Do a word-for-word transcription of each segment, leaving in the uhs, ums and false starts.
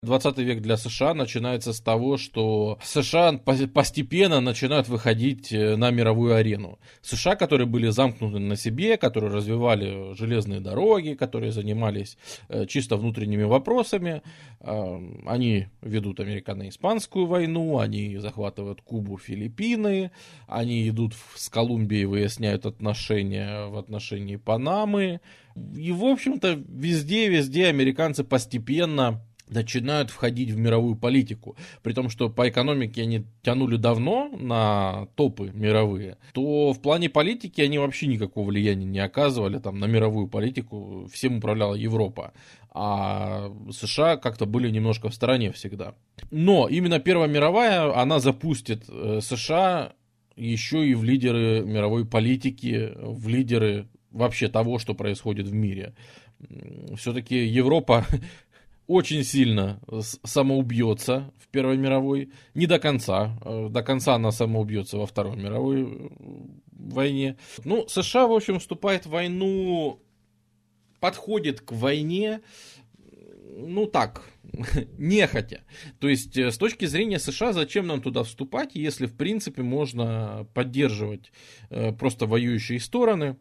двадцатый век для США начинается с того, что США постепенно начинают выходить на мировую арену. США, которые были замкнуты на себе, которые развивали железные дороги, которые занимались чисто внутренними вопросами, они ведут американо-испанскую войну, они захватывают Кубу, Филиппины, они идут с Колумбией, выясняют отношения в отношении Панамы. И, в общем-то, везде-везде американцы постепенно начинают входить в мировую политику, при том, что по экономике они тянули давно на топы мировые, то в плане политики они вообще никакого влияния не оказывали, там, на мировую политику всем управляла Европа, а США как-то были немножко в стороне всегда. Но именно Первая мировая, она запустит США еще и в лидеры мировой политики, в лидеры вообще того, что происходит в мире. Все-таки Европа очень сильно самоубьется в Первой мировой, не до конца, до конца она самоубьется во Второй мировой войне. Ну, США, в общем, вступает в войну, подходит к войне, ну так, нехотя. То есть, с точки зрения США, зачем нам туда вступать, если, в принципе, можно поддерживать просто воюющие стороны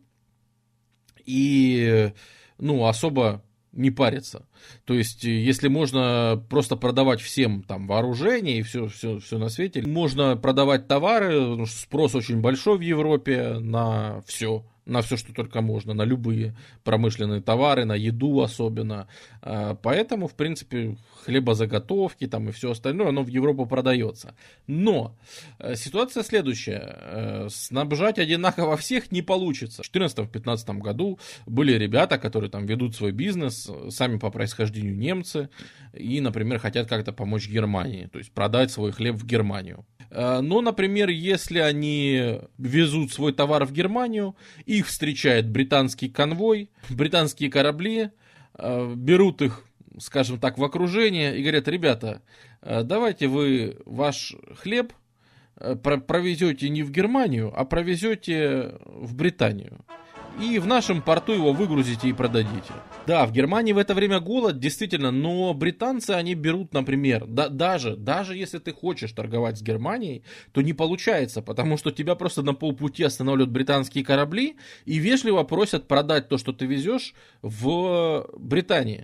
и, ну, особо не париться. То есть, если можно просто продавать всем там вооружение и все, все, все на свете, можно продавать товары, спрос очень большой в Европе на все, на все, что только можно, на любые промышленные товары, на еду особенно. Поэтому, в принципе, хлебозаготовки там и все остальное, оно в Европу продается. Но ситуация следующая. Снабжать одинаково всех не получится. В две тысячи четырнадцатом-две тысячи пятнадцатом году были ребята, которые там ведут свой бизнес, сами по происхождению немцы, и, например, хотят как-то помочь Германии, то есть продать свой хлеб в Германию. Но, например, если они везут свой товар в Германию, их встречает британский конвой, британские корабли, берут их, скажем так, в окружение и говорят: ребята, давайте вы ваш хлеб провезете не в Германию, а провезете в Британию. И в нашем порту его выгрузите и продадите. Да, в Германии в это время голод, действительно, но британцы, они берут, например, да, даже, даже если ты хочешь торговать с Германией, то не получается, потому что тебя просто на полпути останавливают британские корабли и вежливо просят продать то, что ты везешь, в Британии.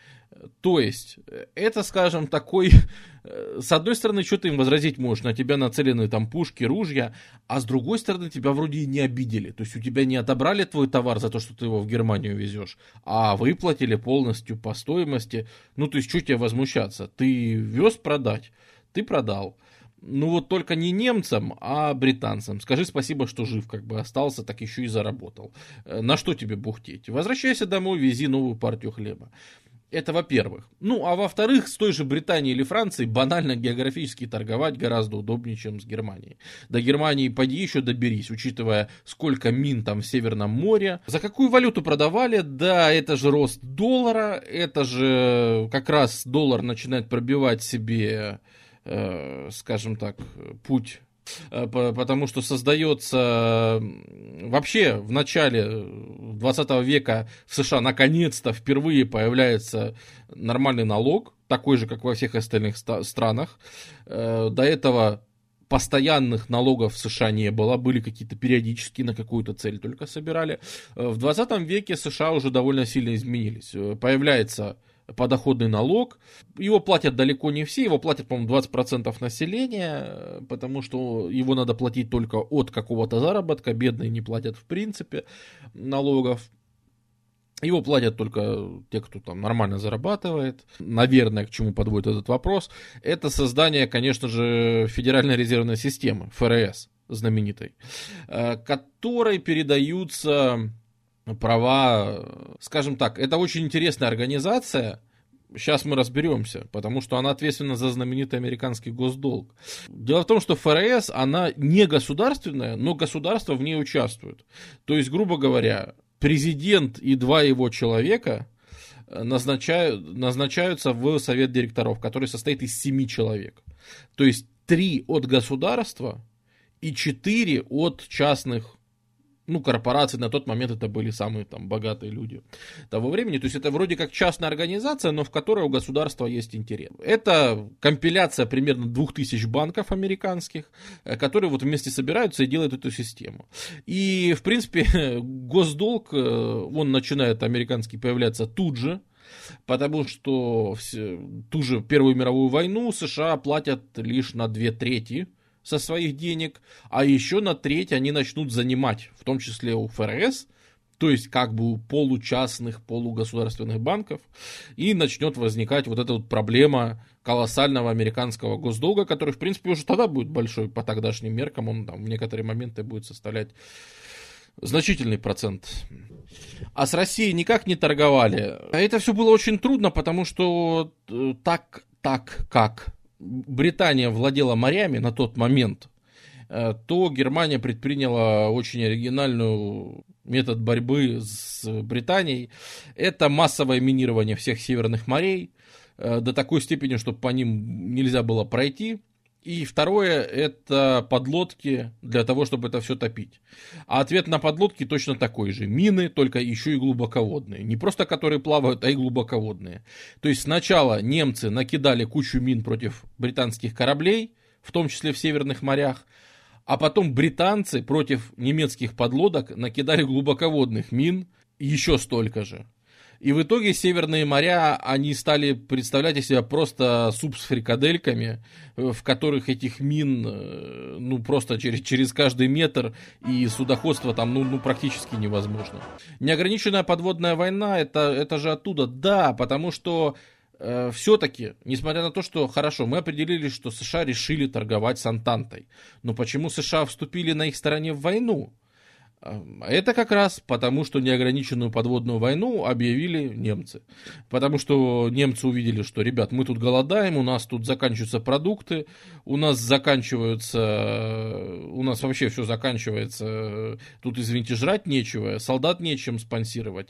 То есть, это, скажем, такой, с одной стороны, что ты им возразить можешь, на тебя нацелены там пушки, ружья, а с другой стороны, тебя вроде и не обидели, то есть, у тебя не отобрали твой товар за то, что ты его в Германию везешь, а выплатили полностью по стоимости. Ну, то есть, что тебе возмущаться? Ты вез продать, ты продал. Ну, вот только не немцам, а британцам. Скажи спасибо, что жив, как бы остался, так еще и заработал. На что тебе бухтеть? Возвращайся домой, вези новую партию хлеба. Это во-первых. Ну, а во-вторых, с той же Британией или Францией банально географически торговать гораздо удобнее, чем с Германией. До Германии поди еще доберись, учитывая, сколько мин там в Северном море. За какую валюту продавали? Да, это же рост доллара, это же как раз доллар начинает пробивать себе, э, скажем так, путь. Потому что создается вообще в начале двадцатого века в США наконец-то впервые появляется нормальный налог, такой же, как во всех остальных странах. До этого постоянных налогов в США не было, были какие-то периодические, на какую-то цель только собирали. В двадцатом веке США уже довольно сильно изменились. Появляется подоходный налог. Его платят далеко не все, его платят, по-моему, двадцать процентов населения, потому что его надо платить только от какого-то заработка, бедные не платят в принципе налогов. Его платят только те, кто там нормально зарабатывает. Наверное, к чему подводит этот вопрос, это создание, конечно же, Федеральной резервной системы, эф эр эс знаменитой, которой передаются права, скажем так, это очень интересная организация. Сейчас мы разберемся, потому что она ответственна за знаменитый американский госдолг. Дело в том, что эф эр эс, она не государственная, но государство в ней участвует. То есть, грубо говоря, президент и два его человека назначают, назначаются в совет директоров, который состоит из семи человек. То есть, три от государства и четыре от частных ну, корпорации, на тот момент это были самые там богатые люди того времени. То есть это вроде как частная организация, но в которой у государства есть интерес. Это компиляция примерно двух тысяч банков американских, которые вот вместе собираются и делают эту систему. И, в принципе, госдолг, он начинает американский появляться тут же, потому что в ту же Первую мировую войну США платят лишь на две трети со своих денег, а еще на треть они начнут занимать, в том числе у ФРС, то есть как бы у получастных, полугосударственных банков, и начнет возникать вот эта вот проблема колоссального американского госдолга, который, в принципе, уже тогда будет большой по тогдашним меркам, он там в некоторые моменты будет составлять значительный процент. А с Россией никак не торговали. Это все было очень трудно, потому что так, так как Британия владела морями на тот момент, то Германия предприняла очень оригинальный метод борьбы с Британией. Это массовое минирование всех северных морей до такой степени, чтобы по ним нельзя было пройти. И второе, это подлодки для того, чтобы это все топить. А ответ на подлодки точно такой же. Мины, только еще и глубоководные. Не просто которые плавают, а и глубоководные. То есть сначала немцы накидали кучу мин против британских кораблей, в том числе в северных морях, а потом британцы против немецких подлодок накидали глубоководных мин еще столько же. И в итоге северные моря, они стали представлять из себя просто суп с фрикадельками, в которых этих мин, ну, просто через, через каждый метр, и судоходство там, ну, ну практически невозможно. Неограниченная подводная война, это, это же оттуда, да, потому что э, все-таки, несмотря на то, что, хорошо, мы определили, что США решили торговать с Антантой, но почему США вступили на их стороне в войну? Это как раз потому, что неограниченную подводную войну объявили немцы. Потому что немцы увидели, что, ребят, мы тут голодаем, у нас тут заканчиваются продукты, у нас заканчиваются, у нас вообще все заканчивается, тут, извините, жрать нечего, солдат нечем спонсировать,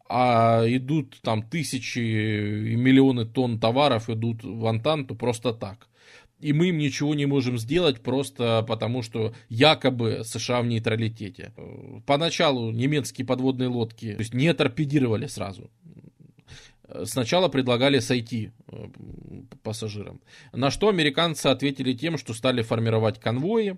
а идут там тысячи и миллионы тонн товаров идут в Антанту просто так. И мы им ничего не можем сделать просто потому, что якобы США в нейтралитете. Поначалу немецкие подводные лодки, то есть не торпедировали сразу. Сначала предлагали сойти пассажирам. На что американцы ответили тем, что стали формировать конвои,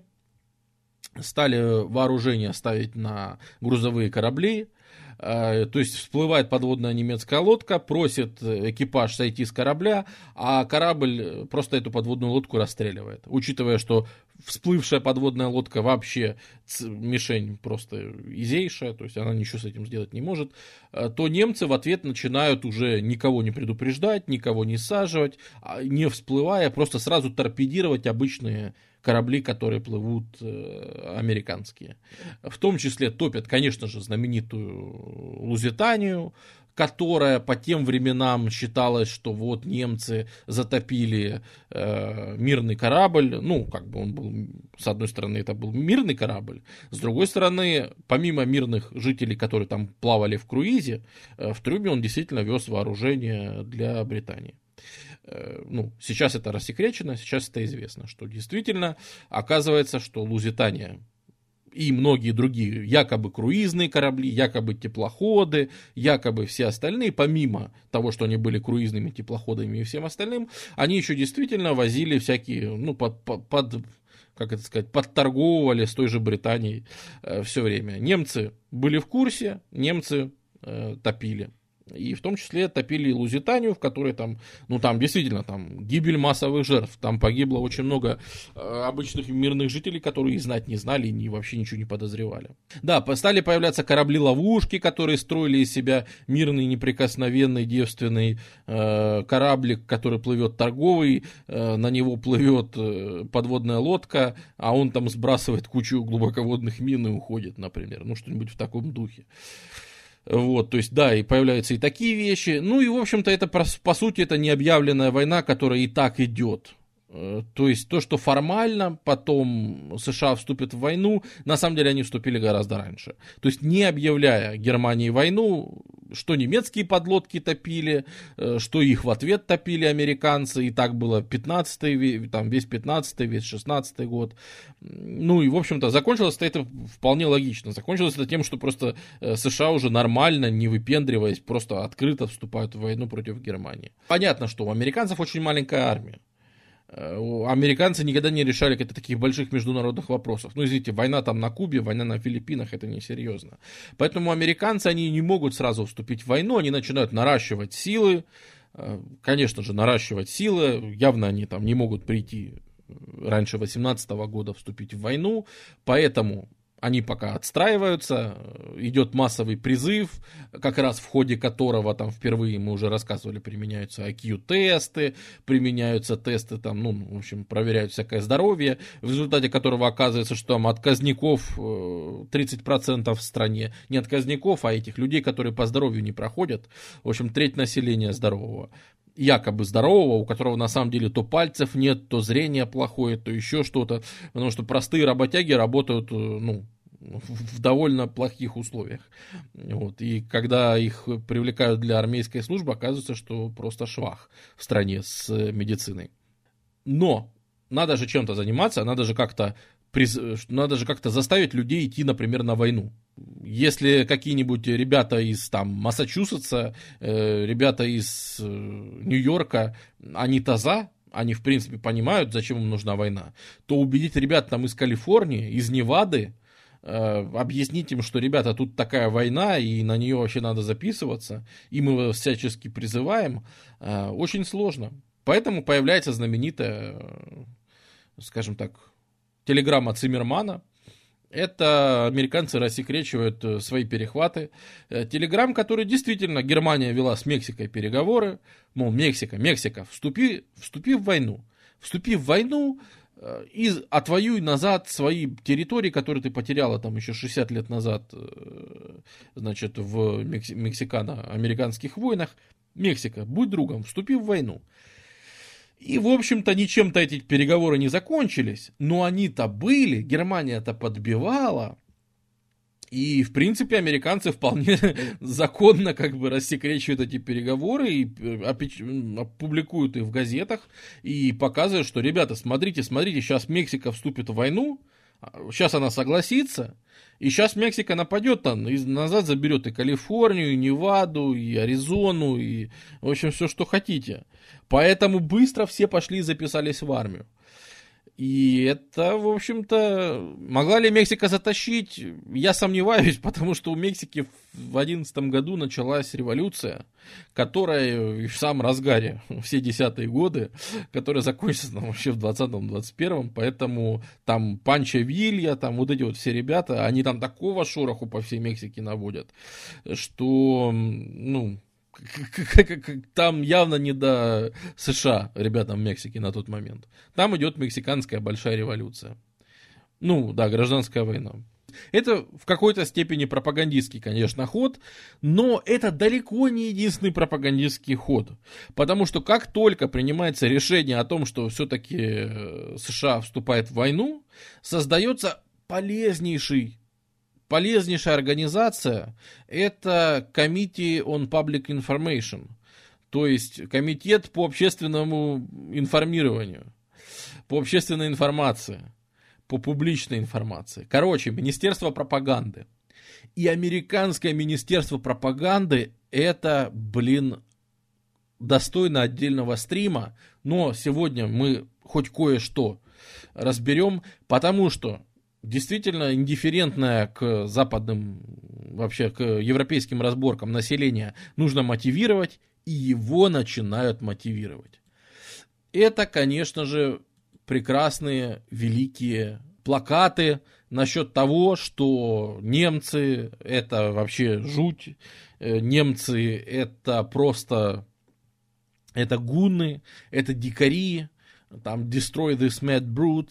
стали вооружение ставить на грузовые корабли. То есть всплывает подводная немецкая лодка, просит экипаж сойти с корабля, а корабль просто эту подводную лодку расстреливает. Учитывая, что всплывшая подводная лодка вообще мишень просто изейшая, то есть она ничего с этим сделать не может, то немцы в ответ начинают уже никого не предупреждать, никого не саживать, не всплывая, просто сразу торпедировать обычные корабли, которые плывут э, американские. В том числе топят, конечно же, знаменитую Лузитанию, которая по тем временам считалась, что вот немцы затопили э, мирный корабль. Ну, как бы он был, с одной стороны, это был мирный корабль, с другой стороны, помимо мирных жителей, которые там плавали в круизе, э, в трюме он действительно вез вооружение для Британии. Ну, сейчас это рассекречено, сейчас это известно, что действительно оказывается, что Лузитания и многие другие якобы круизные корабли, якобы теплоходы, якобы все остальные, помимо того, что они были круизными теплоходами и всем остальным, они еще действительно возили всякие, ну, под, под, под как это сказать, подторговывали с той же Британией э, все время. Немцы были в курсе, немцы э, топили. И в том числе топили Лузитанию, в которой там, ну там действительно там гибель массовых жертв, там погибло очень много э, обычных мирных жителей, которые и знать не знали, и вообще ничего не подозревали. Да, стали появляться корабли-ловушки, которые строили из себя мирный, неприкосновенный, девственный э, кораблик, который плывет торговый, э, на него плывет э, подводная лодка, а он там сбрасывает кучу глубоководных мин и уходит, например, ну что-нибудь в таком духе. Вот, то есть, да, и появляются и такие вещи. Ну и, в общем-то, это, по сути, это необъявленная война, которая и так идет. То есть то, что формально потом США вступят в войну, на самом деле они вступили гораздо раньше. То есть не объявляя Германии войну, что немецкие подлодки топили, что их в ответ топили американцы, и так было пятнадцатый, там весь пятнадцатый, весь шестнадцатый год. Ну и, в общем-то, закончилось это вполне логично. Закончилось это тем, что просто США уже нормально, не выпендриваясь, просто открыто вступают в войну против Германии. Понятно, что у американцев очень маленькая армия. Американцы никогда не решали каких-то таких больших международных вопросов. Ну, извините, война там на Кубе, война на Филиппинах, это несерьезно. Поэтому американцы, они не могут сразу вступить в войну, они начинают наращивать силы. Конечно же, наращивать силы. Явно они там не могут прийти раньше восемнадцатого года вступить в войну. Поэтому они пока отстраиваются, идет массовый призыв, как раз в ходе которого там впервые, мы уже рассказывали, применяются ай кью-тесты, применяются тесты, там, ну, в общем, проверяют всякое здоровье, в результате которого оказывается, что там отказников тридцать процентов в стране, не отказников, а этих людей, которые по здоровью не проходят, в общем, треть населения здорового. Якобы здорового, у которого на самом деле то пальцев нет, то зрение плохое, то еще что-то, потому что простые работяги работают, ну, в довольно плохих условиях. Вот. И когда их привлекают для армейской службы, оказывается, что просто швах в стране с медициной. Но надо же чем-то заниматься, надо же как-то надо же как-то заставить людей идти, например, на войну. Если какие-нибудь ребята из там, Массачусетса, э, ребята из э, Нью-Йорка, они-то за, они в принципе понимают, зачем им нужна война, то убедить ребят там из Калифорнии, из Невады, э, объяснить им, что, ребята, тут такая война, и на нее вообще надо записываться, и мы вас всячески призываем, э, очень сложно. Поэтому появляется знаменитая, э, скажем так, телеграмма Циммермана. Это американцы рассекречивают свои перехваты. Телеграм, который действительно Германия вела с Мексикой переговоры. Мол, Мексика, Мексика, вступи, вступи в войну. Вступи в войну и отвоюй назад свои территории, которые ты потеряла там еще шестьдесят лет назад, значит, в мексикано-американских войнах. Мексика, будь другом, вступи в войну. И, в общем-то, ничем-то эти переговоры не закончились, но они-то были, Германия-то подбивала, и, в принципе, американцы вполне законно как бы рассекречивают эти переговоры и опубликуют их в газетах и показывают, что, ребята, смотрите, смотрите, сейчас Мексика вступит в войну, сейчас она согласится, и сейчас Мексика нападет там, и назад заберет и Калифорнию, и Неваду, и Аризону, и, в общем, все, что хотите. Поэтому быстро все пошли и записались в армию. И это, в общем-то, могла ли Мексика затащить? Я сомневаюсь, потому что у Мексики в две тысячи одиннадцатом году началась революция, которая в самом разгаре, все десятые годы, которая закончится там, вообще в двадцатом-двадцать первом, поэтому там Панчо Вилья, там вот эти вот все ребята, они там такого шороху по всей Мексике наводят, что, ну... Там явно не до США ребятам в Мексике на тот момент. Там идет мексиканская большая революция. Ну, да, гражданская война. Это в какой-то степени пропагандистский, конечно, ход, но это далеко не единственный пропагандистский ход. Потому что как только принимается решение о том, что все-таки США вступает в войну, создается полезнейший Полезнейшая организация – это Committee on Public Information, то есть комитет по общественному информированию, по общественной информации, по публичной информации. Короче, Министерство пропаганды. И американское Министерство пропаганды – это, блин, достойно отдельного стрима, но сегодня мы хоть кое-что разберем, потому что действительно индифферентное к западным, вообще к европейским разборкам населения нужно мотивировать, и его начинают мотивировать. Это, конечно же, прекрасные, великие плакаты насчет того, что немцы – это вообще жуть, немцы – это просто, это гунны, это дикари, там «Destroy this mad brute»,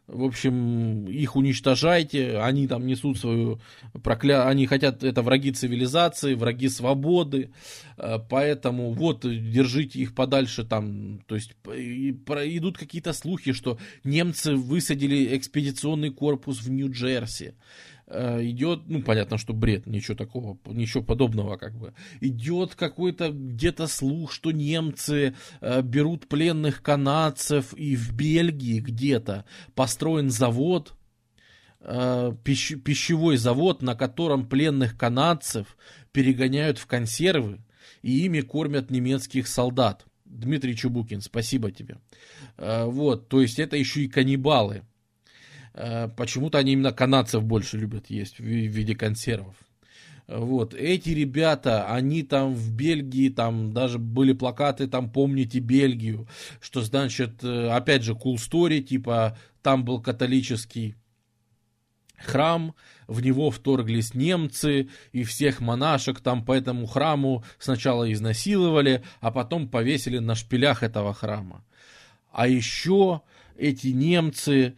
В общем, их уничтожайте, они там несут свою прокля... они хотят, это враги цивилизации, враги свободы, поэтому вот, держите их подальше там, то есть идут какие-то слухи, что немцы высадили экспедиционный корпус в Нью-Джерси. Идет, ну, понятно, что бред, ничего такого, ничего подобного, как бы. Идет какой-то где-то слух, что немцы э, берут пленных канадцев, и в Бельгии где-то построен завод, э, пищ, пищевой завод, на котором пленных канадцев перегоняют в консервы, и ими кормят немецких солдат. Дмитрий Чубукин, спасибо тебе. Э, вот, то есть это еще и каннибалы. Почему-то они именно канадцев больше любят есть в виде консервов. Вот, эти ребята, они там в Бельгии, там даже были плакаты, там помните Бельгию, что значит, опять же, cool story, типа там был католический храм, в него вторглись немцы, и всех монашек там по этому храму сначала изнасиловали, а потом повесили на шпилях этого храма. А еще эти немцы,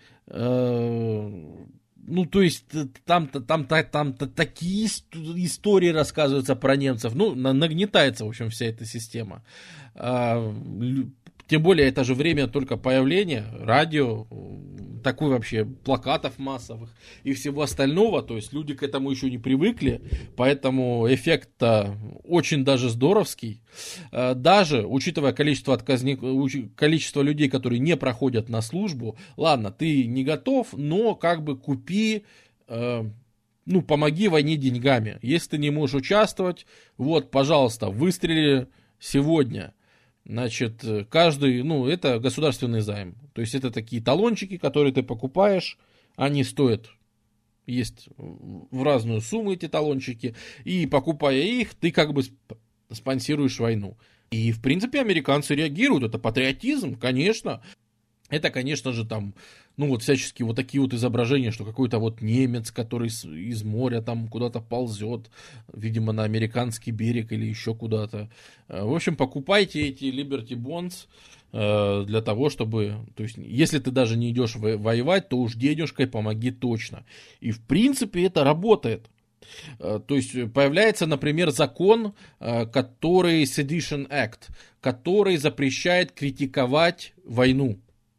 э, ну, то есть, там-то, там-то, там-то такие истории рассказываются про немцев, ну, нагнетается, в общем, вся эта система. Э, тем более, это же время только появления радио, такой вообще плакатов массовых и всего остального, то есть люди к этому еще не привыкли, поэтому эффект-то очень даже здоровский. Даже учитывая количество отказников, количество людей, которые не проходят на службу, ладно, ты не готов, но как бы купи, ну, помоги войне деньгами. Если ты не можешь участвовать, вот, пожалуйста, выстрели сегодня. Значит, каждый, ну, это государственный займ. То есть это такие талончики, которые ты покупаешь, они стоят, есть в разную сумму эти талончики, и покупая их, ты как бы спонсируешь войну. И, в принципе, американцы реагируют, это патриотизм, конечно. Это, конечно же, там, ну, вот всяческие вот такие вот изображения, что какой-то вот немец, который из моря там куда-то ползет, видимо, на американский берег или еще куда-то. В общем, покупайте эти Liberty Bonds для того, чтобы, то есть, если ты даже не идешь воевать, то уж денежкой помоги точно. И, в принципе, это работает. То есть появляется, например, закон, который Sedition Act, который запрещает критиковать войну.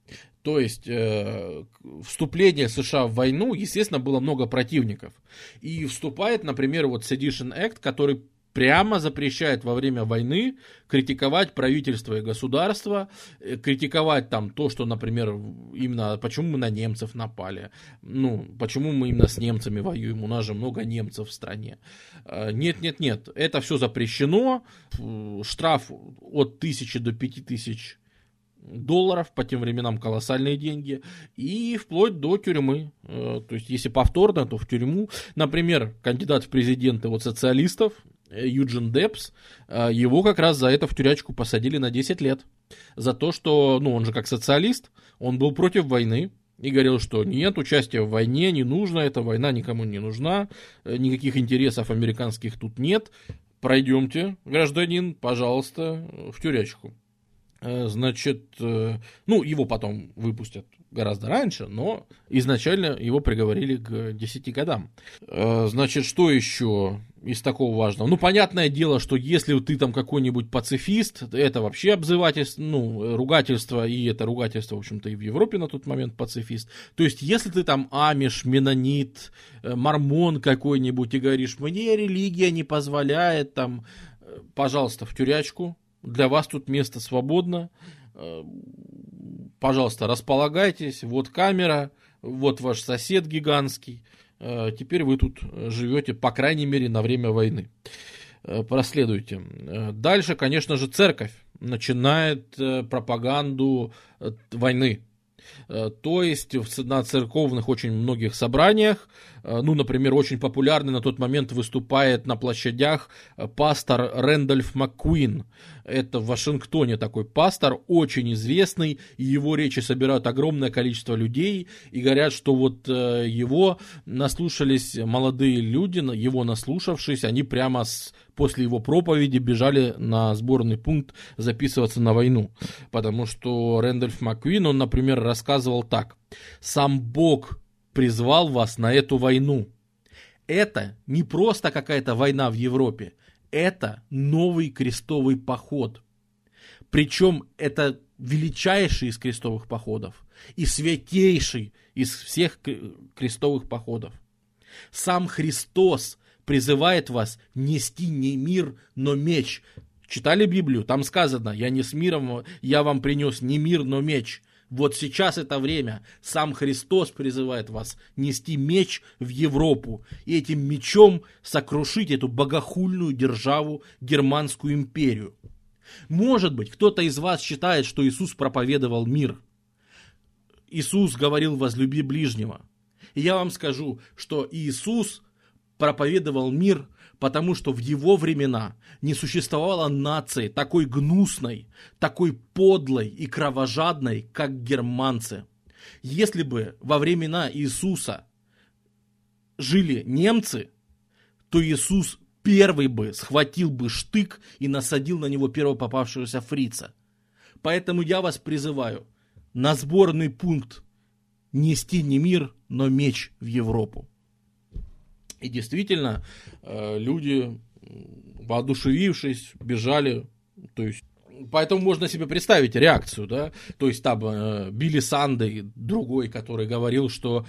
То есть э, вступление США в войну, естественно, было много противников. И вступает, например, вот Sedition Act, который прямо запрещает во время войны критиковать правительство и государство, критиковать там то, что, например, именно почему мы на немцев напали, ну, почему мы именно с немцами воюем, у нас же много немцев в стране. Нет, нет, нет, это все запрещено, штраф от тысячи до пяти тысяч долларов, по тем временам колоссальные деньги, и вплоть до тюрьмы. То есть, если повторно, то в тюрьму. Например, кандидат в президенты от социалистов, Юджин Депс, его как раз за это в тюрячку посадили на десять лет. За то, что, ну, он же как социалист, он был против войны и говорил, что нет, участия в войне не нужно, эта война никому не нужна, никаких интересов американских тут нет. Пройдемте, гражданин, пожалуйста, в тюрячку. Значит, ну, его потом выпустят гораздо раньше, но изначально его приговорили к десяти годам. Значит, что еще из такого важного? Ну, понятное дело, что если ты там какой-нибудь пацифист, это вообще обзывательство, ну, ругательство, и это ругательство, в общем-то, и в Европе на тот момент пацифист. То есть, если ты там амиш, менонит, мормон какой-нибудь и говоришь, мне религия не позволяет, там, пожалуйста, в тюрячку. Для вас тут место свободно. Пожалуйста, располагайтесь. Вот камера, вот ваш сосед гигантский. Теперь вы тут живете, по крайней мере, на время войны. Проследуйте. Дальше, конечно же, церковь начинает пропаганду войны. То есть на церковных очень многих собраниях, ну, например, очень популярный на тот момент выступает на площадях пастор Рэндольф МакКуин. Это в Вашингтоне такой пастор, очень известный, и его речи собирают огромное количество людей, и говорят, что вот его наслушались молодые люди, его наслушавшись, они прямо с после его проповеди бежали на сборный пункт записываться на войну. Потому что Рэндольф Маккуин, он, например, рассказывал так. «Сам Бог призвал вас на эту войну. Это не просто какая-то война в Европе. Это новый крестовый поход. Причем это величайший из крестовых походов и святейший из всех крестовых походов. Сам Христос призывает вас нести не мир, но меч». Читали Библию? Там сказано: «Я не с миром, я вам принес не мир, но меч». Вот сейчас это время. Сам Христос призывает вас нести меч в Европу и этим мечом сокрушить эту богохульную державу, Германскую империю. Может быть, кто-то из вас считает, что Иисус проповедовал мир. Иисус говорил: «Возлюби ближнего». И я вам скажу, что Иисус проповедовал мир, потому что в его времена не существовало нации такой гнусной, такой подлой и кровожадной, как германцы. Если бы во времена Иисуса жили немцы, то Иисус первый бы схватил бы штык и насадил на него первого попавшегося фрица. Поэтому я вас призываю на сборный пункт нести не мир, но меч в Европу. И действительно, люди, воодушевившись, бежали. То есть, поэтому можно себе представить реакцию, да? То есть там Билли Сандей, другой, который говорил, что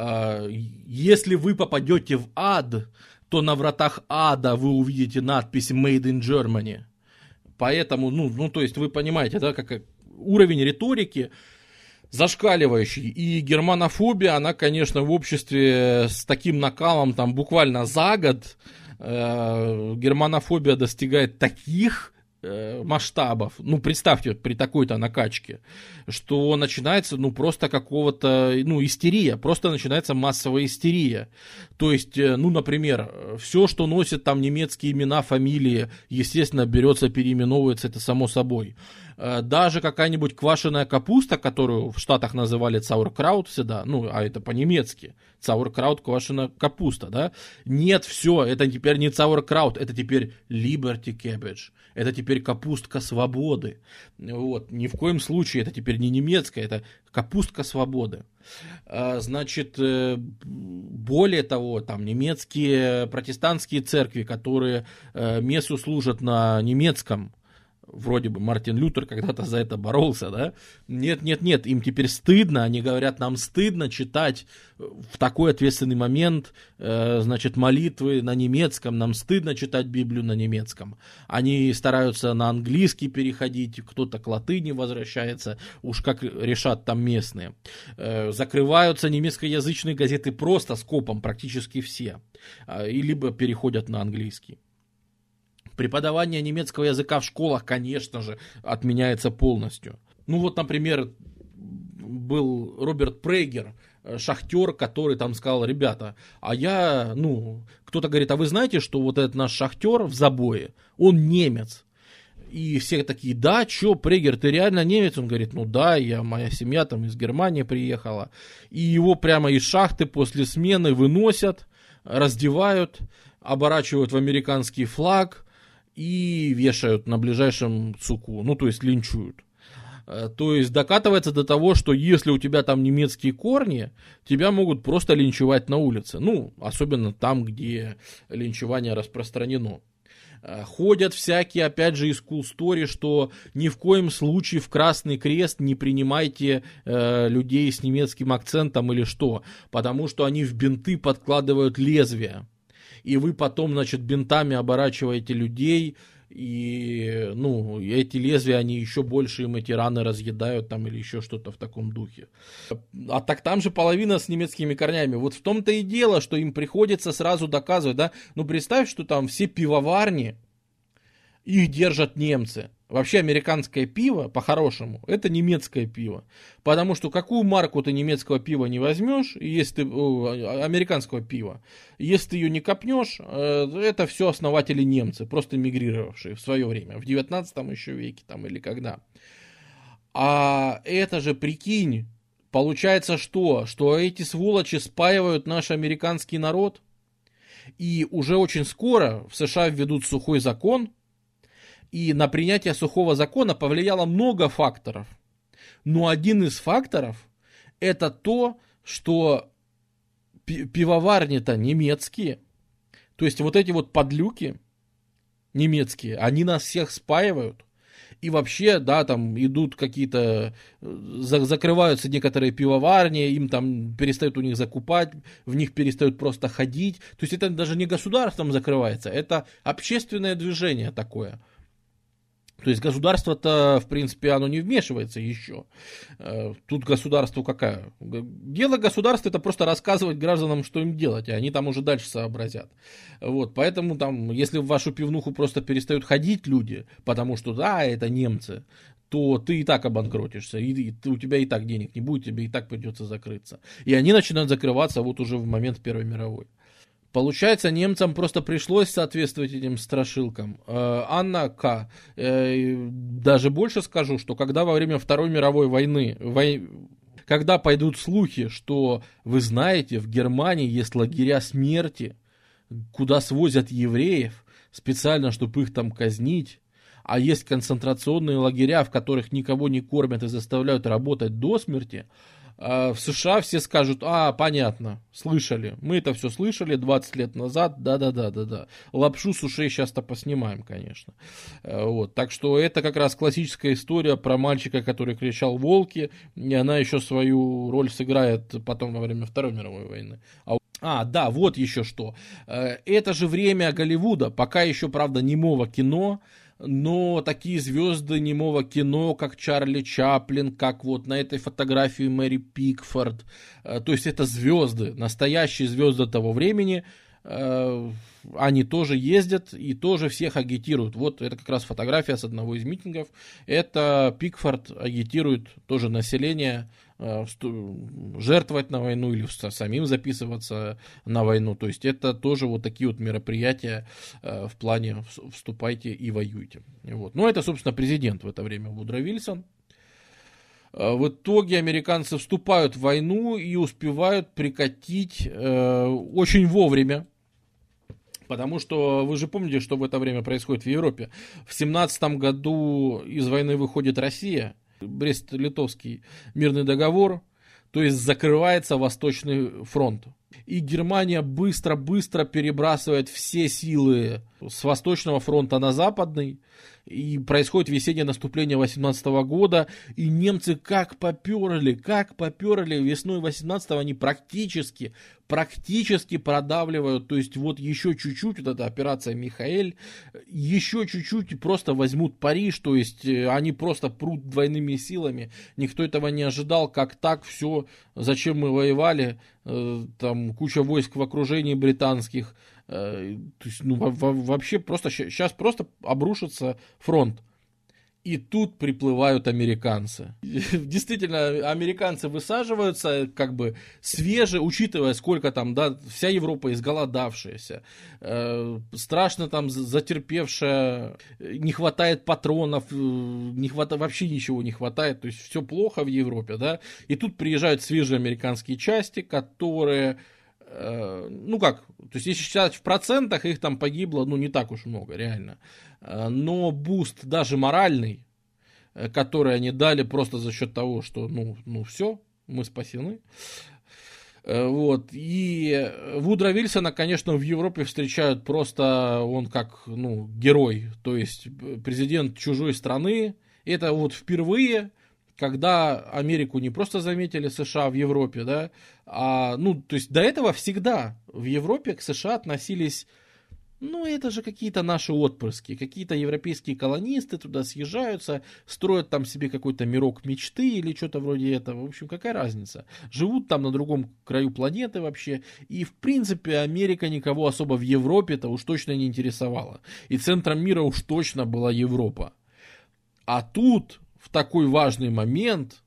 если вы попадете в ад, то на вратах ада вы увидите надпись «Made in Germany». Поэтому, ну, ну то есть вы понимаете, да, как уровень риторики зашкаливающий. И германофобия, она, конечно, в обществе с таким накалом, там, буквально за год, э, германофобия достигает таких э, масштабов, ну, представьте, при такой-то накачке, что начинается, ну, просто какого-то, ну, истерия, просто начинается массовая истерия. То есть, э, ну, например, все, что носит там немецкие имена, фамилии, естественно, берется, переименовывается, это само собой. Даже какая-нибудь квашеная капуста, которую в Штатах называли цауркраут всегда, ну, а это по-немецки, цауркраут, квашеная капуста, да, нет, все, это теперь не цауркраут, это теперь Liberty Cabbage, это теперь капустка свободы, вот, ни в коем случае это теперь не немецкая, это капустка свободы. Значит, более того, там немецкие протестантские церкви, которые мессу служат на немецком, вроде бы Мартин Лютер когда-то за это боролся, да? Нет, нет, нет, им теперь стыдно, они говорят, нам стыдно читать в такой ответственный момент, э, значит, молитвы на немецком, нам стыдно читать Библию на немецком. Они стараются на английский переходить, кто-то к латыни возвращается, уж как решат там местные. Э, закрываются немецкоязычные газеты просто скопом, практически все, э, и либо переходят на английский. Преподавание немецкого языка в школах, конечно же, отменяется полностью. Ну вот, например, был Роберт Прейгер, шахтер, который там сказал: ребята, а я, ну, кто-то говорит, а вы знаете, что вот этот наш шахтер в забое, он немец? И все такие: да, чё, Прейгер, ты реально немец? Он говорит: ну да, я, моя семья там из Германии приехала. И его прямо из шахты после смены выносят, раздевают, оборачивают в американский флаг и вешают на ближайшем суку, ну, то есть линчуют. То есть докатывается до того, что если у тебя там немецкие корни, тебя могут просто линчевать на улице. Ну, особенно там, где линчевание распространено. Ходят всякие, опять же, из Cool Story, что ни в коем случае в Красный Крест не принимайте э, людей с немецким акцентом или что, потому что они в бинты подкладывают лезвия. И вы потом, значит, бинтами оборачиваете людей, и, ну, эти лезвия, они еще больше им эти раны разъедают там или еще что-то в таком духе. А так там же половина с немецкими корнями. Вот в том-то и дело, что им приходится сразу доказывать, да. Ну, представь, что там все пивоварни, их держат немцы. Вообще американское пиво, по-хорошему, это немецкое пиво. Потому что какую марку ты немецкого пива не возьмешь, если ты, о, американского пива, если ты ее не копнешь, это все основатели немцы, просто мигрировавшие в свое время, в девятнадцатом еще веке там или когда. А это же, прикинь, получается что? Что эти сволочи спаивают наш американский народ? И уже очень скоро в США введут сухой закон, и на принятие сухого закона повлияло много факторов. Но один из факторов – это то, что пивоварни-то немецкие. То есть вот эти вот подлюки немецкие, они нас всех спаивают. И вообще, да, там идут какие-то, закрываются некоторые пивоварни, им там перестают у них закупать, в них перестают просто ходить. То есть это даже не государством закрывается, это общественное движение такое. То есть государство-то, в принципе, оно не вмешивается еще. Тут государство какая? Дело государства — это просто рассказывать гражданам, что им делать, и они там уже дальше сообразят. Вот, поэтому там, если в вашу пивнуху просто перестают ходить люди, потому что, да, это немцы, то ты и так обанкротишься, и, и у тебя и так денег не будет, тебе и так придется закрыться. И они начинают закрываться вот уже в момент Первой мировой. Получается, немцам просто пришлось соответствовать этим страшилкам. Анна К. Даже больше скажу, что когда во время Второй мировой войны, вой... когда пойдут слухи, что, вы знаете, в Германии есть лагеря смерти, куда свозят евреев специально, чтобы их там казнить, а есть концентрационные лагеря, в которых никого не кормят и заставляют работать до смерти, в США все скажут: а, понятно, слышали, мы это все слышали двадцать лет назад, да-да-да-да-да, лапшу с ушей сейчас-то поснимаем, конечно. Вот. Так что это как раз классическая история про мальчика, который кричал «волки», и она еще свою роль сыграет потом во время Второй мировой войны. А А, да, вот еще что. Это же время Голливуда, пока еще, правда, немого кино, но такие звезды немого кино, как Чарли Чаплин, как вот на этой фотографии Мэри Пикфорд, то есть это звезды, настоящие звезды того времени, они тоже ездят и тоже всех агитируют. Вот это как раз фотография с одного из митингов. Это Пикфорд агитирует тоже население жертвовать на войну или самим записываться на войну. То есть это тоже вот такие вот мероприятия в плане «вступайте и воюйте». Вот. Ну, это, собственно, президент в это время Вудро Вильсон. В итоге американцы вступают в войну и успевают прекратить э, очень вовремя. Потому что вы же помните, что в это время происходит в Европе. В семнадцатом году из войны выходит Россия, Брест-Литовский мирный договор, то есть закрывается Восточный фронт. И Германия быстро-быстро перебрасывает все силы с Восточного фронта на Западный. И происходит весеннее наступление восемнадцатого года, и немцы как поперли, как поперли, весной восемнадцатого они практически, практически продавливают, то есть вот еще чуть-чуть, вот эта операция Михаэль, еще чуть-чуть и просто возьмут Париж, то есть они просто прут двойными силами, никто этого не ожидал, как так, все, зачем мы воевали, там куча войск в окружении британских. То есть, ну, вообще просто сейчас просто обрушится фронт. И тут приплывают американцы. Действительно, американцы высаживаются, как бы свежие, учитывая, сколько там, да, вся Европа изголодавшаяся, э, страшно там затерпевшая, не хватает патронов, не хватает, вообще ничего не хватает, то есть все плохо в Европе, да. И тут приезжают свежие американские части, которые... Ну как, то есть если считать в процентах, их там погибло, ну не так уж много, реально. Но буст даже моральный, который они дали просто за счет того, что ну, ну все, мы спасены. Вот. И Вудро Вильсона, конечно, в Европе встречают просто, он как, ну, герой, то есть президент чужой страны. Это вот впервые, когда Америку не просто заметили США в Европе, да, а, ну, то есть до этого всегда в Европе к США относились, ну, это же какие-то наши отпрыски, какие-то европейские колонисты туда съезжаются, строят там себе какой-то мирок мечты или что-то вроде этого, в общем, какая разница, живут там на другом краю планеты вообще, и, в принципе, Америка никого особо в Европе-то уж точно не интересовала, и центром мира уж точно была Европа, а тут... В такой важный момент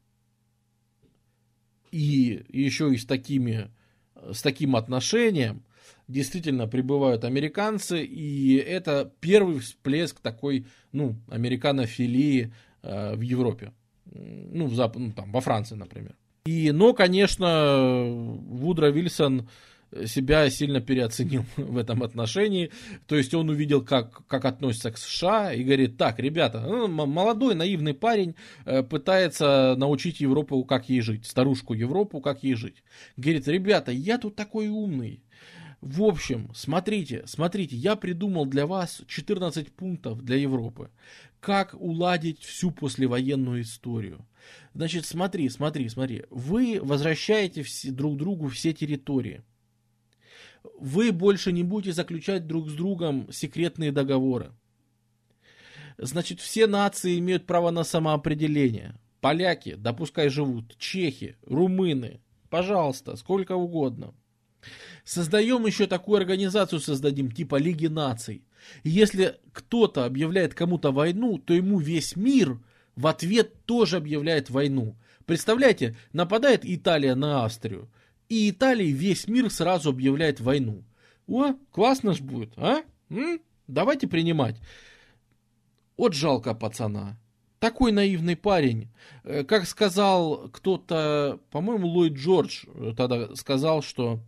и еще и с, такими, с таким отношением действительно прибывают американцы, и это первый всплеск такой, ну, американофилии э, в Европе, ну, в Зап... ну, там, во Франции, например. И, но, конечно, Вудро Вильсон себя сильно переоценил в этом отношении. То есть он увидел, как, как относятся к США, и говорит: так, ребята, ну, молодой наивный парень пытается научить Европу, как ей жить, старушку Европу, как ей жить. Говорит: ребята, я тут такой умный. В общем, смотрите, смотрите, я придумал для вас четырнадцать пунктов для Европы. Как уладить всю послевоенную историю. Значит, смотри, смотри, смотри. Вы возвращаете все, друг другу все территории. Вы больше не будете заключать друг с другом секретные договоры. Значит, все нации имеют право на самоопределение. Поляки, да пускай живут. Чехи, румыны, пожалуйста, сколько угодно. Создаем еще такую организацию, создадим, типа Лиги наций. И если кто-то объявляет кому-то войну, то ему весь мир в ответ тоже объявляет войну. Представляете, нападает Италия на Австрию, и Италии весь мир сразу объявляет войну. О, классно ж будет, а? М? Давайте принимать. Вот жалко пацана. Такой наивный парень. Как сказал кто-то, по-моему, Ллойд Джордж тогда сказал, что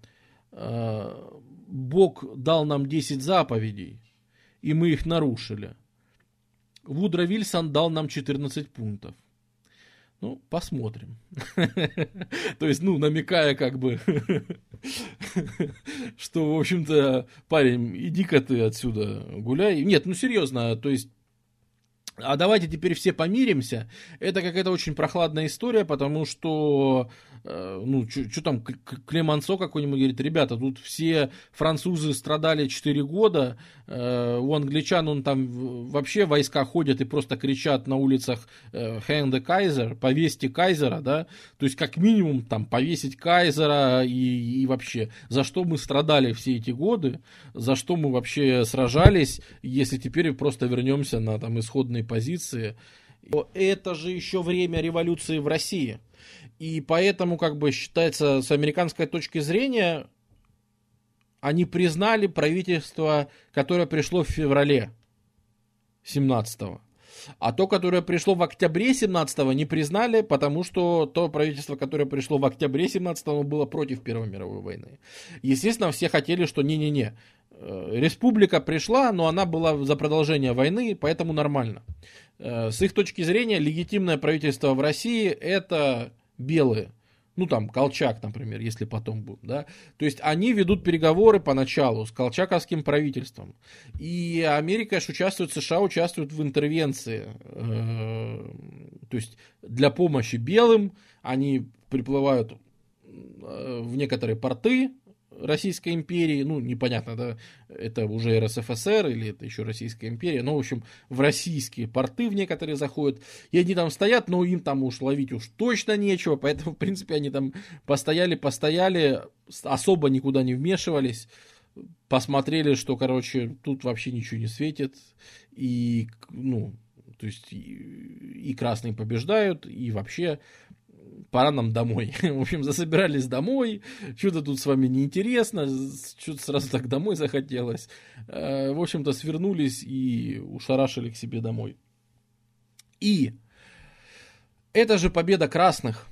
Бог дал нам десять заповедей, и мы их нарушили. Вудро Вильсон дал нам четырнадцать пунктов. Ну, посмотрим. То есть, ну, намекая как бы, что, в общем-то, парень, иди-ка ты отсюда гуляй. Нет, ну, серьезно, то есть, а давайте теперь все помиримся. Это какая-то очень прохладная история, потому что, э, ну, что там, Клемансо какой-нибудь говорит: ребята, тут все французы страдали четыре года, э, у англичан он там вообще войска ходят и просто кричат на улицах «Hang the Kaiser», «повесьте Кайзера», да, то есть как минимум там повесить Кайзера и, и вообще, за что мы страдали все эти годы, за что мы вообще сражались, если теперь просто вернемся на там исходные позиции. Это же еще время революции в России. И поэтому, как бы считается, с американской точки зрения, они признали правительство, которое пришло в феврале семнадцатого. А то, которое пришло в октябре семнадцатого, не признали, потому что то правительство, которое пришло в октябре семнадцатого, было против Первой мировой войны. Естественно, все хотели, что не-не-не, республика пришла, но она была за продолжение войны, поэтому нормально. С их точки зрения, легитимное правительство в России — это белые. Ну, там, Колчак, например, если потом будет, да. То есть они ведут переговоры поначалу с колчаковским правительством. И Америка, конечно, участвует, США участвуют в интервенции. То есть для помощи белым они приплывают в некоторые порты Российской империи, ну, непонятно, да, это уже эр эс эф эс эр или это еще Российская империя, но, в общем, в российские порты в некоторые заходят, и они там стоят, но им там уж ловить уж точно нечего, поэтому, в принципе, они там постояли, постояли, особо никуда не вмешивались, посмотрели, что, короче, тут вообще ничего не светит, и, ну, то есть, и, и красные побеждают, и вообще пора нам домой. В общем, засобирались домой, что-то тут с вами неинтересно, что-то сразу так домой захотелось. В общем-то, свернулись и ушарашили к себе домой. И это же победа красных.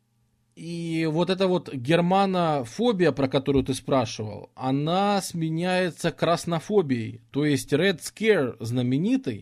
И вот эта вот германофобия, про которую ты спрашивал, она сменяется краснофобией. То есть Red Scare знаменитый,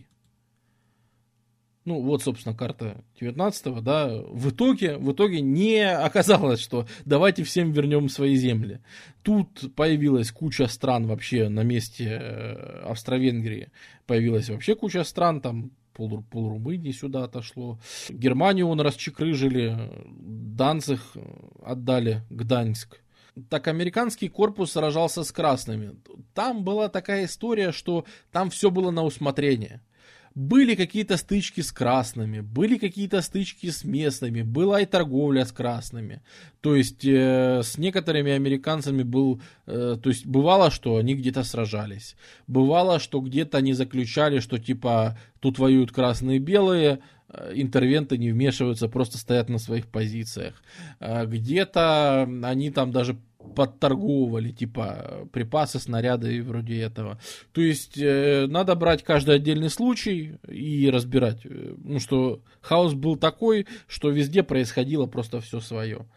ну, вот, собственно, карта девятнадцатого, да, в итоге, в итоге не оказалось, что давайте всем вернем свои земли. Тут появилась куча стран вообще на месте Австро-Венгрии, появилась вообще куча стран, там пол, пол Румынии сюда отошло, Германию он расчекрыжили, Данциг отдали, Гданьск. Так американский корпус сражался с красными. Там была такая история, что там все было на усмотрение. Были какие-то стычки с красными, были какие-то стычки с местными, была и торговля с красными. То есть э, с некоторыми американцами был, э, то есть бывало, что они где-то сражались. Бывало, что где-то они заключали, что типа тут воюют красные и белые, э, интервенты не вмешиваются, просто стоят на своих позициях. Э, где-то они там даже подторговывали, типа припасы, снаряды и вроде этого. То есть э, надо брать каждый отдельный случай и разбирать. Ну, что хаос был такой, что везде происходило просто все свое.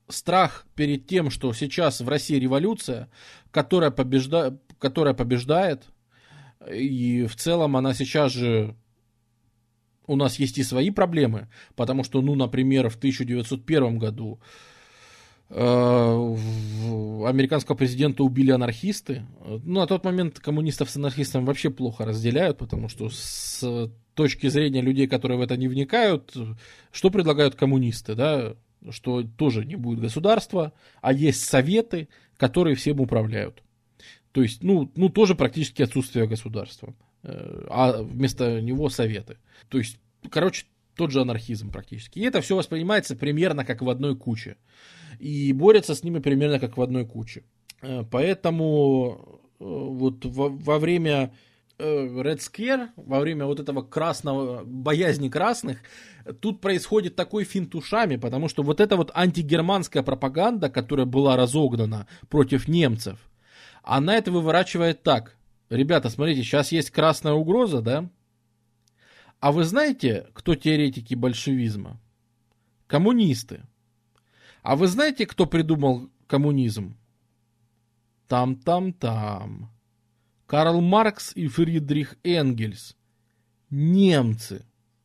страх перед тем, что сейчас в России революция, которая, побежда... которая побеждает, и в целом она сейчас же... У нас есть и свои проблемы, потому что, ну, например, в тысяча девятьсот первом году э, американского президента убили анархисты. Ну, на тот момент коммунистов с анархистами вообще плохо разделяют, потому что с точки зрения людей, которые в это не вникают, что предлагают коммунисты, да? Что тоже не будет государства, а есть советы, которые всем управляют. То есть, ну, ну тоже практически отсутствие государства, а вместо него советы. То есть, короче, тот же анархизм практически. И это все воспринимается примерно как в одной куче. И борются с ними примерно как в одной куче. Поэтому вот во, во время Red Scare, во время вот этого красного, боязни красных, тут происходит такой финт ушами, потому что вот эта вот антигерманская пропаганда, которая была разогнана против немцев, она это выворачивает так. Ребята, смотрите, сейчас есть красная угроза, да? А вы знаете, кто теоретики большевизма? Коммунисты. А вы знаете, кто придумал коммунизм? Там-там-там. Карл Маркс и Фридрих Энгельс. Немцы.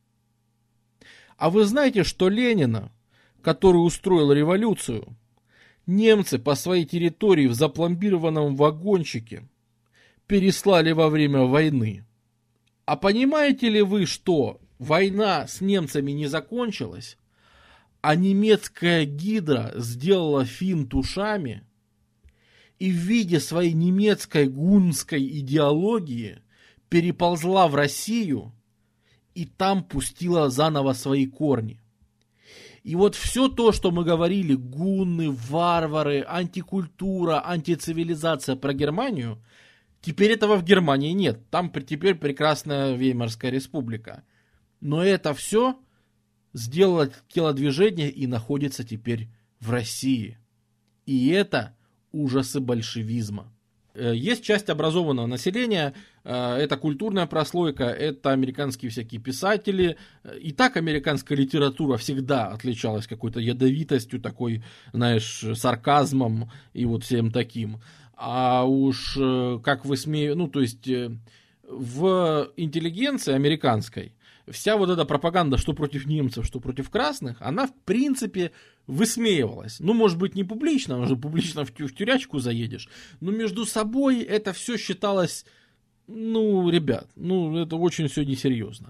А вы знаете, что Ленина, который устроил революцию, немцы по своей территории в запломбированном вагончике переслали во время войны? А понимаете ли вы, что война с немцами не закончилась, а немецкая гидра сделала финт ушами и в виде своей немецкой гунской идеологии переползла в Россию и там пустила заново свои корни. И вот все то, что мы говорили, гунны, варвары, антикультура, антицивилизация про Германию, теперь этого в Германии нет. Там теперь прекрасная Веймарская республика. Но это все сделало телодвижение и находится теперь в России. И это ужасы большевизма. Есть часть образованного населения, это культурная прослойка, это американские всякие писатели. И так американская литература всегда отличалась какой-то ядовитостью, такой, знаешь, сарказмом и вот всем таким. А уж как высмеивают, ну, то есть в интеллигенции американской вся вот эта пропаганда, что против немцев, что против красных, она в принципе высмеивалась. Ну, может быть, не публично, может, публично в, тю- в тюрячку заедешь, но между собой это все считалось, ну, ребят, ну, это очень все несерьезно.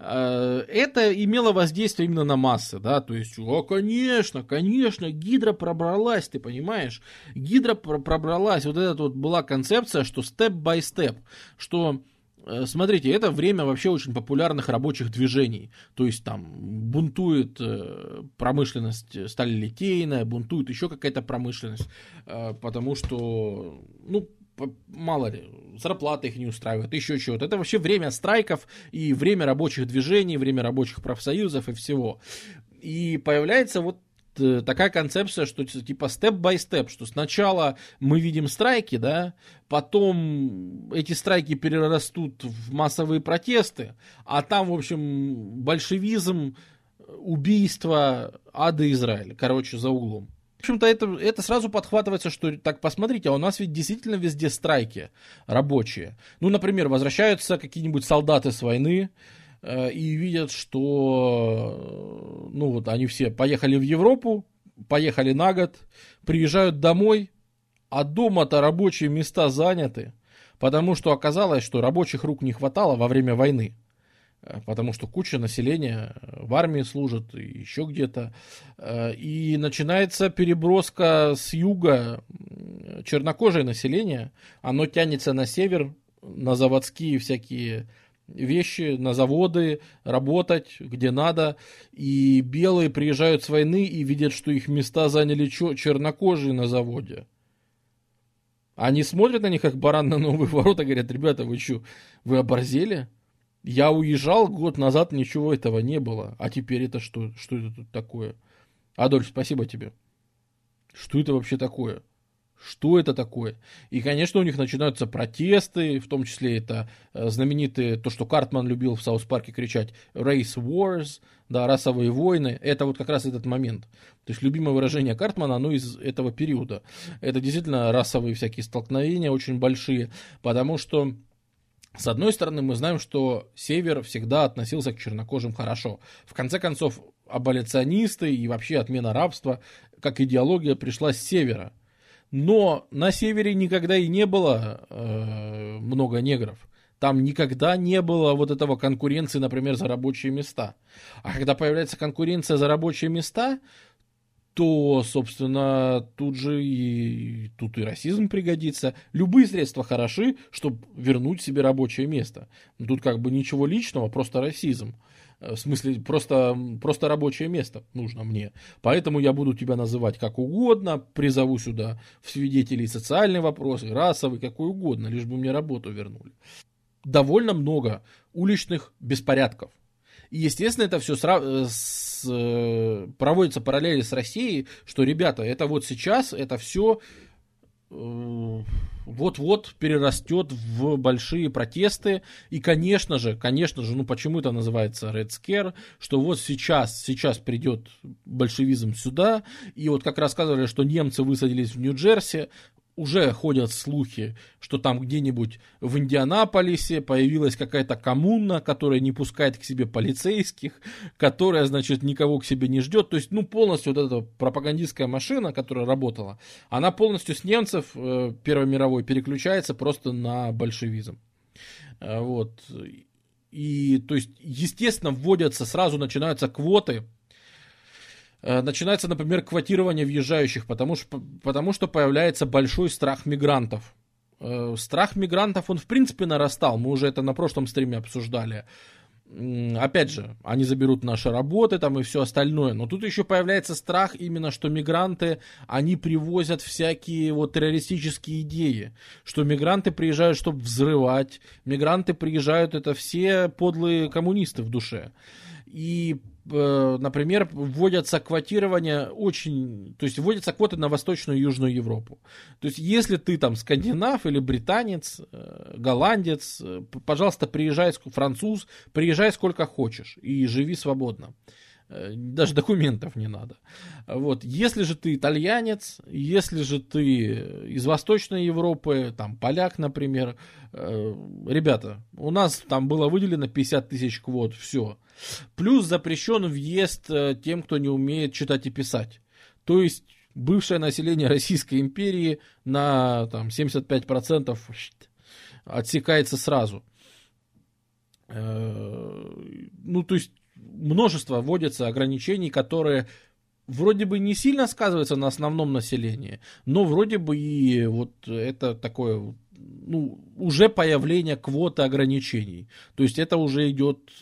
Это имело воздействие именно на массы, да, то есть, о, конечно, конечно, гидра пробралась, ты понимаешь, гидра пробралась, вот эта вот была концепция, что степ-бай-степ, что... Смотрите, это время вообще очень популярных рабочих движений. То есть там бунтует промышленность сталелитейная, бунтует еще какая-то промышленность, потому что, ну, мало ли, зарплаты их не устраивают, еще чего-то. Это вообще время страйков и время рабочих движений, время рабочих профсоюзов и всего. И появляется вот такая концепция, что типа степ-бай-степ, что сначала мы видим страйки, да, потом эти страйки перерастут в массовые протесты, а там, в общем, большевизм, убийство, ад и Израиль, короче, за углом. В общем-то, это, это сразу подхватывается, что так посмотрите, а у нас ведь действительно везде страйки рабочие. Ну, например, возвращаются какие-нибудь солдаты с войны, и видят, что, ну вот, они все поехали в Европу, поехали на год, приезжают домой, а дома-то рабочие места заняты, потому что оказалось, что рабочих рук не хватало во время войны, потому что куча населения в армии служит и еще где-то, и начинается переброска с юга чернокожее население, оно тянется на север, на заводские всякие вещи, на заводы, работать где надо, и белые приезжают с войны и видят, что их места заняли чернокожие на заводе. Они смотрят на них, как баран на новые ворота, говорят: ребята, вы что, вы оборзели? Я уезжал год назад, ничего этого не было, а теперь это что? Что это тут такое? Адольф, спасибо тебе. Что это вообще такое? Что это такое? И, конечно, у них начинаются протесты, в том числе это знаменитые, то, что Картман любил в Саус Парке кричать, race wars, да, расовые войны, это вот как раз этот момент. То есть любимое выражение Картмана, оно из этого периода. Это действительно расовые всякие столкновения очень большие, потому что с одной стороны, мы знаем, что Север всегда относился к чернокожим хорошо. В конце концов, аболиционисты и вообще отмена рабства, как идеология, пришла с Севера. Но на Севере никогда и не было э, много негров. Там никогда не было вот этого конкуренции, например, за рабочие места. А когда появляется конкуренция за рабочие места, то, собственно, тут же и, тут и расизм пригодится. Любые средства хороши, чтобы вернуть себе рабочее место. Тут как бы ничего личного, просто расизм. В смысле, просто, просто рабочее место нужно мне. Поэтому я буду тебя называть как угодно, призову сюда в свидетелей социальные вопросы, расовые, какой угодно, лишь бы мне работу вернули. Довольно много уличных беспорядков. И, естественно, это все сра- с, э, проводится параллели с Россией, что, ребята, это вот сейчас, это все э, вот-вот перерастет в большие протесты. И, конечно же, конечно же, ну почему это называется Red Scare, что вот сейчас, сейчас придет большевизм сюда. И вот как рассказывали, что немцы высадились в Нью-Джерси, уже ходят слухи, что там где-нибудь в Индианаполисе появилась какая-то коммуна, которая не пускает к себе полицейских, которая, значит, никого к себе не ждет. То есть, ну, полностью вот эта пропагандистская машина, которая работала, она полностью с немцев э, Первой мировой переключается просто на большевизм. Э, вот. И, то есть, естественно, вводятся, сразу начинаются квоты. Начинается, например, квотирование въезжающих, потому что, потому что появляется большой страх мигрантов. Страх мигрантов, он в принципе нарастал, мы уже это на прошлом стриме обсуждали. Опять же, они заберут наши работы там и все остальное, но тут еще появляется страх именно, что мигранты, они привозят всякие вот террористические идеи, что мигранты приезжают, чтобы взрывать, мигранты приезжают, это все подлые коммунисты в душе. И, например, вводятся квотирования очень, то есть вводятся квоты на Восточную и Южную Европу. То есть если ты там скандинав или британец, голландец, пожалуйста, приезжай, француз, приезжай сколько хочешь и живи свободно. Даже документов не надо. Вот. Если же ты итальянец, если же ты из Восточной Европы, там поляк, например, э, ребята, у нас там было выделено пятьдесят тысяч квот, все. Плюс запрещен въезд тем, кто не умеет читать и писать. То есть бывшее население Российской империи на там, семьдесят пять процентов отсекается сразу. Э, ну, то есть множество вводится ограничений, которые вроде бы не сильно сказываются на основном населении, но вроде бы и вот это такое, ну, уже появление квоты ограничений. То есть это уже идет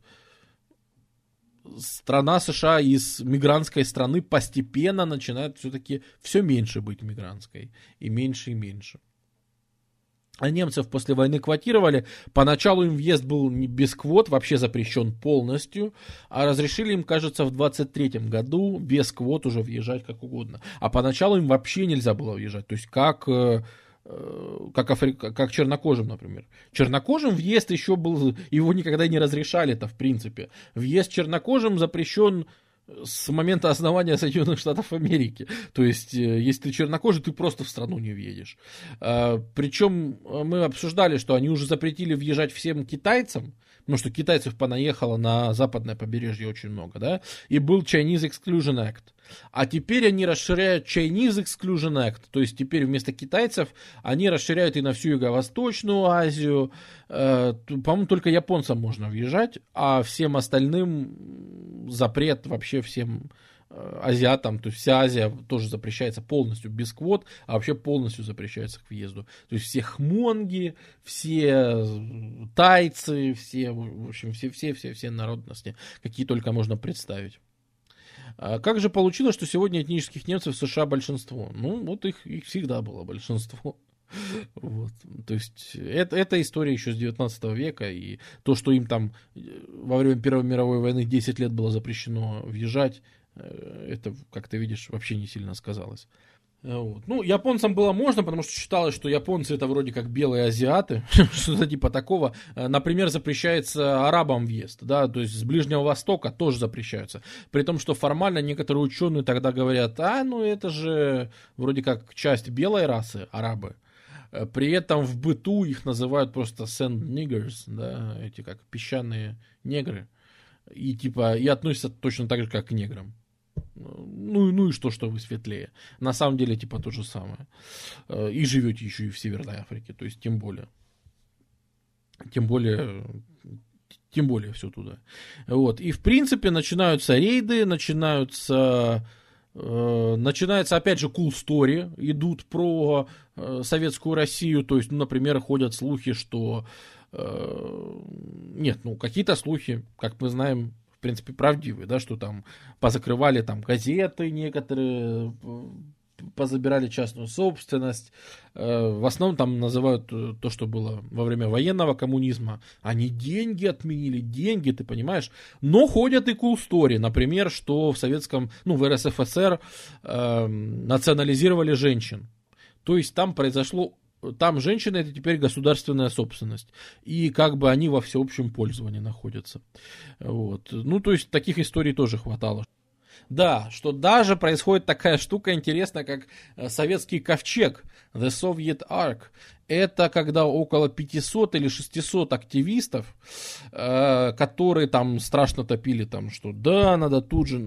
страна США из мигрантской страны постепенно начинает все-таки все меньше быть мигрантской. И меньше и меньше. А немцев после войны квотировали. Поначалу им въезд был не без квот, вообще запрещен полностью. А разрешили им, кажется, в двадцать третьем году без квот уже въезжать как угодно. А поначалу им вообще нельзя было въезжать. То есть как, как, афри... как чернокожим, например. Чернокожим въезд еще был, его никогда не разрешали-то в принципе. Въезд чернокожим запрещен с момента основания Соединенных Штатов Америки. То есть, если ты чернокожий, ты просто в страну не въедешь. Причем мы обсуждали, что они уже запретили въезжать всем китайцам, потому что китайцев понаехало на западное побережье очень много, да, и был Chinese Exclusion Act. А теперь они расширяют Chinese Exclusion Act, то есть теперь вместо китайцев они расширяют и на всю Юго-Восточную Азию. По-моему, только японцам можно въезжать, а всем остальным запрет вообще всем азиатам, то есть вся Азия тоже запрещается полностью без квот, а вообще полностью запрещается к въезду. То есть все хмонги, все тайцы, все, в общем, все-все-все народности, какие только можно представить. Как же получилось, что сегодня этнических немцев в США большинство? Ну, вот их, их всегда было большинство. Вот. То есть это, это история еще с девятнадцатого века, и то, что им там во время Первой мировой войны десять лет было запрещено въезжать, это, как ты видишь, вообще не сильно сказалось. Вот. Ну, японцам было можно, потому что считалось, что японцы это вроде как белые азиаты, что-то типа такого. Например, запрещается арабам въезд, да, то есть с Ближнего Востока тоже запрещаются. При том, что формально некоторые ученые тогда говорят, а, ну это же вроде как часть белой расы, арабы. При этом в быту их называют просто sand niggers, да, эти как песчаные негры. И типа, и относятся точно так же, как к неграм. Ну, ну и что, что вы светлее. На самом деле, типа, то же самое. И живете еще и в Северной Африке. То есть, тем более. Тем более... Тем более все туда. Вот. И, в принципе, начинаются рейды, начинаются... Э, начинается, опять же, cool story. Идут про э, советскую Россию. То есть, ну, например, ходят слухи, что... Э, нет, ну, какие-то слухи, как мы знаем, в принципе, правдивые, да, что там позакрывали там газеты некоторые, позабирали частную собственность. В основном там называют то, что было во время военного коммунизма. Они деньги отменили, деньги, ты понимаешь. Но ходят и cool story. Например, что в советском, ну, в эр эс эф эс эр э, национализировали женщин. То есть там произошло... Там женщины это теперь государственная собственность. И как бы они во всеобщем пользовании находятся. Вот. Ну, то есть таких историй тоже хватало. Да, что даже происходит такая штука интересная, как советский ковчег, The Soviet Ark. Это когда около пятьсот или шестьсот активистов, э, которые там страшно топили, там, что да, надо тут же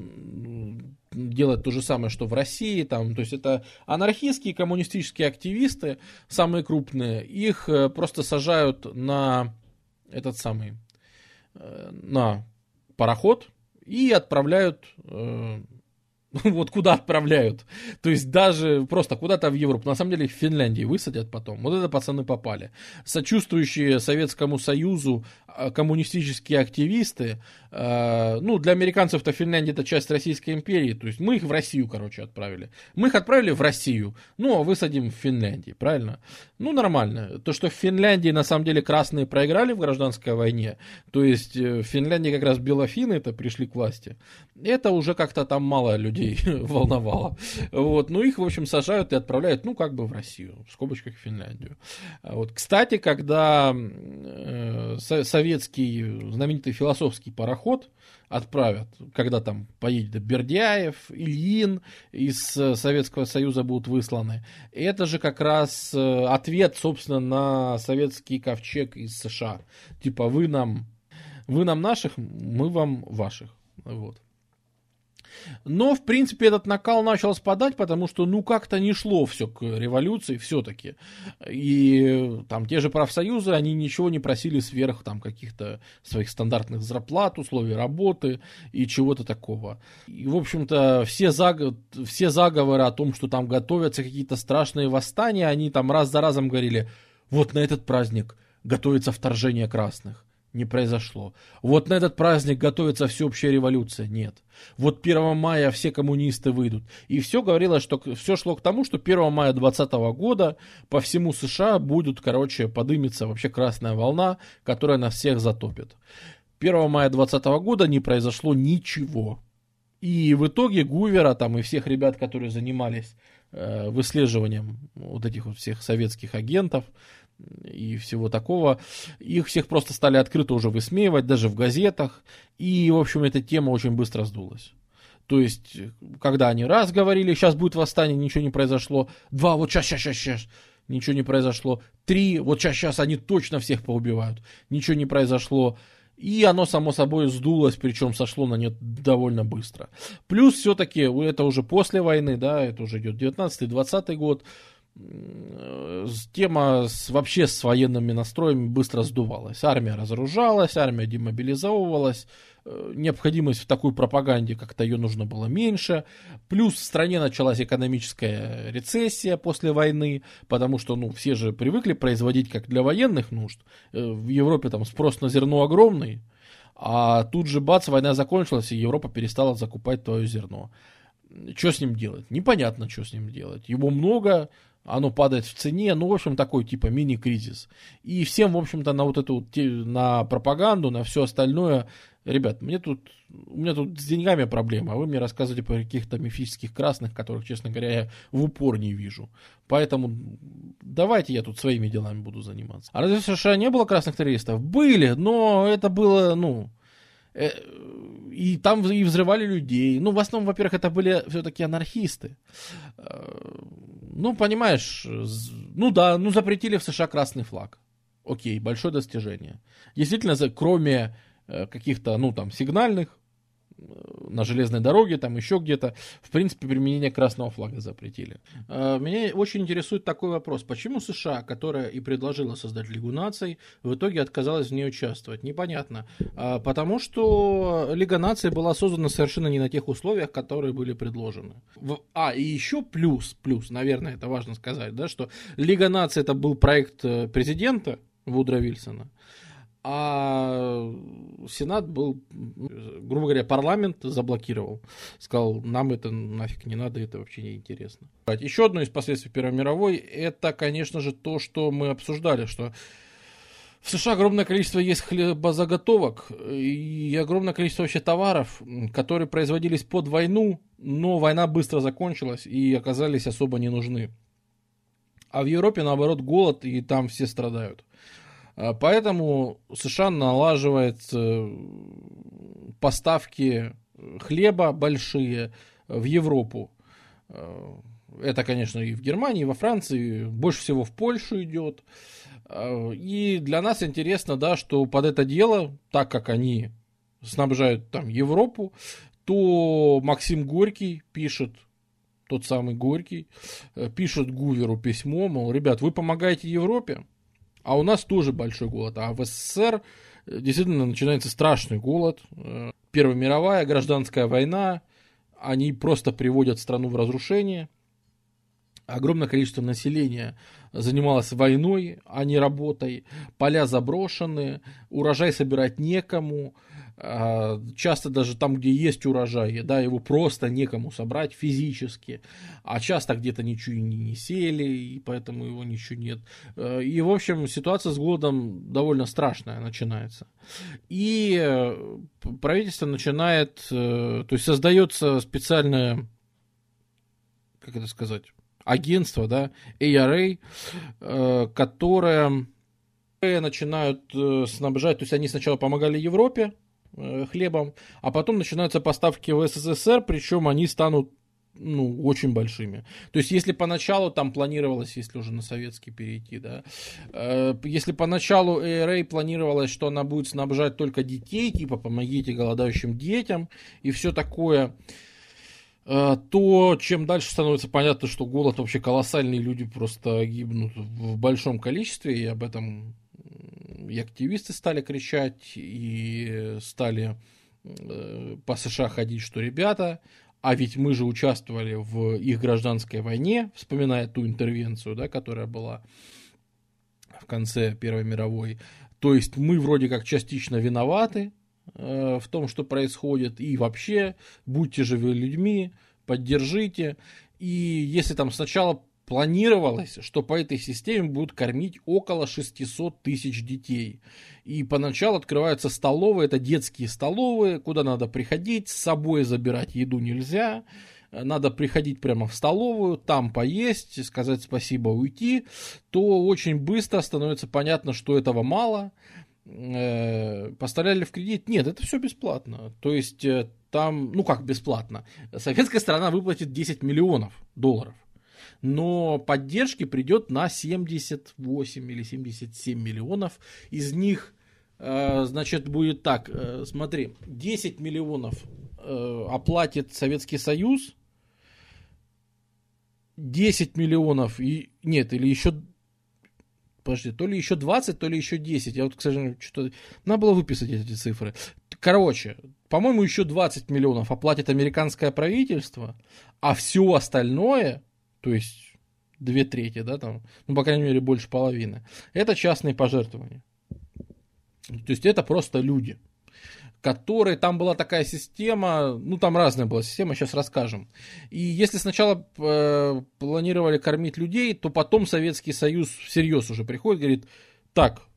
делать то же самое, что в России. Там, то есть это анархистские коммунистические активисты, самые крупные, их просто сажают на этот самый, э, на пароход, и отправляют, э, вот куда отправляют, то есть даже просто куда-то в Европу, на самом деле в Финляндии высадят потом, вот это пацаны попали. Сочувствующие Советскому Союзу коммунистические активисты, э, ну для американцев-то Финляндия это часть Российской империи, то есть мы их в Россию, короче, отправили. Мы их отправили в Россию, ну а высадим в Финляндии, правильно? Ну нормально. То, что в Финляндии на самом деле красные проиграли в гражданской войне, то есть в Финляндии как раз белофины-то пришли к власти, это уже как-то там мало людей волновало. Вот. Ну их, в общем, сажают и отправляют, ну как бы в Россию, в скобочках в Финляндию. Вот. Кстати, когда э, советский знаменитый философский пароход отправят, когда там поедет Бердяев, Ильин из Советского Союза будут высланы, это же как раз ответ, собственно, на советский ковчег из США. Типа вы нам, вы нам наших, мы вам ваших. Вот. Но, в принципе, этот накал начал спадать, потому что, ну, как-то не шло все к революции все-таки. И там те же профсоюзы, они ничего не просили сверх там каких-то своих стандартных зарплат, условий работы и чего-то такого. И, в общем-то, все, заг... все заговоры о том, что там готовятся какие-то страшные восстания, они там раз за разом говорили, вот на этот праздник готовится вторжение красных. Не произошло. Вот на этот праздник готовится всеобщая революция. Нет. Вот первого мая все коммунисты выйдут. И все говорило, что все шло к тому, что первого мая двадцатого года по всему США будет, короче, подымется вообще красная волна, которая нас всех затопит. первого мая двадцатого года не произошло ничего. И в итоге Гувера там и всех ребят, которые занимались э, выслеживанием вот этих вот всех советских агентов, и всего такого, их всех просто стали открыто уже высмеивать, даже в газетах, и, в общем, эта тема очень быстро сдулась. То есть, когда они раз говорили, сейчас будет восстание, ничего не произошло, два, вот сейчас, сейчас, сейчас, сейчас, ничего не произошло, три, вот сейчас, сейчас, они точно всех поубивают, ничего не произошло, и оно, само собой, сдулось, причем сошло на нет довольно быстро. Плюс, все-таки, это уже после войны, да, это уже идет девятнадцатый-двадцатый год, тема с, вообще с военными настроями быстро сдувалась. Армия разоружалась, армия демобилизовывалась, необходимость в такой пропаганде, как-то ее нужно было меньше. Плюс в стране началась экономическая рецессия после войны, потому что ну, все же привыкли производить как для военных нужд. В Европе там спрос на зерно огромный, а тут же бац, война закончилась, и Европа перестала закупать твое зерно. Что с ним делать? Непонятно, что с ним делать. Его много, оно падает в цене, ну, в общем, такой типа мини-кризис. И всем, в общем-то, на вот эту, на пропаганду, на все остальное Ребят, мне тут, у меня тут с деньгами проблема, а вы мне рассказываете про каких-то мифических красных, которых, честно говоря, я в упор не вижу. Поэтому давайте я тут своими делами буду заниматься. А разве в США не было красных террористов? Были, но это было, ну... Э, и там и взрывали людей. Ну, в основном, во-первых, это были все-таки анархисты. Э, ну, понимаешь, ну да, ну запретили в США красный флаг. Окей, большое достижение. Действительно, кроме... каких-то, ну, там, сигнальных, на железной дороге, там, еще где-то, в принципе, применение красного флага запретили. Меня очень интересует такой вопрос. Почему США, которая и предложила создать Лигу наций, в итоге отказалась в ней участвовать? Непонятно. Потому что Лига наций была создана совершенно не на тех условиях, которые были предложены. А, и еще плюс, плюс, наверное, это важно сказать, да, что Лига наций это был проект президента Вудро Вильсона, а Сенат был, грубо говоря, парламент заблокировал. Сказал, нам это нафиг не надо, это вообще не интересно. Еще одно из последствий Первой мировой, это, конечно же, то, что мы обсуждали, что в США огромное количество есть хлебозаготовок и огромное количество вообще товаров, которые производились под войну, но война быстро закончилась и оказались особо не нужны. А в Европе, наоборот, голод, и там все страдают. Поэтому США налаживает поставки хлеба большие в Европу. Это, конечно, и в Германии, и во Франции, больше всего в Польшу идет. И для нас интересно, да, что под это дело, так как они снабжают там Европу, то Максим Горький пишет, тот самый Горький, пишет Гуверу письмо, мол, ребят, вы помогаете Европе, а у нас тоже большой голод. А в СССР действительно начинается страшный голод. Первая мировая, гражданская война. Они просто приводят страну в разрушение. Огромное количество населения занималось войной, а не работой. Поля заброшены, урожай собирать некому. Часто даже там, где есть урожай, да, его просто некому собрать физически. А часто где-то ничего не, не сели, и поэтому его ничего нет. И, в общем, ситуация с голодом довольно страшная начинается. И правительство начинает, то есть создается специальное, как это сказать, агентство, да, эй ар эй, которое начинают снабжать, то есть они сначала помогали Европе хлебом, а потом начинаются поставки в эс эс эс эр, причем они станут, ну, очень большими. То есть, если поначалу там планировалось, если уже на советский перейти, да, э, если поначалу эй ар эй планировалось, что она будет снабжать только детей, типа помогите голодающим детям и все такое, э, то чем дальше становится понятно, что голод вообще колоссальный, люди просто гибнут в большом количестве, и об этом и активисты стали кричать, и стали э, по США ходить, что ребята, а ведь мы же участвовали в их гражданской войне, вспоминая ту интервенцию, да, которая была в конце Первой мировой. То есть мы вроде как частично виноваты э, в том, что происходит, и вообще будьте же вы людьми, поддержите. И если там сначала планировалось, что по этой системе будут кормить около шестьсот тысяч детей. И поначалу открываются столовые, это детские столовые, куда надо приходить, с собой забирать еду нельзя, надо приходить прямо в столовую, там поесть, сказать спасибо, уйти, то очень быстро становится понятно, что этого мало. Поставляли в кредит? Нет, это все бесплатно. То есть там, ну как бесплатно, советская сторона выплатит десять миллионов долларов. Но поддержки придет на семьдесят восемь или семьдесят семь миллионов. Из них, э, значит, будет так. Э, смотри, десять миллионов э, оплатит Советский Союз. десять миллионов, и, нет, или еще, подожди, то ли еще двадцать, то ли еще десять. Я вот, к сожалению, что-то... Надо было выписать эти цифры. Короче, по-моему, еще двадцать миллионов оплатит американское правительство, а все остальное... То есть две трети, да, там, ну, по крайней мере, больше половины. Это частные пожертвования. То есть это просто люди, которые, там была такая система, ну, там разная была система, сейчас расскажем. И если сначала э, планировали кормить людей, то потом Советский Союз всерьез уже приходит, говорит, так,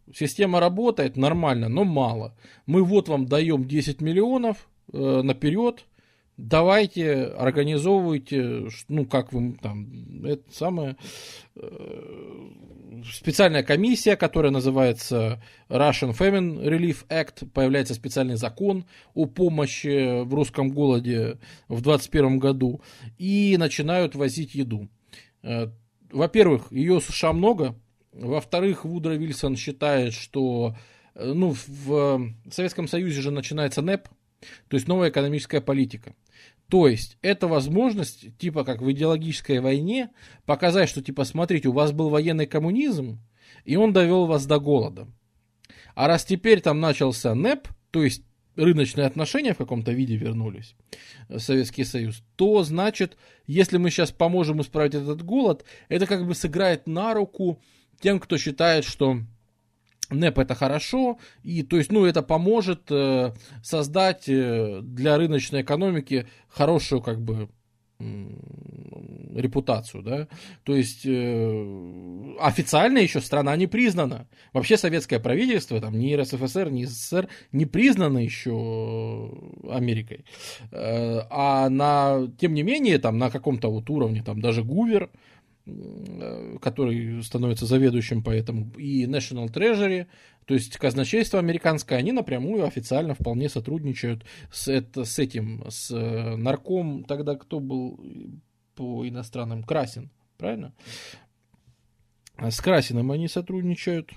система работает нормально, но мало. Мы вот вам даем десять миллионов э, наперед, давайте, организовывайте, ну, как вы там, это самое, э, специальная комиссия, которая называется Russian Famine Relief Act, появляется специальный закон о помощи в русском голоде в двадцать первом году, и начинают возить еду. Э, во-первых, ее в США много, во-вторых, Вудро Вильсон считает, что, ну, в Советском Союзе же начинается НЭП, то есть новая экономическая политика. То есть это возможность, типа как в идеологической войне, показать, что типа смотрите, у вас был военный коммунизм, и он довел вас до голода. А раз теперь там начался НЭП, то есть рыночные отношения в каком-то виде вернулись в Советский Союз, то значит, если мы сейчас поможем исправить этот голод, это как бы сыграет на руку тем, кто считает, что НЭП это хорошо, и то есть, ну, это поможет э, создать э, для рыночной экономики хорошую, как бы, э, репутацию, да, то есть э, официально еще страна не признана. Вообще советское правительство, там, ни РСФСР, ни СССР не признаны еще Америкой. Э, а на, тем не менее, там, на каком-то вот уровне, там, даже Гувер, который становится заведующим по этому, и National Treasury, то есть казначейство американское, они напрямую официально вполне сотрудничают с, это, с этим, с нарком, тогда кто был по иностранным, Красин, правильно? С Красиным они сотрудничают.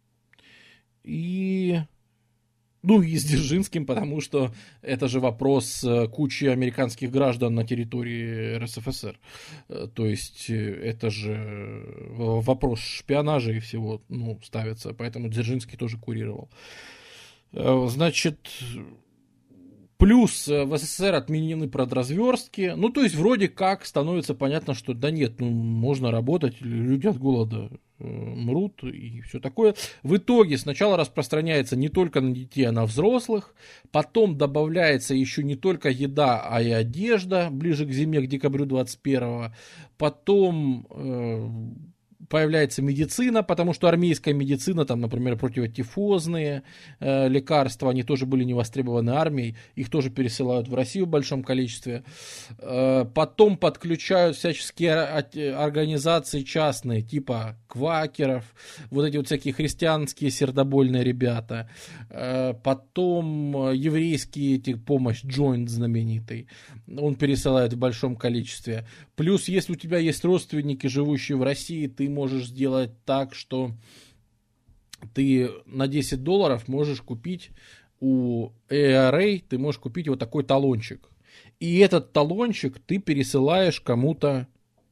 И... Ну, и с Дзержинским, потому что это же вопрос кучи американских граждан на территории РСФСР. То есть это же вопрос шпионажа и всего, ну, ставится. Поэтому Дзержинский тоже курировал. Значит, плюс в СССР отменены продразверстки. Ну, то есть вроде как становится понятно, что да нет, ну, можно работать, люди от голода мрут и все такое. В итоге сначала распространяется не только на детей, а на взрослых. Потом добавляется еще не только еда, а и одежда ближе к зиме, к декабрю двадцать первого. Потом э, появляется медицина, потому что армейская медицина, там, например, противотифозные э, лекарства, они тоже были не востребованы армией, их тоже пересылают в Россию в большом количестве. Э, потом подключают всяческие организации частные, типа квакеров, вот эти вот всякие христианские сердобольные ребята. Э, потом еврейские, эти, помощь, Joint знаменитый, он пересылает в большом количестве. Плюс, если у тебя есть родственники, живущие в России, ты можешь сделать так, что ты на десять долларов можешь купить у эй ар эй, ты можешь купить вот такой талончик. И этот талончик ты пересылаешь кому-то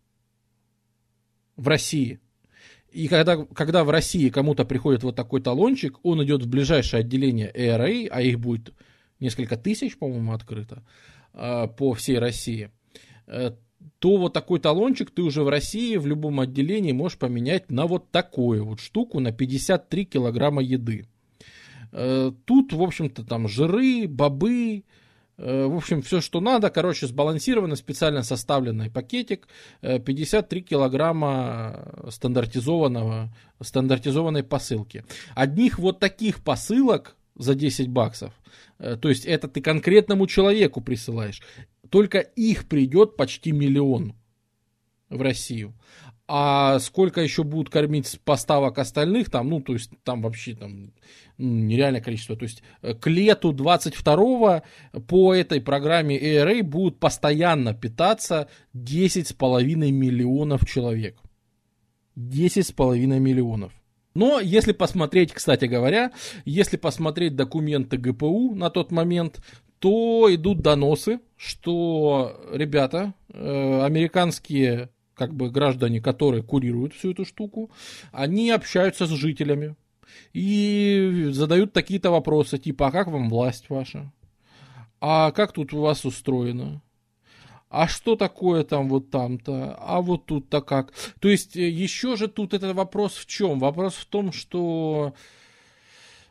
в России. И когда, когда в России кому-то приходит вот такой талончик, он идет в ближайшее отделение эй ар эй, а их будет несколько тысяч, по-моему, открыто по всей России, то вот такой талончик ты уже в России в любом отделении можешь поменять на вот такую вот штуку, на пятьдесят три килограмма еды. Тут, в общем-то, там жиры, бобы, в общем, все, что надо, короче, сбалансированно, специально составленный пакетик, пятьдесят три килограмма стандартизованного, стандартизованной посылки. Одних вот таких посылок за десять баксов, то есть это ты конкретному человеку присылаешь, только их придет почти миллион в Россию. А сколько еще будут кормить поставок остальных, там, ну, то есть, там вообще там, ну, нереальное количество. То есть, к лету двадцать второго по этой программе эй ар эй будут постоянно питаться десять с половиной миллионов человек. десять с половиной миллионов. Но если посмотреть, кстати говоря, если посмотреть документы гэ пэ у на тот момент, то идут доносы, что ребята, э, американские как бы граждане, которые курируют всю эту штуку, они общаются с жителями и задают такие-то вопросы, типа, а как вам власть ваша? А как тут у вас устроено? А что такое там вот там-то? А вот тут-то как? То есть еще же тут этот вопрос в чем? Вопрос в том, что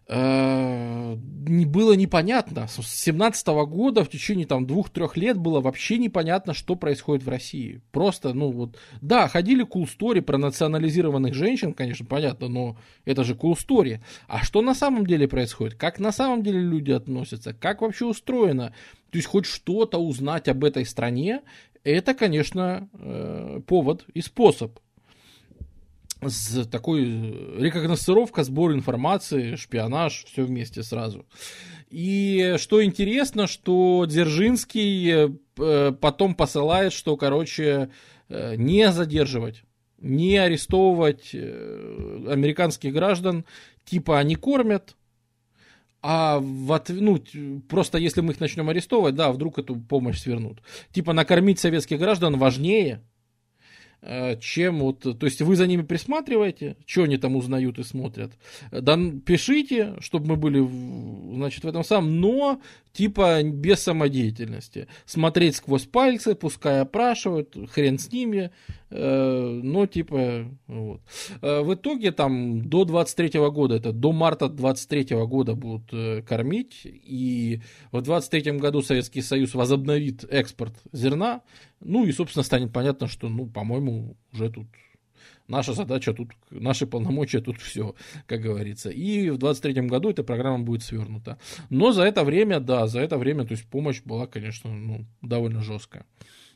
было непонятно. С семнадцатого года в течение там двух-трех лет было вообще непонятно, что происходит в России. Просто, ну вот, да, ходили cool story про национализированных женщин, конечно, понятно, но это же cool story. А что на самом деле происходит? Как на самом деле люди относятся? Как вообще устроено? То есть хоть что-то узнать об этой стране, это, конечно, повод и способ. Такой рекогносцировка, сбор информации, шпионаж, все вместе сразу. И что интересно, что Дзержинский потом посылает, что, короче, не задерживать, не арестовывать американских граждан, типа они кормят, а в, ну, просто если мы их начнем арестовывать, да, вдруг эту помощь свернут. Типа накормить советских граждан важнее, чем вот, то есть вы за ними присматриваете, что они там узнают и смотрят, да, пишите, чтобы мы были, значит, в этом самом, но типа без самодеятельности, смотреть сквозь пальцы, пускай опрашивают, хрен с ними, э, но типа вот. В итоге там до двадцать третьего года, это до марта двадцать третьего года будут э, кормить, и в двадцать третьем году Советский Союз возобновит экспорт зерна. Ну и, собственно, станет понятно, что, ну, по-моему, уже тут наша задача, тут наши полномочия, тут все, как говорится. И в двадцать третьем году эта программа будет свернута. Но за это время, да, за это время, то есть помощь была, конечно, ну, довольно жесткая.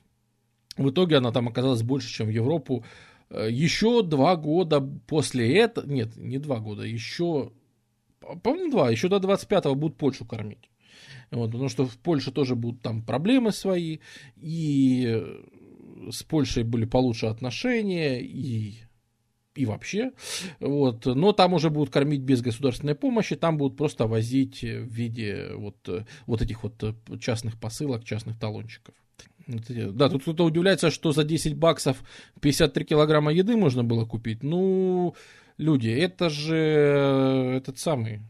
В итоге она там оказалась больше, чем в Европу. Еще два года после этого, нет, не два года, еще, по-моему, два, еще до двадцать пятого будут Польшу кормить. Вот, потому что в Польше тоже будут там проблемы свои, и с Польшей были получше отношения, и, и вообще. Вот, но там уже будут кормить без государственной помощи, там будут просто возить в виде вот, вот этих вот частных посылок, частных талончиков. Да, тут кто-то удивляется, что за десять баксов пятьдесят три килограмма еды можно было купить. Ну, люди, это же этот самый...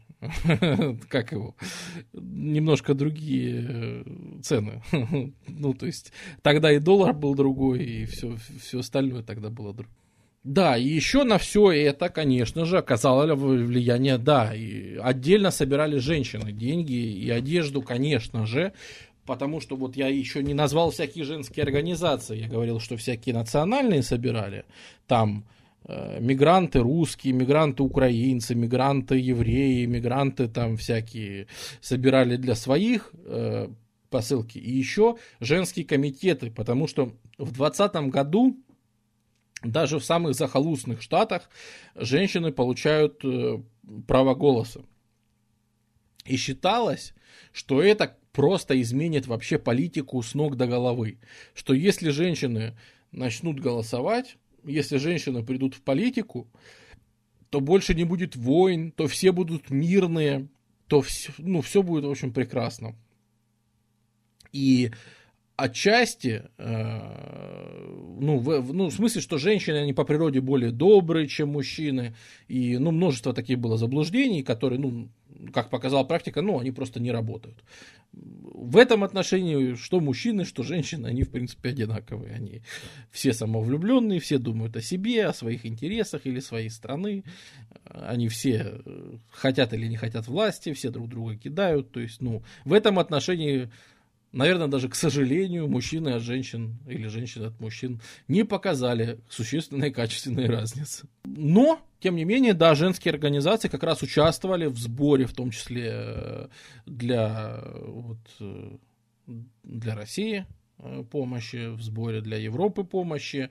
как его, немножко другие цены. Ну, то есть, тогда и доллар был другой, и все, все остальное тогда было другое. Да, и еще на все это, конечно же, оказало влияние, да, и отдельно собирали женщины деньги и одежду, конечно же, потому что вот я еще не назвал всякие женские организации, я говорил, что всякие национальные собирали, там... мигранты русские, мигранты украинцы, мигранты евреи, мигранты там всякие собирали для своих э, посылки. И еще женские комитеты, потому что в двадцатом году даже в самых захолустных штатах женщины получают э, право голоса. И считалось, что это просто изменит вообще политику с ног до головы. Что если женщины начнут голосовать, если женщины придут в политику, то больше не будет войн, то все будут мирные, то все, ну, все будет, в общем, прекрасно. И отчасти, э, ну, в, ну, в смысле, что женщины, они по природе более добрые, чем мужчины, и, ну, множество таких было заблуждений, которые, ну, как показала практика, ну, они просто не работают. В этом отношении, что мужчины, что женщины, они, в принципе, одинаковые. Они все самовлюбленные, все думают о себе, о своих интересах или своей страны. Они все хотят или не хотят власти, все друг друга кидают. То есть, ну, в этом отношении, наверное, даже, к сожалению, мужчины от женщин или женщины от мужчин не показали существенной качественной разницы. Но, тем не менее, да, женские организации как раз участвовали в сборе, в том числе для, вот, для России помощи, в сборе для Европы помощи.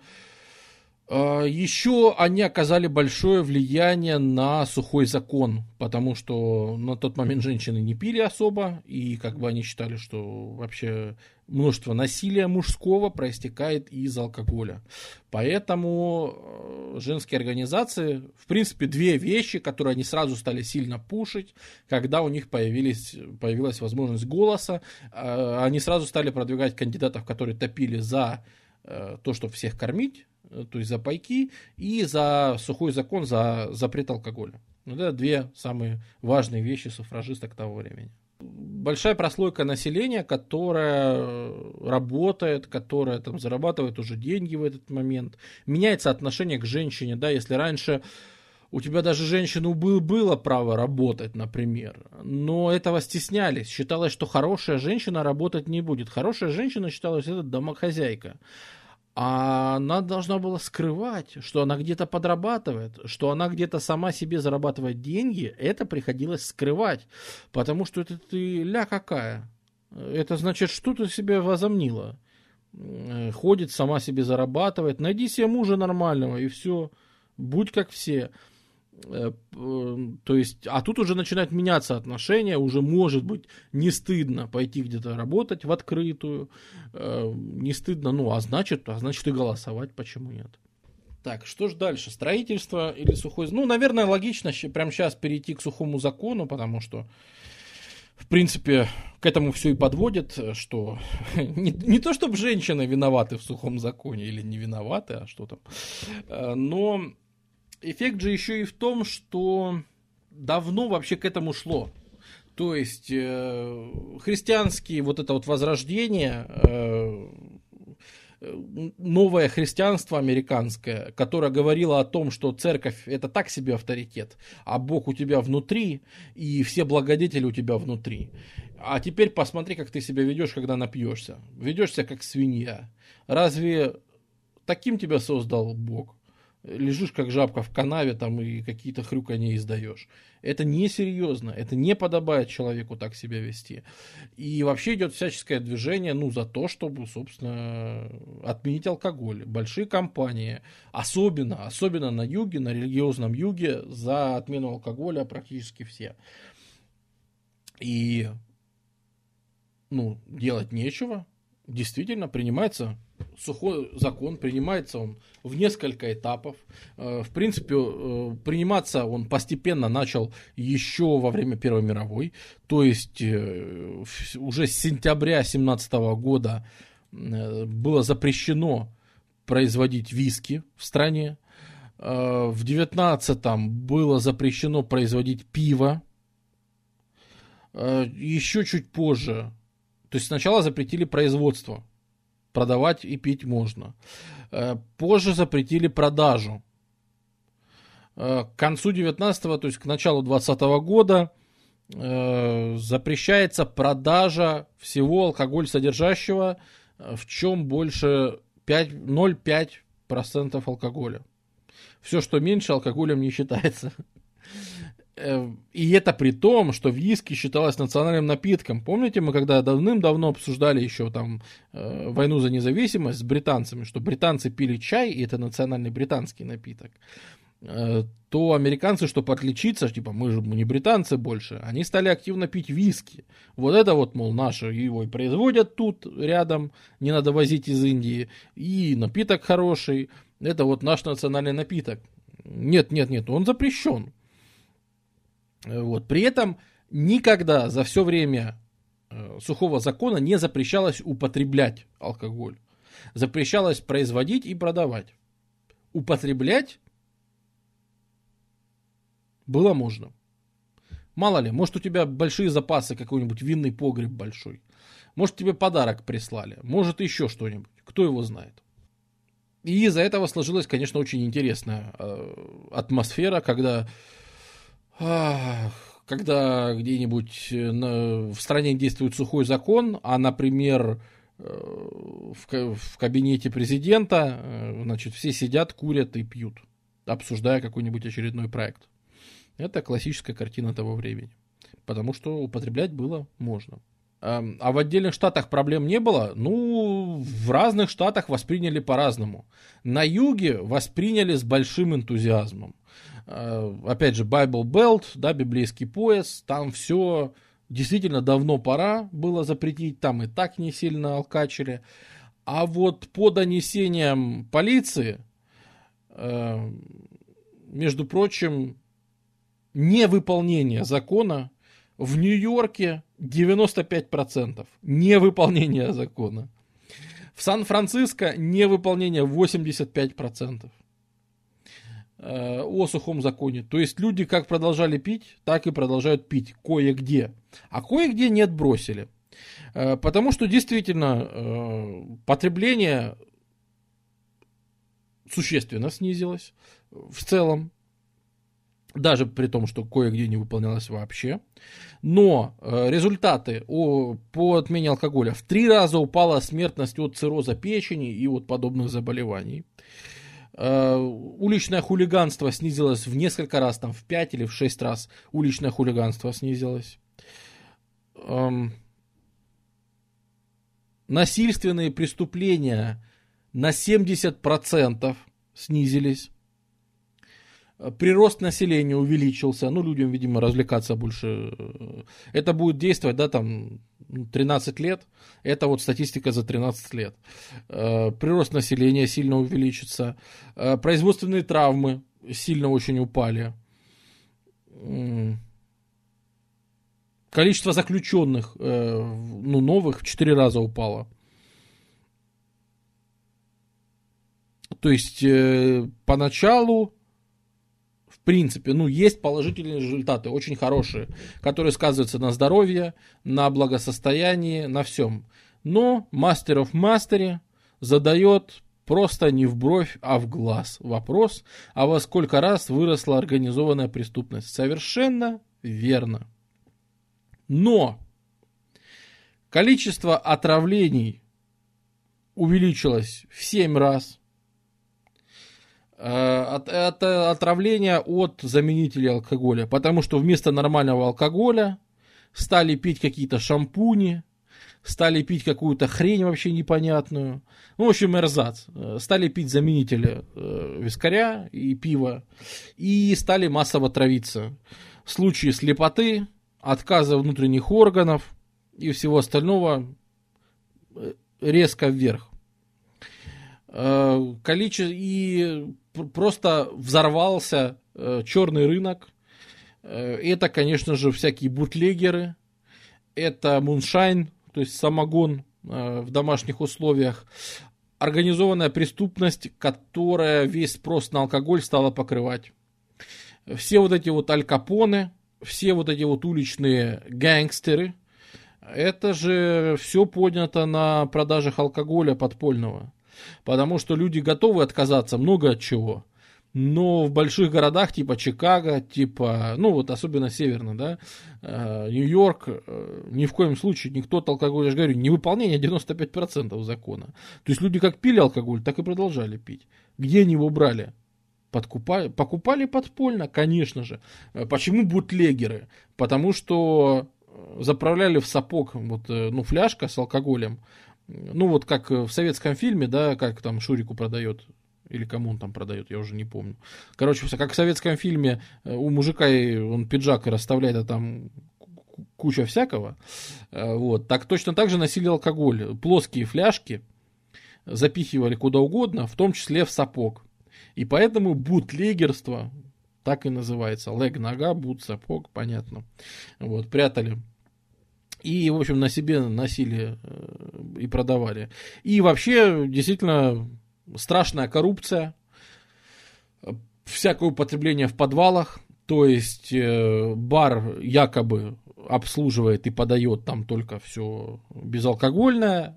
Еще они оказали большое влияние на сухой закон, потому что на тот момент женщины не пили особо, и как бы они считали, что вообще множество насилия мужского проистекает из алкоголя. Поэтому женские организации, в принципе, две вещи, которые они сразу стали сильно пушить, когда у них появились, появилась возможность голоса, они сразу стали продвигать кандидатов, которые топили за то, чтобы всех кормить, то есть за пайки, и за сухой закон, за запрет алкоголя. Вот это две самые важные вещи суфражисток того времени. Большая прослойка населения, которая работает, которая там зарабатывает уже деньги в этот момент, меняется отношение к женщине, да, если раньше У тебя даже женщину был, было право работать, например. Но этого стеснялись. Считалось, что хорошая женщина работать не будет. Хорошая женщина считалась, это домохозяйка. А она должна была скрывать, что она где-то подрабатывает, что она где-то сама себе зарабатывает деньги. Это приходилось скрывать. Потому что это ты ля какая. Это значит, что ты себе возомнила. Ходит, сама себе зарабатывает. Найди себе мужа нормального и все. Будь как все. То есть, а тут уже начинают меняться отношения, уже может быть не стыдно пойти где-то работать в открытую, не стыдно, ну, а значит, а значит и голосовать, почему нет. Так, что ж дальше, строительство или сухой, ну, наверное, логично прямо сейчас перейти к сухому закону, потому что, в принципе, к этому все и подводит, что не, не то, чтобы женщины виноваты в сухом законе или не виноваты, а что там, но эффект же еще и в том, что давно вообще к этому шло. То есть э, христианские вот это вот возрождение, э, новое христианство американское, которое говорило о том, что церковь это так себе авторитет, а Бог у тебя внутри, и все благодетели у тебя внутри. А теперь посмотри, как ты себя ведешь, когда напьешься. Ведешься как свинья. Разве таким тебя создал Бог? Лежишь как жабка в канаве там и какие-то хрюканье издаешь. Это несерьезно, это не подобает человеку так себя вести. И вообще идет всяческое движение, ну, за то, чтобы, собственно, отменить алкоголь. Большие компании, особенно, особенно на юге, на религиозном юге, за отмену алкоголя практически все. И, ну, делать нечего. Действительно, принимается сухой закон, принимается он в несколько этапов. В принципе, приниматься он постепенно начал еще во время Первой мировой. То есть уже с сентября две тысячи семнадцатого года было запрещено производить виски в стране. В девятнадцатом было запрещено производить пиво. Еще чуть позже. То есть сначала запретили производство. Продавать и пить можно. Позже запретили продажу. К концу девятнадцатого, то есть к началу двадцатого года запрещается продажа всего алкоголь содержащего, в чем больше ноль целых пять десятых процента алкоголя. Все, что меньше, алкоголем не считается. И это при том, что виски считалось национальным напитком. Помните, мы когда давным-давно обсуждали еще там э, войну за независимость с британцами, что британцы пили чай, и это национальный британский напиток, э, то американцы, чтобы отличиться, типа мы же не британцы больше, они стали активно пить виски. Вот это вот, мол, наши его и производят тут рядом, не надо возить из Индии, и напиток хороший, это вот наш национальный напиток. Нет, нет, нет, он запрещен. Вот. При этом никогда за все время э, сухого закона не запрещалось употреблять алкоголь. Запрещалось производить и продавать. Употреблять было можно. Мало ли, может у тебя большие запасы, какой-нибудь винный погреб большой. Может тебе подарок прислали. Может еще что-нибудь. Кто его знает. И из-за этого сложилась, конечно, очень интересная э, атмосфера, когда... Когда где-нибудь в стране действует сухой закон, а, например, в кабинете президента, значит, все сидят, курят и пьют, обсуждая какой-нибудь очередной проект. Это классическая картина того времени. Потому что употреблять было можно. А в отдельных штатах проблем не было? Ну, в разных штатах восприняли по-разному. На юге восприняли с большим энтузиазмом. Опять же, Bible Belt, да, библейский пояс, там все действительно давно пора было запретить, там и так не сильно алкачили. А вот по донесениям полиции, между прочим, невыполнение закона в Нью-Йорке девяносто пять процентов. Невыполнение закона. В Сан-Франциско невыполнение восемьдесят пять процентов. О сухом законе. То есть люди как продолжали пить, так и продолжают пить кое-где. А кое-где не отбросили. Потому что действительно потребление существенно снизилось в целом. даже при том, что кое-где не выполнялось вообще. Но э, результаты о, по отмене алкоголя: в три раза упала смертность от цирроза печени и от подобных заболеваний. Э, уличное хулиганство снизилось в несколько раз, там в пять или в шесть раз уличное хулиганство снизилось. Эм, насильственные преступления на семьдесят процентов снизились. Прирост населения увеличился, ну, людям, видимо, развлекаться больше. Это будет действовать, да, там, тринадцать лет. Это вот статистика за тринадцать лет. Прирост населения сильно увеличится. Производственные травмы сильно очень упали. Количество заключенных, ну, новых в четыре раза упало. То есть, поначалу, в принципе, ну, есть положительные результаты, очень хорошие, которые сказываются на здоровье, на благосостоянии, на всем. Но мастер of mastery задает просто не в бровь, а в глаз вопрос, а во сколько раз выросла организованная преступность. Совершенно верно. Но количество отравлений увеличилось в семь раз. От, от, отравления от заменителей алкоголя. Потому что вместо нормального алкоголя стали пить какие-то шампуни, стали пить какую-то хрень вообще непонятную. Ну, в общем, эрзац. Стали пить заменители э, вискаря и пива. И стали массово травиться. Случаи слепоты, отказа внутренних органов и всего остального резко вверх. Количество и просто взорвался черный рынок. Это, конечно же, всякие бутлегеры, это муншайн, то есть самогон в домашних условиях, организованная преступность, которая весь спрос на алкоголь стала покрывать. Все вот эти вот Аль Капоне, все вот эти вот уличные гангстеры, это же все поднято на продажах алкоголя подпольного. Потому что люди готовы отказаться много от чего. Но в больших городах типа Чикаго, типа, ну вот особенно северно, да, Нью-Йорк, ни в коем случае никто от алкоголя, я же говорю, невыполнение девяносто пять процентов закона. То есть люди как пили алкоголь, так и продолжали пить. Где они его брали? Подкупали, покупали подпольно, конечно же. Почему бутлегеры? Потому что заправляли в сапог вот, ну, фляжка с алкоголем. Ну, вот как в советском фильме, да, как там Шурику продает, или кому он там продает, я уже не помню. Короче, как в советском фильме у мужика он пиджак расставляет, а там куча всякого, вот, так точно так же носили алкоголь. Плоские фляжки запихивали куда угодно, в том числе в сапог. И поэтому бутлегерство так и называется. Лег, нога, бут, сапог, понятно. Вот, прятали. И, в общем, на себе носили и продавали. И вообще, действительно, страшная коррупция. Всякое употребление в подвалах. То есть, бар якобы обслуживает и подает там только все безалкогольное.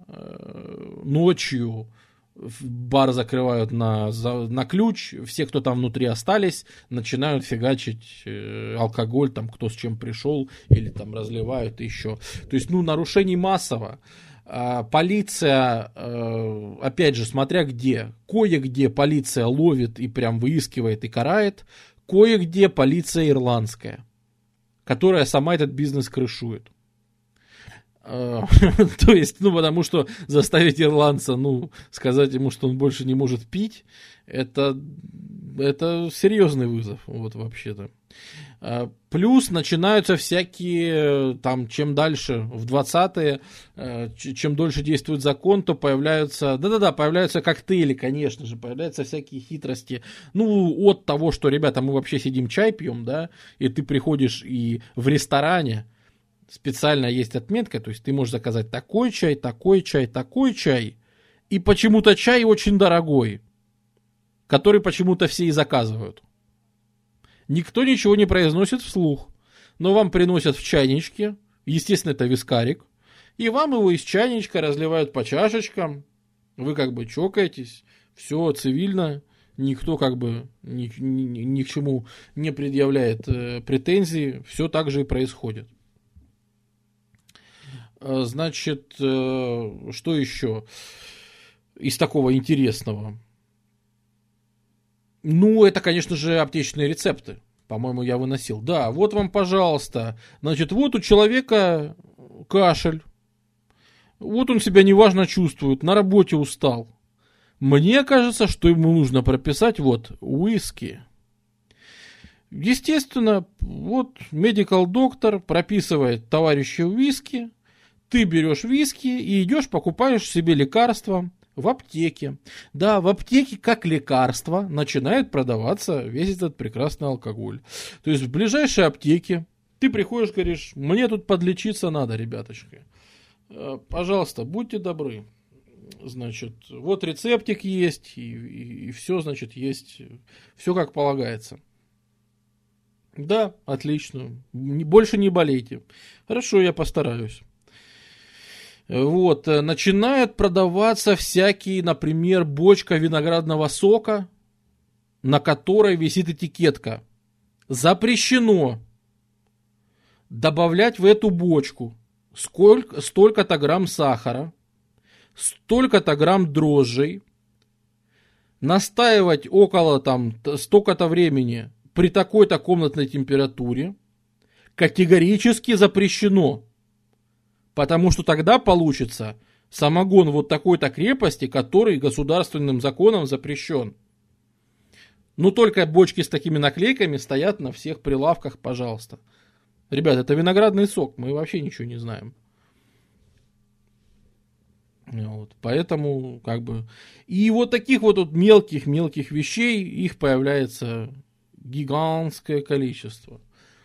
Ночью бар закрывают на, на ключ, все, кто там внутри остались, начинают фигачить э, алкоголь, там, кто с чем пришел, или там разливают еще. То есть, ну, нарушений массово. А, полиция, э, опять же, смотря где, кое-где полиция ловит и прям выискивает и карает, кое-где полиция ирландская, которая сама этот бизнес крышует. То есть, ну, потому что заставить ирландца, ну, сказать ему, что он больше не может пить, это, это серьезный вызов, вот, вообще-то. Плюс начинаются всякие, там, чем дальше, в двадцатые, чем дольше действует закон, то появляются, да-да-да, появляются коктейли, конечно же, появляются всякие хитрости. Ну, от того, что, ребята, мы вообще сидим чай пьем, да, и ты приходишь и в ресторане, специально есть отметка, то есть ты можешь заказать такой чай, такой чай, такой чай, и почему-то чай очень дорогой, который почему-то все и заказывают. Никто ничего не произносит вслух, но вам приносят в чайничке, естественно, это вискарик, и вам его из чайничка разливают по чашечкам, вы как бы чокаетесь, все цивильно, никто как бы ни, ни, ни к чему не предъявляет э, претензий, все так же и происходит. Значит, э, что еще из такого интересного? Ну, это, конечно же, аптечные рецепты. По-моему, я выносил. Да, вот вам, пожалуйста. Значит, вот у человека кашель. Вот он себя неважно чувствует, на работе устал. Мне кажется, что ему нужно прописать вот уиски. Естественно, вот медикал доктор прописывает товарищу виски. Ты берешь виски и идешь покупаешь себе лекарства в аптеке. Да, в аптеке как лекарство начинает продаваться весь этот прекрасный алкоголь. То есть в ближайшей аптеке ты приходишь, говоришь, мне тут подлечиться надо, ребяточки. Пожалуйста, будьте добры. Значит, вот рецептик есть, и, и, и все, значит, есть, все как полагается. Да, отлично. Больше не болейте. Хорошо, я постараюсь. Вот, начинают продаваться всякие, например, бочка виноградного сока, на которой висит этикетка. Запрещено добавлять в эту бочку сколько, столько-то грамм сахара, столько-то грамм дрожжей, настаивать около там столько-то времени при такой-то комнатной температуре категорически запрещено. Потому что тогда получится самогон вот такой-то крепости, который государственным законом запрещен. Но только бочки с такими наклейками стоят на всех прилавках, пожалуйста. Ребят, это виноградный сок, мы вообще ничего не знаем. Вот, поэтому, как бы... И вот таких вот, вот мелких-мелких вещей, их появляется гигантское количество.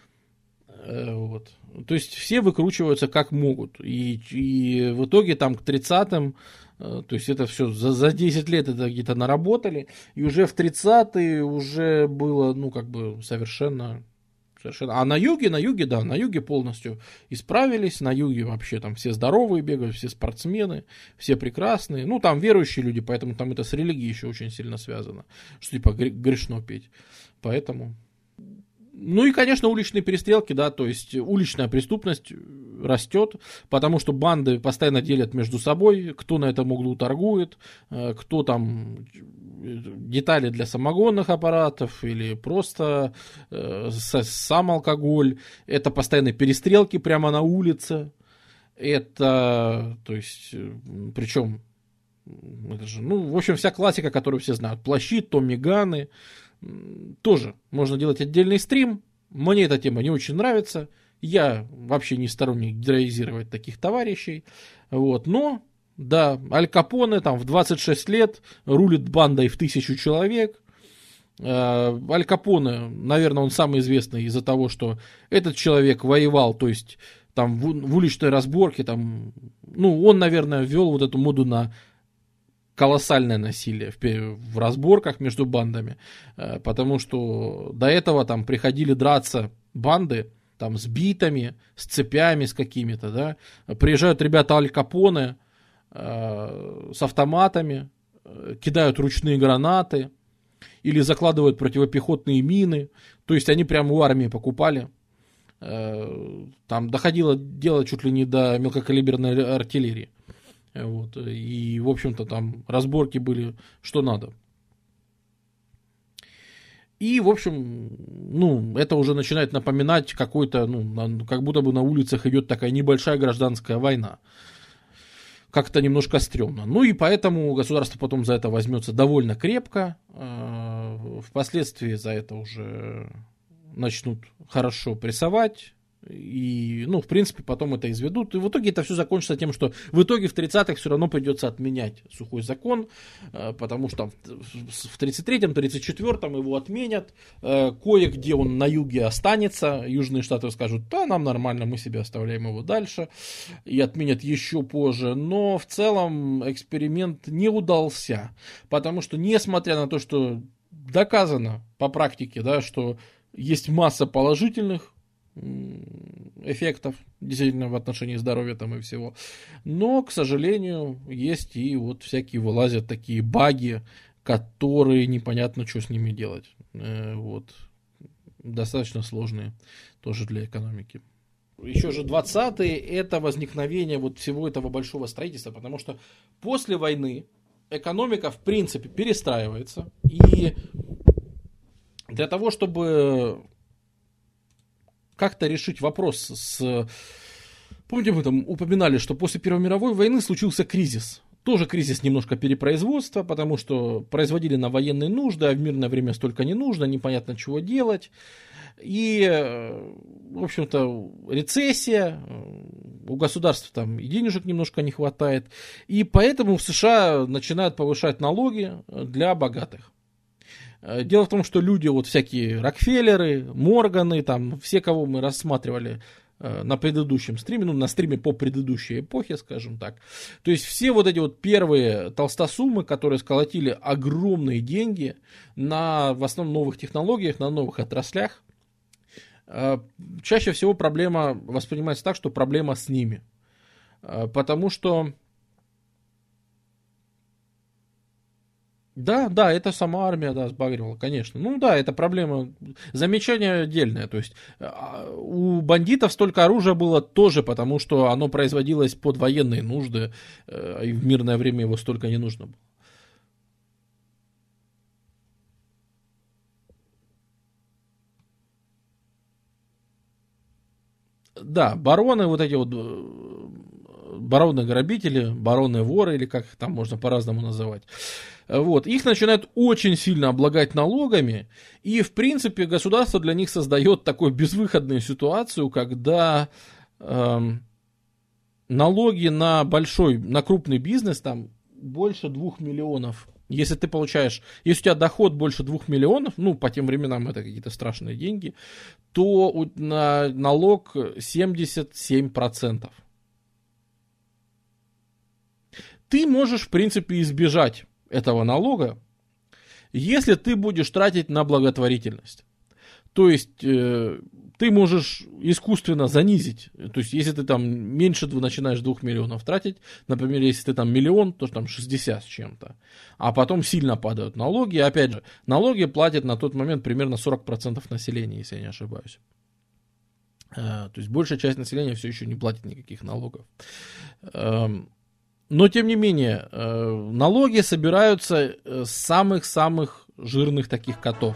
Вот. То есть все выкручиваются как могут. И, и в итоге там к тридцатым, то есть это все за, за десять лет это где-то наработали, и уже в тридцатые уже было, ну, как бы совершенно, совершенно... А на юге, на юге, да, на юге полностью исправились, на юге вообще там все здоровые бегают, все спортсмены, все прекрасные. Ну, там верующие люди, поэтому там это с религией еще очень сильно связано, что типа грешно петь. Поэтому... Ну и, конечно, уличные перестрелки, да, то есть уличная преступность растет, потому что банды постоянно делят между собой, кто на этом углу торгует, кто там детали для самогонных аппаратов или просто сам алкоголь. Это постоянные перестрелки прямо на улице. Это, то есть, причем, это же, ну, в общем, вся классика, которую все знают. Плащи, Томми Ганы. Тоже можно делать отдельный стрим. Мне эта тема не очень нравится. Я вообще не сторонник героизировать таких товарищей. Вот. Но, да, Аль Капоне там в двадцать шесть лет рулит бандой в тысячу человек. Аль Капоне, наверное, он самый известный из-за того, что этот человек воевал, то есть там в, в уличной разборке, там, ну, он, наверное, ввел вот эту моду на колоссальное насилие в, в разборках между бандами, потому что до этого там приходили драться банды там с битами, с цепями, с какими-то, да, приезжают ребята Аль Капоне э, с автоматами, э, кидают ручные гранаты или закладывают противопехотные мины, то есть они прямо у армии покупали, э, там доходило дело чуть ли не до мелкокалиберной артиллерии. Вот, и, в общем-то, там разборки были что надо. И, в общем, ну, это уже начинает напоминать какой-то, ну, как будто бы на улицах идет такая небольшая гражданская война. Как-то немножко стрёмно. Ну, и поэтому государство потом за это возьмется довольно крепко. Впоследствии за это уже начнут хорошо прессовать. И, ну, в принципе, потом это изведут. И в итоге это все закончится тем, что в итоге в тридцатых все равно придется отменять сухой закон, потому что в тридцать третьем, тридцать четвёртом его отменят. Кое-где он на юге останется. Южные штаты скажут, да, нам нормально, мы себе оставляем его дальше. И отменят еще позже. Но в целом эксперимент не удался. Потому что, несмотря на то, что доказано по практике, да, что есть масса положительных эффектов действительно в отношении здоровья там и всего. Но, к сожалению, есть и вот всякие вылазят такие баги, которые непонятно, что с ними делать. Вот. Достаточно сложные тоже для экономики. Еще же двадцатые это возникновение вот всего этого большого строительства, потому что после войны экономика в принципе перестраивается, и для того, чтобы как-то решить вопрос с... Помните, мы там упоминали, что после Первой мировой войны случился кризис. Тоже кризис немножко перепроизводства, потому что производили на военные нужды, а в мирное время столько не нужно, непонятно чего делать. И, в общем-то, рецессия, у государства там и денежек немножко не хватает. И поэтому в США начинают повышать налоги для богатых. Дело в том, что люди, вот всякие Рокфеллеры, Морганы, там, все, кого мы рассматривали на предыдущем стриме, ну, на стриме по предыдущей эпохе, скажем так. То есть все вот эти вот первые толстосумы, которые сколотили огромные деньги на, в основном, новых технологиях, на новых отраслях, чаще всего проблема воспринимается так, что проблема с ними. Потому что Да, да, это сама армия, да, сбагривала, конечно. Ну да, это проблема, замечание отдельное. То есть у бандитов столько оружия было тоже, потому что оно производилось под военные нужды, и в мирное время его столько не нужно было. Да, бароны, вот эти вот бароны-грабители, бароны-воры, или как их там можно по-разному называть. Вот, их начинают очень сильно облагать налогами, и, в принципе, государство для них создает такую безвыходную ситуацию, когда эм, налоги на большой, на крупный бизнес, там, больше двух миллионов. Если ты получаешь, если у тебя доход больше двух миллионов, ну, по тем временам это какие-то страшные деньги, то на налог семьдесят семь процентов. Ты можешь, в принципе, избежать этого налога, если ты будешь тратить на благотворительность. То есть э, ты можешь искусственно занизить. То есть если ты там меньше начинаешь двух миллионов тратить, например, если ты там миллион, то там шестьдесят с чем-то. А потом сильно падают налоги. И опять же, налоги платят на тот момент примерно сорок процентов населения, если я не ошибаюсь. Э, то есть большая часть населения все еще не платит никаких налогов. Э, Но, тем не менее, налоги собираются с самых-самых жирных таких котов.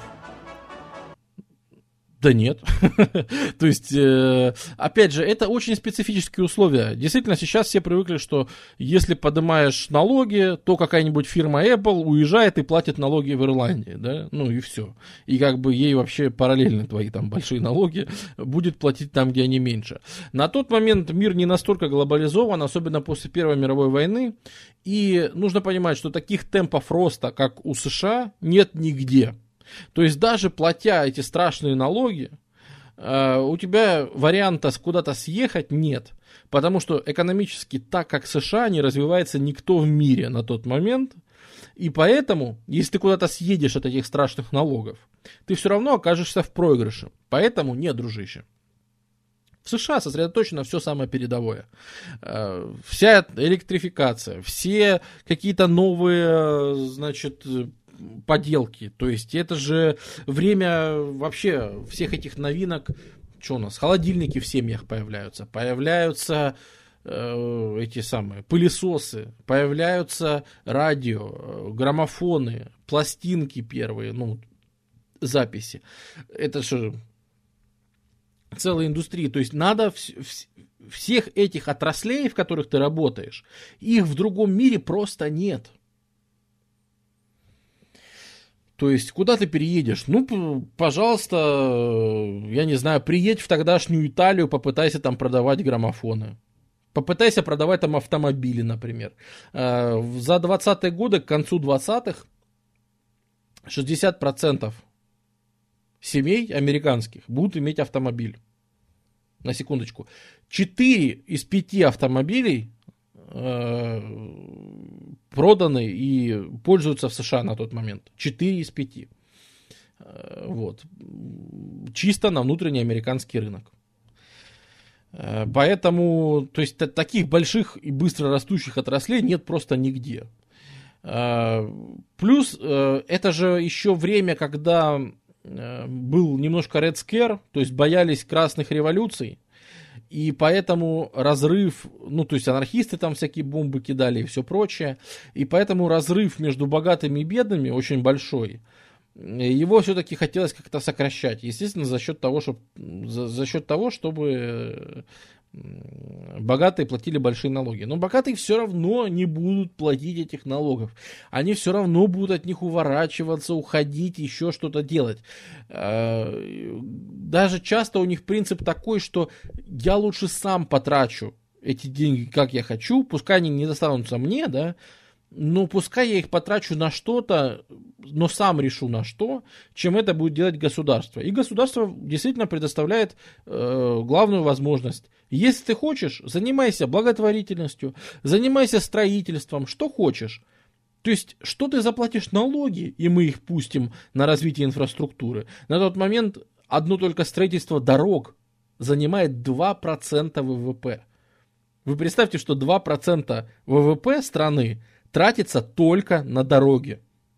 Да нет. То есть, опять же, это очень специфические условия. Действительно, сейчас все привыкли, что если поднимаешь налоги, то какая-нибудь фирма Apple уезжает и платит налоги в Ирландии, да, ну и все. И как бы ей вообще параллельно твои там большие налоги будет платить там, где они меньше. На тот момент мир не настолько глобализован, особенно после Первой мировой войны, и нужно понимать, что таких темпов роста, как у США, нет нигде. То есть даже платя эти страшные налоги, у тебя варианта куда-то съехать нет. Потому что экономически так, как США, не развивается никто в мире на тот момент. И поэтому, если ты куда-то съедешь от этих страшных налогов, ты все равно окажешься в проигрыше. Поэтому нет, дружище. В США сосредоточено все самое передовое. Вся электрификация, все какие-то новые, значит, поделки. То есть это же время вообще всех этих новинок. Что у нас? Холодильники в семьях появляются. Появляются э, эти самые пылесосы. Появляются радио, граммофоны, пластинки первые, ну, записи. Это же целая индустрия. То есть надо в, в, всех этих отраслей, в которых ты работаешь, их в другом мире просто нет. То есть, куда ты переедешь? Ну, пожалуйста, я не знаю, приедь в тогдашнюю Италию, попытайся там продавать граммофоны. Попытайся продавать там автомобили, например. За двадцатые годы, к концу двадцатых, шестьдесят процентов семей американских будут иметь автомобиль. На секундочку. четыре из пяти автомобилей проданы и пользуются в США на тот момент. четыре из пяти. Вот. Чисто на внутренний американский рынок. Поэтому, то есть, таких больших и быстро растущих отраслей нет просто нигде. Плюс это же еще время, когда был немножко Red Scare, то есть боялись красных революций, и поэтому разрыв, ну то есть анархисты там всякие бомбы кидали и все прочее, и поэтому разрыв между богатыми и бедными очень большой. Его все-таки хотелось как-то сокращать, естественно, за счет того, чтобы, за, за счет того, чтобы богатые платили большие налоги. Но богатые все равно не будут платить этих налогов. Они все равно будут от них уворачиваться, уходить, еще что-то делать. Даже часто у них принцип такой, что я лучше сам потрачу эти деньги, как я хочу, пускай они не достанутся мне, да, но пускай я их потрачу на что-то, но сам решу на что, чем это будет делать государство. И государство действительно предоставляет э, главную возможность. Если ты хочешь, занимайся благотворительностью, занимайся строительством, что хочешь. То есть, что ты заплатишь налоги, и мы их пустим на развитие инфраструктуры. На тот момент одно только строительство дорог занимает два процента вэ вэ пэ. Вы представьте, что два процента вэ вэ пэ страны тратится только на дороги.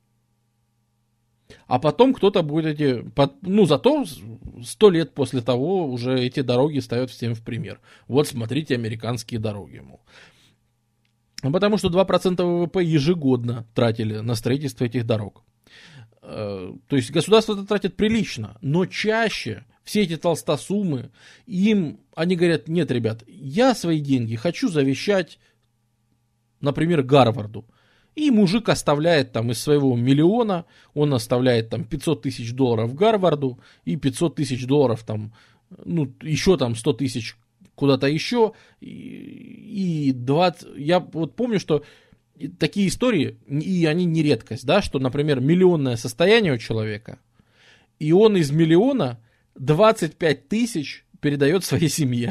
А потом кто-то будет эти... Ну, зато сто лет после того уже эти дороги ставят всем в пример. Вот смотрите, американские дороги, мол. Потому что два процента вэ вэ пэ ежегодно тратили на строительство этих дорог. То есть государство это тратит прилично, но чаще все эти толстосумы, им, они говорят, нет, ребят, я свои деньги хочу завещать, например, Гарварду. И мужик оставляет там из своего миллиона, он оставляет там пятьсот тысяч долларов Гарварду и пятьсот тысяч долларов там, ну, еще там сто тысяч куда-то еще. И, и двадцать... Я вот помню, что такие истории, и они не редкость, да, что, например, миллионное состояние у человека, и он из миллиона двадцать пять тысяч передает своей семье.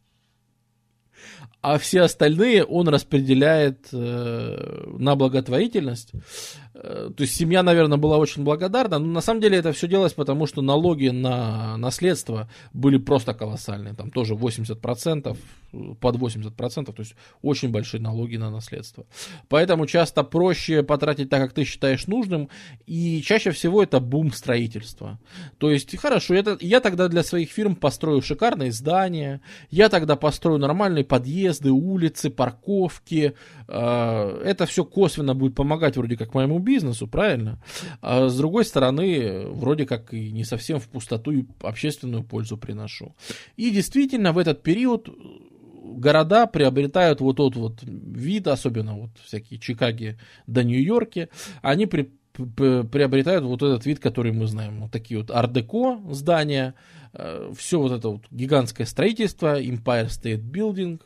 А все остальные он распределяет э, на благотворительность. Э, то есть семья, наверное, была очень благодарна, но на самом деле это все делалось потому, что налоги на наследство были просто колоссальные. Там тоже восемьдесят процентов, под восемьдесят процентов, то есть очень большие налоги на наследство. Поэтому часто проще потратить так, как ты считаешь нужным, и чаще всего это бум строительства. То есть, хорошо, я, я тогда для своих фирм построю шикарные здания, я тогда построю нормальные подъезды, улицы, парковки. Это все косвенно будет помогать вроде как моему бизнесу, правильно? А с другой стороны, вроде как и не совсем в пустоту и общественную пользу приношу. И действительно в этот период города приобретают вот тот вот вид, особенно вот всякие Чикаго да Нью-Йорки, они при, при, приобретают вот этот вид, который мы знаем. Вот такие вот ар-деко здания, э, все вот это вот гигантское строительство, Empire State Building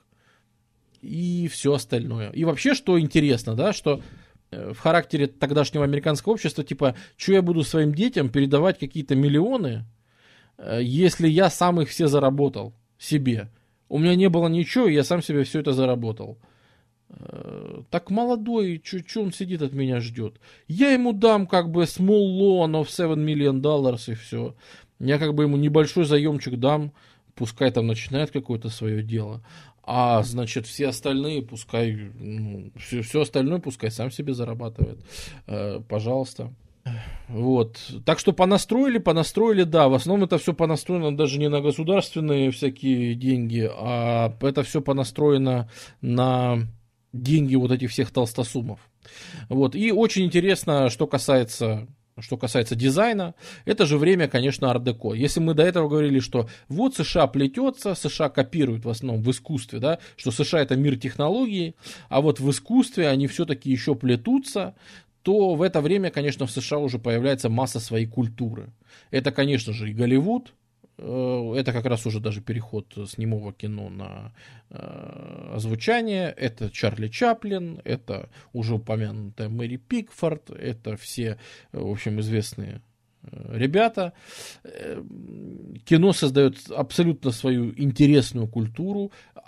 и все остальное. И вообще, что интересно, да, что в характере тогдашнего американского общества, типа, что я буду своим детям передавать какие-то миллионы, если я сам их все заработал себе. У меня не было ничего, и я сам себе все это заработал. Так молодой, что он сидит от меня ждет? Я ему дам как бы small loan of seven million dollars и все. Я как бы ему небольшой заемчик дам, пускай там начинает какое-то свое дело. А, значит, все остальные пускай, ну, все, все остальное пускай сам себе зарабатывает. Э, пожалуйста. Вот. Так что понастроили, понастроили, да. В основном это все понастроено даже не на государственные всякие деньги, а это все понастроено на деньги вот этих всех толстосумов. Вот. И очень интересно, что касается... Что касается дизайна, это же время, конечно, ар-деко. Если мы до этого говорили, что вот США плетется, США копируют в основном в искусстве, да, что США это мир технологий, а вот в искусстве они все-таки еще плетутся, то в это время, конечно, в США уже появляется масса своей культуры. Это, конечно же, и Голливуд, это как раз уже даже переход с немого кино на э, озвучание, это Чарли Чаплин, это уже упомянутая Мэри Пикфорд, это все, в общем, известные ребята. Кино создает абсолютно свою интересную культуру,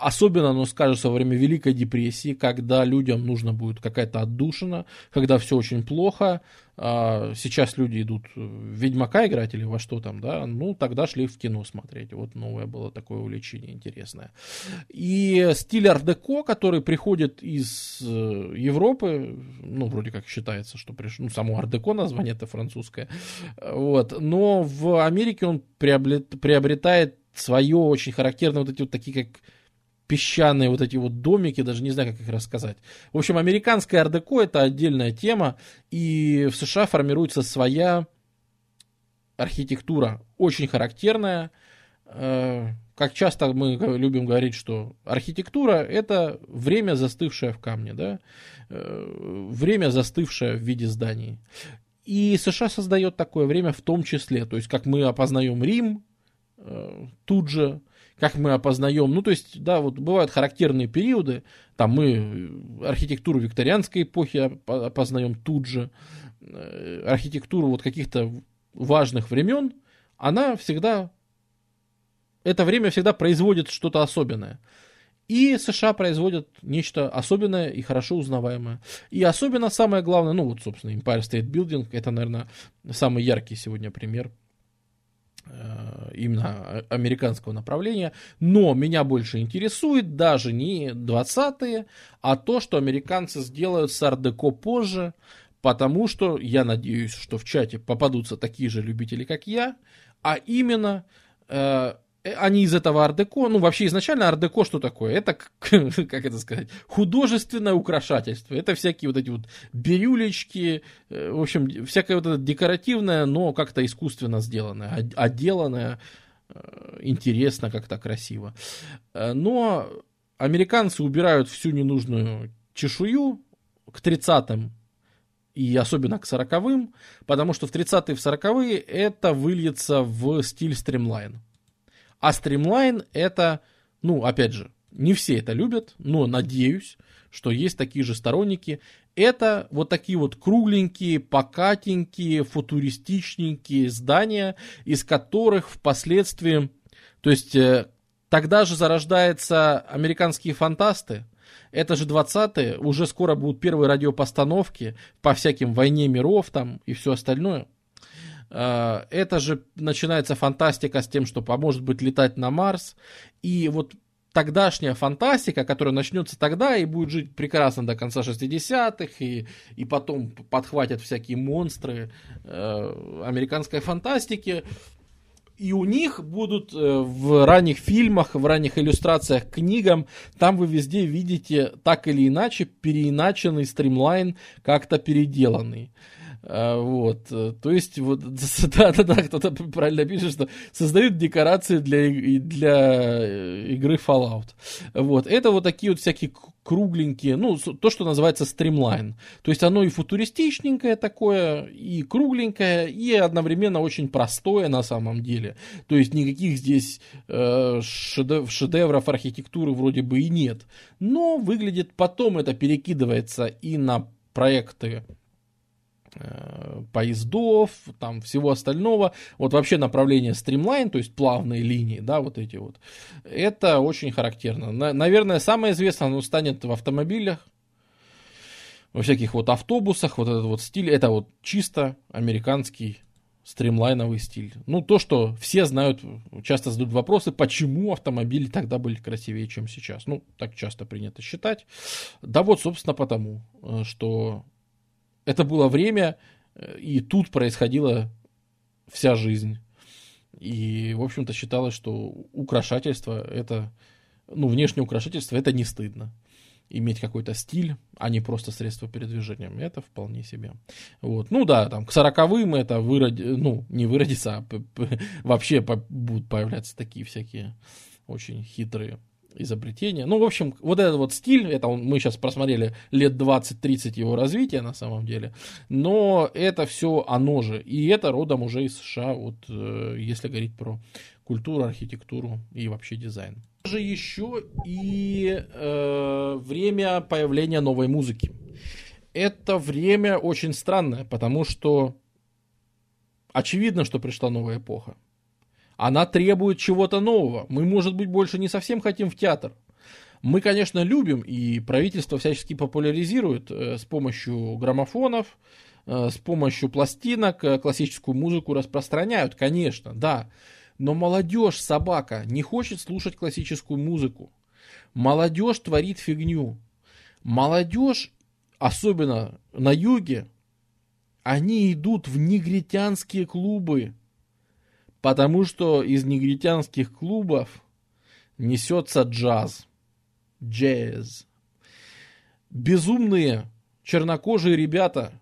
Особенно оно скажется во время Великой депрессии, когда людям нужно будет какая-то отдушина, когда все очень плохо. Сейчас люди идут в Ведьмака играть или во что там, да, ну, тогда шли в кино смотреть. Вот новое было такое увлечение интересное. И стиль ар-деко, который приходит из Европы, ну, вроде как считается, что пришло, ну, само ар-деко название это французское, вот, но в Америке он приобретает свое очень характерное, вот эти вот такие, как песчаные вот эти вот домики, даже не знаю, как их рассказать. В общем, американское ар-деко это отдельная тема, и в США формируется своя архитектура, очень характерная. Как часто мы любим говорить, что архитектура это время, застывшее в камне, да? Время, застывшее в виде зданий. И США создает такое время в том числе, то есть как мы опознаем Рим тут же, как мы опознаем, ну, то есть, да, вот бывают характерные периоды, там мы архитектуру викторианской эпохи опознаем тут же, архитектуру вот каких-то важных времен, она всегда, это время всегда производит что-то особенное. И США производят нечто особенное и хорошо узнаваемое. И особенно самое главное, ну, вот, собственно, Empire State Building, это, наверное, самый яркий сегодня пример именно американского направления, но меня больше интересует даже не двадцатые, а то, что американцы сделают с ар-деко позже, потому что я надеюсь, что в чате попадутся такие же любители, как я, а именно э, они из этого ар-деко, ну вообще изначально ар-деко что такое? Это, как это сказать, художественное украшательство. Это всякие вот эти вот бирюлечки, в общем, всякое вот это декоративное, но как-то искусственно сделанное, отделанное, интересно, как-то красиво. Но американцы убирают всю ненужную чешую к тридцатым и особенно к сороковым, потому что в тридцатые и в сороковые это выльется в стиль стримлайн. А стримлайн это, ну, опять же, не все это любят, но надеюсь, что есть такие же сторонники. Это вот такие вот кругленькие, покатенькие, футуристичненькие здания, из которых впоследствии, то есть тогда же зарождаются американские фантасты. Это же двадцатые, уже скоро будут первые радиопостановки по всяким «Войне миров» там и все остальное. Это же начинается фантастика с тем, что поможет быть летать на Марс. И вот тогдашняя фантастика, которая начнется тогда и будет жить прекрасно до конца шестидесятых, и, и потом подхватят всякие монстры э, американской фантастики. И у них будут в ранних фильмах, в ранних иллюстрациях к книгам, там вы везде видите так или иначе переиначенный стримлайн, как-то переделанный. Вот, то есть, вот, да-да-да, кто-то правильно пишет, что создают декорации для, для игры Fallout. Вот, это вот такие вот всякие кругленькие, ну, то, что называется стримлайн. То есть, оно и футуристичненькое такое, и кругленькое, и одновременно очень простое на самом деле. То есть, никаких здесь э, шедев- шедевров архитектуры вроде бы и нет. Но выглядит, потом это перекидывается и на проекты поездов, там всего остального, вот вообще направление стримлайн, то есть плавные линии, да, вот эти вот, это очень характерно. Наверное, самое известное оно станет в автомобилях, во всяких вот автобусах, вот этот вот стиль, это вот чисто американский стримлайновый стиль. Ну, то, что все знают, часто задают вопросы, почему автомобили тогда были красивее, чем сейчас. Ну, так часто принято считать. Да вот, собственно, потому, что это было время, и тут происходила вся жизнь. И, в общем-то, считалось, что украшательство, это, ну, внешнее украшательство, это не стыдно. Иметь какой-то стиль, а не просто средство передвижения. Это вполне себе. Вот. Ну да, там, к сороковым это выроди, ну, не выродится, а вообще будут появляться такие всякие очень хитрые изобретения. Ну, в общем, вот этот вот стиль, это он, мы сейчас просмотрели лет двадцать-тридцать его развития на самом деле, но это все оно же, и это родом уже из США, вот, э, если говорить про культуру, архитектуру и вообще дизайн. Же еще и э, время появления новой музыки. Это время очень странное, потому что очевидно, что пришла новая эпоха. Она требует чего-то нового. Мы, может быть, больше не совсем хотим в театр. Мы, конечно, любим, и правительство всячески популяризирует э, с помощью граммофонов, э, с помощью пластинок э, классическую музыку распространяют, конечно, да. Но молодежь, собака, не хочет слушать классическую музыку. Молодежь творит фигню. Молодежь, особенно на юге, они идут в негритянские клубы, потому что из негритянских клубов несется джаз. Джаз. Безумные чернокожие ребята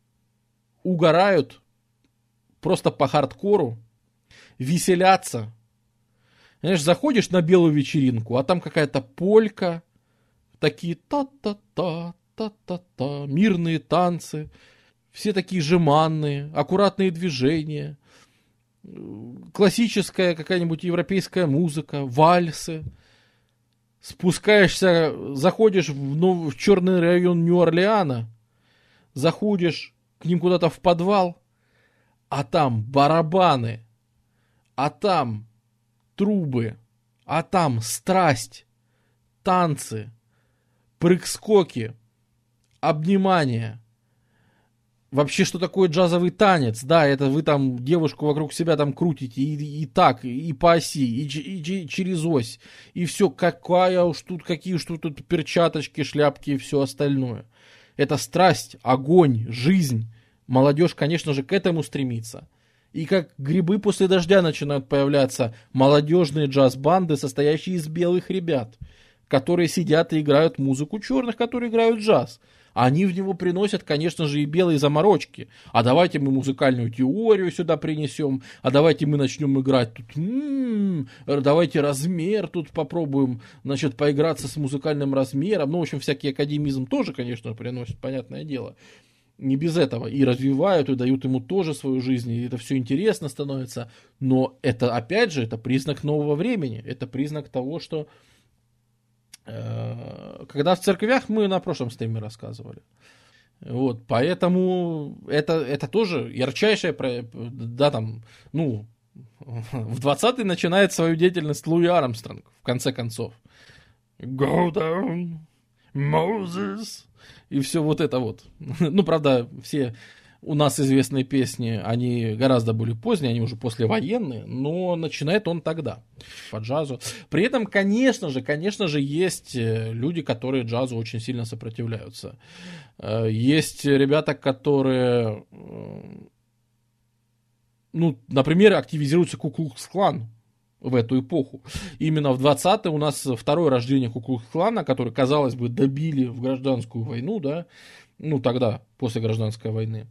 угорают просто по хардкору, веселятся. Знаешь, заходишь на белую вечеринку, а там какая-то полька, такие та-та-та, та-та-та, мирные танцы, все такие жеманные, аккуратные движения, классическая какая-нибудь европейская музыка, вальсы. Спускаешься, заходишь в, ну, в черный район Нью-Орлеана, заходишь к ним куда-то в подвал, а там барабаны, а там трубы, а там страсть, танцы, прыг-скоки, обнимания. Вообще, что такое джазовый танец? Да, это вы там девушку вокруг себя там крутите и, и так, и по оси, и, и, и через ось, и все, какая уж тут, какие уж тут, тут перчаточки, шляпки и все остальное. Это страсть, огонь, жизнь. Молодежь, конечно же, к этому стремится. И как грибы после дождя начинают появляться молодежные джаз-банды, состоящие из белых ребят, которые сидят и играют музыку черных, которые играют джаз. Они в него приносят, конечно же, и белые заморочки. А давайте мы музыкальную теорию сюда принесем, а давайте мы начнем играть тут, м-м, давайте размер тут попробуем, значит, поиграться с музыкальным размером. Ну, в общем, всякий академизм тоже, конечно, приносит, понятное дело. Не без этого. И развивают, и дают ему тоже свою жизнь, и это все интересно становится. Но это, опять же, это признак нового времени. Это признак того, что когда в церквях, мы на прошлом стриме рассказывали. Вот, поэтому это, это тоже ярчайшее, да, там, ну, в двадцатые начинает свою деятельность Луи Армстронг, в конце концов. Go down, Moses. И все вот это вот. Ну, правда, все у нас известные песни, они гораздо более поздние, они уже послевоенные, но начинает он тогда, по джазу. При этом, конечно же, конечно же, есть люди, которые джазу очень сильно сопротивляются. Есть ребята, которые, ну, например, активизируется Ку-Клукс-Клан в эту эпоху. Именно в двадцатые у нас второе рождение Ку-Клукс-Клана, который, казалось бы, добили в гражданскую войну, да, ну, тогда, после гражданской войны.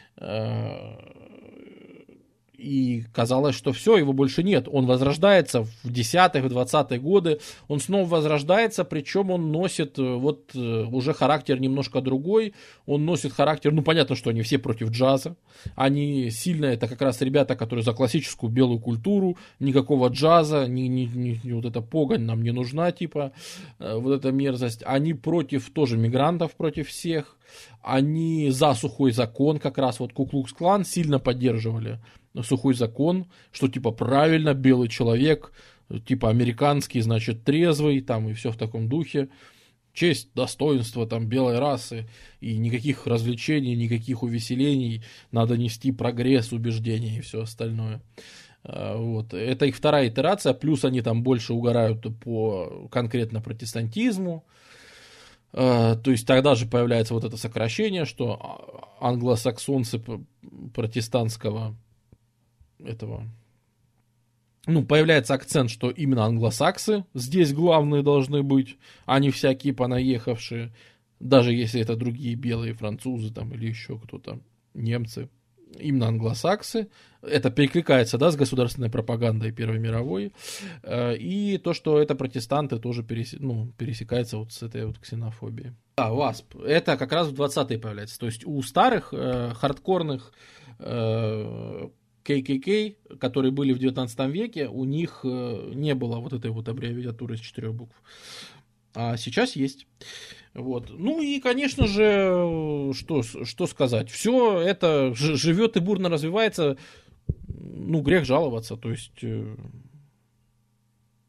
И казалось, что все, его больше нет. Он возрождается в десятых, в двадцатые годы. Он снова возрождается, причем он носит вот уже характер немножко другой. Он носит характер, ну понятно, что они все против джаза. Они сильно, это как раз ребята, которые за классическую белую культуру. Никакого джаза, ни, ни, ни, ни вот эта погонь нам не нужна, типа, вот эта мерзость. Они против тоже мигрантов, против всех. Они за сухой закон, как раз вот Ку-Клукс-Клан сильно поддерживали сухой закон, что типа правильно, белый человек, типа американский, значит трезвый, там и все в таком духе. Честь, достоинство там белой расы, и никаких развлечений, никаких увеселений, надо нести прогресс, убеждения и все остальное. Вот. Это их вторая итерация, плюс они там больше угорают по конкретно протестантизму. То есть тогда же появляется вот это сокращение, что англосаксонцы протестантского этого, ну, появляется акцент, что именно англосаксы здесь главные должны быть, а не всякие понаехавшие, даже если это другие белые французы там или еще кто-то, немцы. Именно англосаксы. Это перекликается, да, с государственной пропагандой Первой мировой. И то, что это протестанты, тоже перес... ну, пересекается вот с этой вот ксенофобией. Да, ВАСП. Это как раз в двадцатые появляется. То есть у старых э, хардкорных э, кей кей кей, которые были в девятнадцатом веке, у них э, не было вот этой вот аббревиатуры из четырех букв. А сейчас есть. Вот. Ну и, конечно же, что, что сказать. Все это живет и бурно развивается. Ну, грех жаловаться. То есть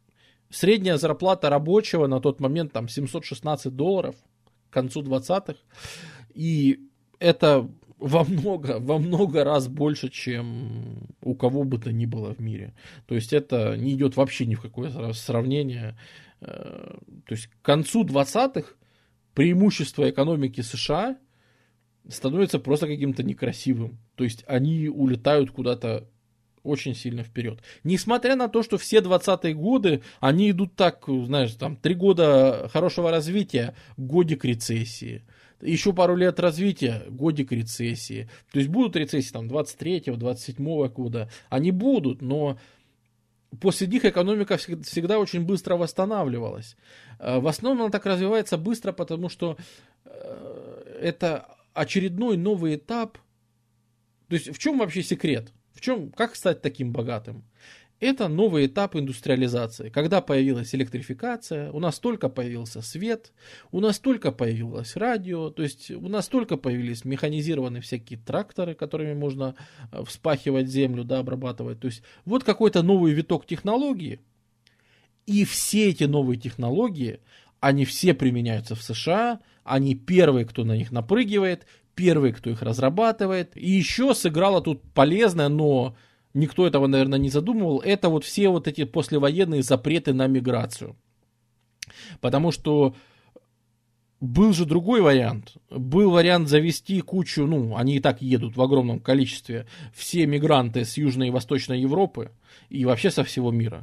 Средняя зарплата рабочего на тот момент там семьсот шестнадцать долларов к концу двадцатых. И это во много, во много раз больше, чем у кого бы то ни было в мире. То есть это не идет вообще ни в какое сравнение. То есть к концу двадцатых преимущество экономики США становится просто каким-то некрасивым. То есть они улетают куда-то очень сильно вперед. Несмотря на то, что все двадцатые годы, они идут так, знаешь, там, три года хорошего развития, годик рецессии. Еще пару лет развития, годик рецессии. То есть будут рецессии там двадцать третьего, двадцать седьмого года. Они будут, но после них экономика всегда очень быстро восстанавливалась. В основном она так развивается быстро, потому что это очередной новый этап. То есть в чем вообще секрет? В чем, как стать таким богатым? Это новый этап индустриализации. Когда появилась электрификация, у нас только появился свет, у нас только появилось радио, то есть у нас только появились механизированные всякие тракторы, которыми можно вспахивать землю, да, обрабатывать. То есть вот какой-то новый виток технологии, и все эти новые технологии, они все применяются в США, они первые, кто на них напрыгивает, первый, кто их разрабатывает. И еще сыграло тут полезное, но никто этого, наверное, не задумывал, это вот все вот эти послевоенные запреты на миграцию. Потому что был же другой вариант. Был вариант завести кучу, ну, они и так едут в огромном количестве, все мигранты с Южной и Восточной Европы и вообще со всего мира.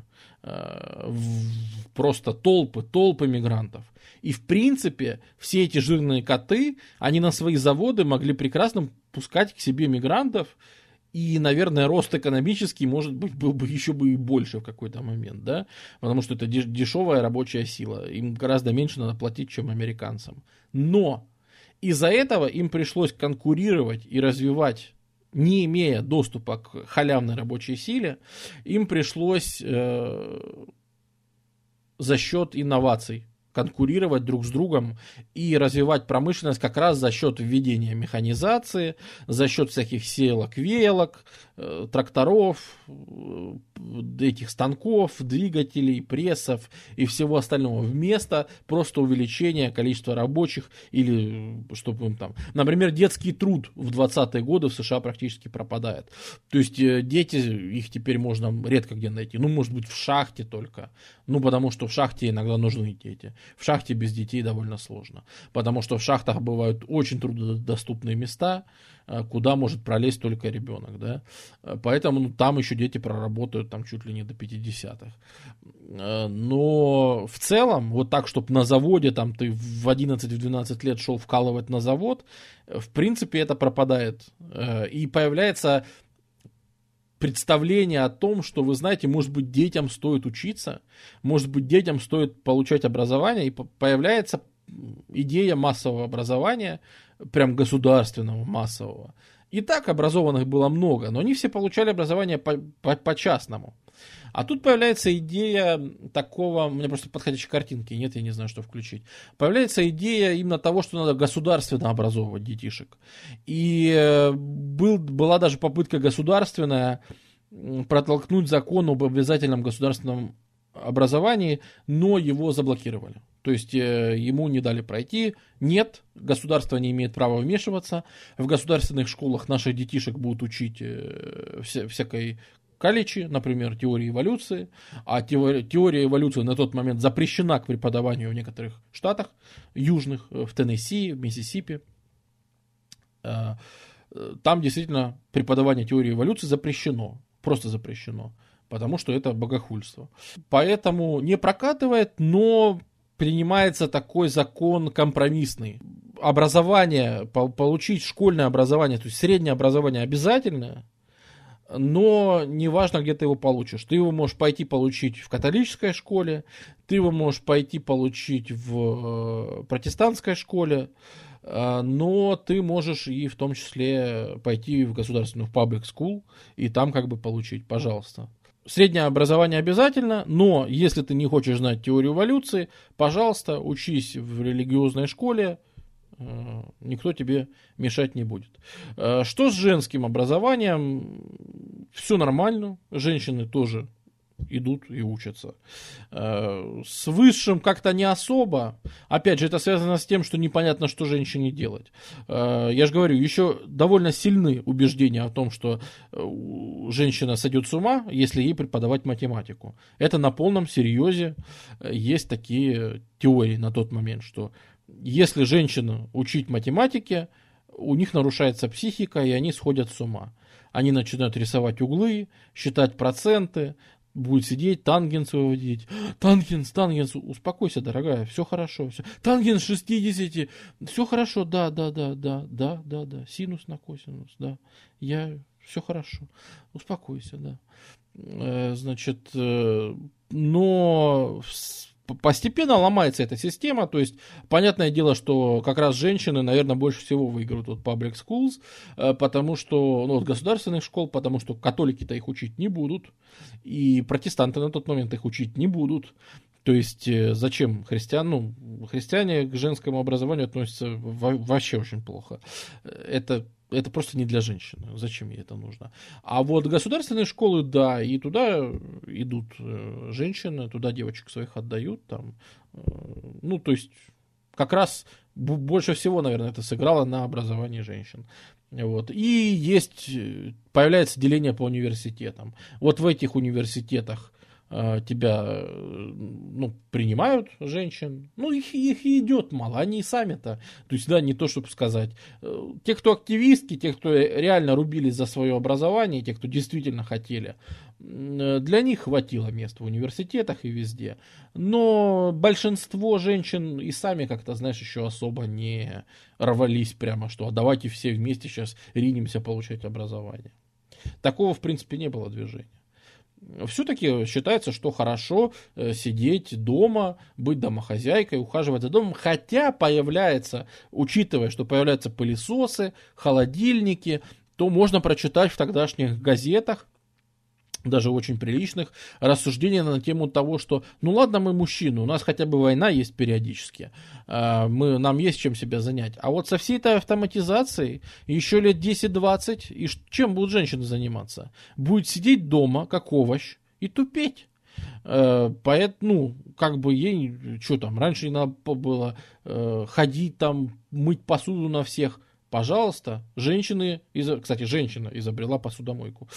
Просто толпы, толпы мигрантов. И, в принципе, все эти жирные коты, они на свои заводы могли прекрасно пускать к себе мигрантов, и, наверное, рост экономический, может быть, был бы еще бы и больше в какой-то момент, да, потому что это дешевая рабочая сила, им гораздо меньше надо платить, чем американцам. Но из-за этого им пришлось конкурировать и развивать, не имея доступа к халявной рабочей силе, им пришлось э, за счет инноваций конкурировать друг с другом и развивать промышленность как раз за счет введения механизации, за счет всяких сеялок, веялок, э, тракторов, э, этих станков, двигателей, прессов и всего остального, вместо просто увеличения количества рабочих или чтобы им там... Например, детский труд в двадцатые годы в США практически пропадает. То есть э, дети, их теперь можно редко где найти. Ну, может быть, в шахте только. Ну, потому что в шахте иногда нужны дети. В шахте без детей довольно сложно, потому что в шахтах бывают очень труднодоступные места, куда может пролезть только ребенок, да? Поэтому ну, там еще дети проработают там чуть ли не до пятидесятых. Но в целом, вот так, чтобы на заводе там ты в одиннадцать-двенадцать лет шел вкалывать на завод, в принципе это пропадает. И появляется представление о том, что, вы знаете, может быть, детям стоит учиться, может быть, детям стоит получать образование, и появляется идея массового образования, прям государственного массового. И так образованных было много, но они все получали образование по- по- по-частному. А тут появляется идея такого, у меня просто подходящей картинки нет, я не знаю, что включить. Появляется идея именно того, что надо государственно образовывать детишек. И был, была даже попытка государственная протолкнуть закон об обязательном государственном образовании, но его заблокировали. То есть ему не дали пройти. Нет, государство не имеет права вмешиваться. В государственных школах наших детишек будут учить вся, всякой калечи, например, теории эволюции, а теория эволюции на тот момент запрещена к преподаванию в некоторых штатах южных, в Теннесси, в Миссисипи. Там действительно преподавание теории эволюции запрещено, просто запрещено, потому что это богохульство. Поэтому не прокатывает, но принимается такой закон компромиссный. Образование, получить школьное образование, то есть среднее образование обязательное, но неважно, где ты его получишь. Ты его можешь пойти получить в католической школе, ты его можешь пойти получить в протестантской школе, но ты можешь и в том числе пойти в государственную public school и там как бы получить, пожалуйста. Среднее образование обязательно, но если ты не хочешь знать теорию эволюции, пожалуйста, учись в религиозной школе, никто тебе мешать не будет. Что с женским образованием? Все нормально. Женщины тоже идут и учатся. С высшим как-то не особо. Опять же, это связано с тем, что непонятно, что женщине делать. Я же говорю, еще довольно сильны убеждения о том, что женщина сойдет с ума, если ей преподавать математику. Это на полном серьезе есть такие теории на тот момент, что если женщину учить математике, у них нарушается психика, и они сходят с ума. Они начинают рисовать углы, считать проценты, будет сидеть, тангенс выводить. Тангенс, тангенс, успокойся, дорогая, все хорошо. Все. Тангенс шестьдесят, все хорошо, да, да, да, да, да, да, да, синус на косинус, да, я, все хорошо, успокойся, да. Значит, но постепенно ломается эта система, то есть понятное дело, что как раз женщины, наверное, больше всего выиграют от public schools, потому что, ну, от государственных школ, потому что католики-то их учить не будут, и протестанты на тот момент их учить не будут. То есть зачем христиан, ну, христиане к женскому образованию относятся вообще очень плохо. Это Это просто не для женщин. Зачем ей это нужно? А вот государственные школы, да, и туда идут женщины, туда девочек своих отдают. Там, ну, то есть, как раз больше всего, наверное, это сыграло на образовании женщин. Вот. И есть, появляется деление по университетам. Вот в этих университетах тебя, ну, принимают женщин, ну, их, их и идет мало, они и сами-то, то есть, да, не то, чтобы сказать, те, кто активистки, те, кто реально рубились за свое образование, те, кто действительно хотели, для них хватило мест в университетах и везде, но большинство женщин и сами как-то, знаешь, еще особо не рвались прямо, что а давайте все вместе сейчас ринемся получать образование. Такого, в принципе, не было движения. Все-таки считается, что хорошо сидеть дома, быть домохозяйкой, ухаживать за домом, хотя появляется, учитывая, что появляются пылесосы, холодильники, то можно прочитать в тогдашних газетах, даже очень приличных, рассуждения на тему того, что ну ладно, мы мужчины, у нас хотя бы война есть периодически, мы, нам есть чем себя занять. А вот со всей этой автоматизацией еще лет десять-двадцать, и чем будут женщины заниматься? Будет сидеть дома, как овощ, и тупеть. Поэтому, ну, как бы ей, что там, раньше не надо было ходить там, мыть посуду на всех. Пожалуйста, женщины, кстати, женщина изобрела посудомойку.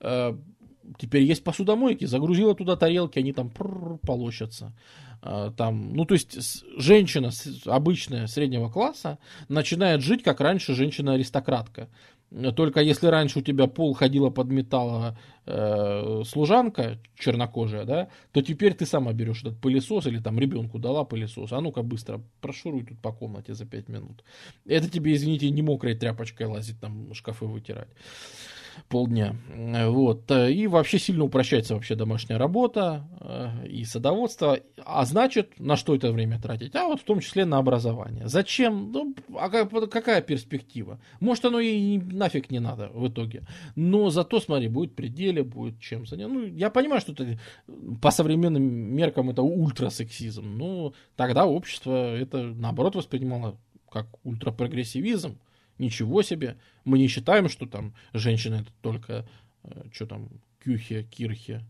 Теперь есть посудомойки, загрузила туда тарелки, они там полощутся. Там, ну, то есть женщина обычная среднего класса начинает жить, как раньше женщина-аристократка. Только если раньше у тебя пол ходила, подметала э, служанка чернокожая, да, то теперь ты сама берешь этот пылесос или там ребенку дала пылесос. А ну-ка быстро прошуруй тут по комнате за пять минут. Это тебе, извините, не мокрой тряпочкой лазить, там шкафы вытирать полдня. Вот. И вообще сильно упрощается вообще домашняя работа и садоводство. А значит, на что это время тратить? А вот в том числе на образование. Зачем? Ну, а какая перспектива? Может, оно и нафиг не надо в итоге. Но зато, смотри, будет пределе, будет чем заняться. Ну, я понимаю, что это по современным меркам это ультрасексизм. Но тогда общество это наоборот воспринимало как ультрапрогрессивизм. Ничего себе. Мы не считаем, что там женщина это только, э, что там, кюхе, кирхе,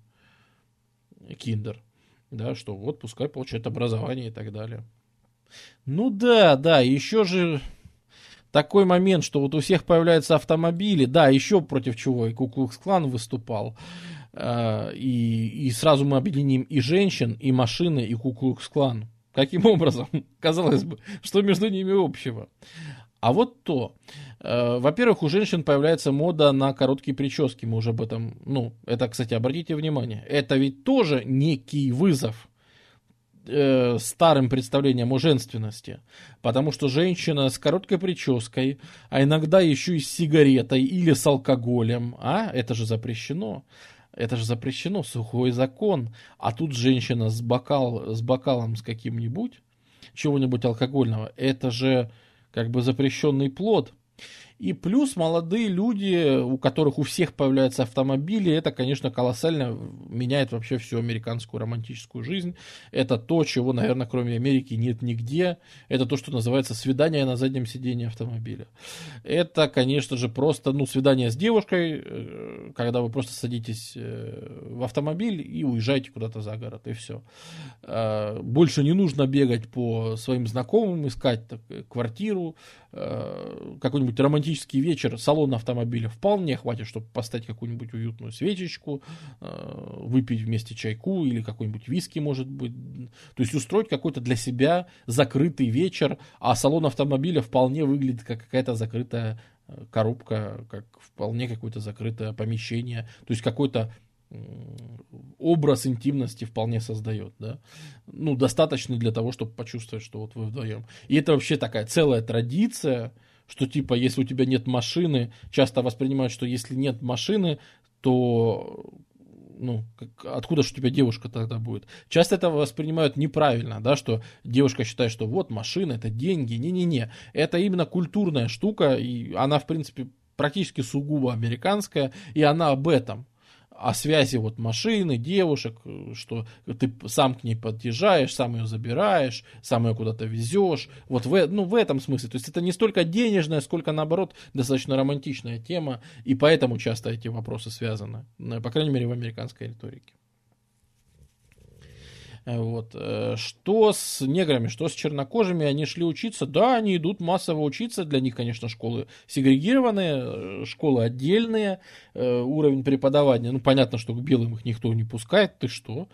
киндер. Да, что вот пускай получает образование и так далее. Ну да, да, еще же такой момент, что вот у всех появляются автомобили. Да, еще против чего и Ку-клукс-клан выступал. Э, и, и сразу мы объединим и женщин, и машины, и Ку-клукс-клан. Каким образом? Казалось бы, что между ними общего? А вот то, э, во-первых, у женщин появляется мода на короткие прически, мы уже об этом, ну, это, кстати, обратите внимание, это ведь тоже некий вызов э, старым представлениям о женственности, потому что женщина с короткой прической, а иногда еще и с сигаретой или с алкоголем, а, это же запрещено. Это же запрещено, сухой закон, а тут женщина с, бокал, с бокалом с каким-нибудь, чего-нибудь алкогольного, это же как бы запрещенный плод. И плюс молодые люди, у которых у всех появляются автомобили, это, конечно, колоссально меняет вообще всю американскую романтическую жизнь. Это то, чего, наверное, кроме Америки нет нигде. Это то, что называется свидание на заднем сидении автомобиля. Это, конечно же, просто, ну, свидание с девушкой, когда вы просто садитесь в автомобиль и уезжаете куда-то за город, и все. Больше не нужно бегать по своим знакомым, искать так, квартиру, какой-нибудь романтический вечер, салон автомобиля вполне хватит, чтобы поставить какую-нибудь уютную свечечку, выпить вместе чайку или какой-нибудь виски, может быть. То есть устроить какой-то для себя закрытый вечер, а салон автомобиля вполне выглядит как какая-то закрытая коробка, как вполне какое-то закрытое помещение. То есть какой-то образ интимности вполне создает, да, ну, достаточный для того, чтобы почувствовать, что вот вы вдвоем. И это вообще такая целая традиция, что типа, если у тебя нет машины, часто воспринимают, что если нет машины, то, ну, как, откуда же у тебя девушка тогда будет? Часто это воспринимают неправильно, да, что девушка считает, что вот машина, это деньги. Не-не-не, это именно культурная штука, и она, в принципе, практически сугубо американская, и она об этом. О связи вот машины, девушек, что ты сам к ней подъезжаешь, сам ее забираешь, сам ее куда-то везешь. Вот в, ну, в этом смысле. То есть это не столько денежная, сколько наоборот достаточно романтичная тема. И поэтому часто эти вопросы связаны. По крайней мере в американской риторике. Вот. Что с неграми, что с чернокожими? Они шли учиться? Да, они идут массово учиться. Для них, конечно, школы сегрегированные, школы отдельные, уровень преподавания. Ну, понятно, что к белым их никто не пускает. Ты что?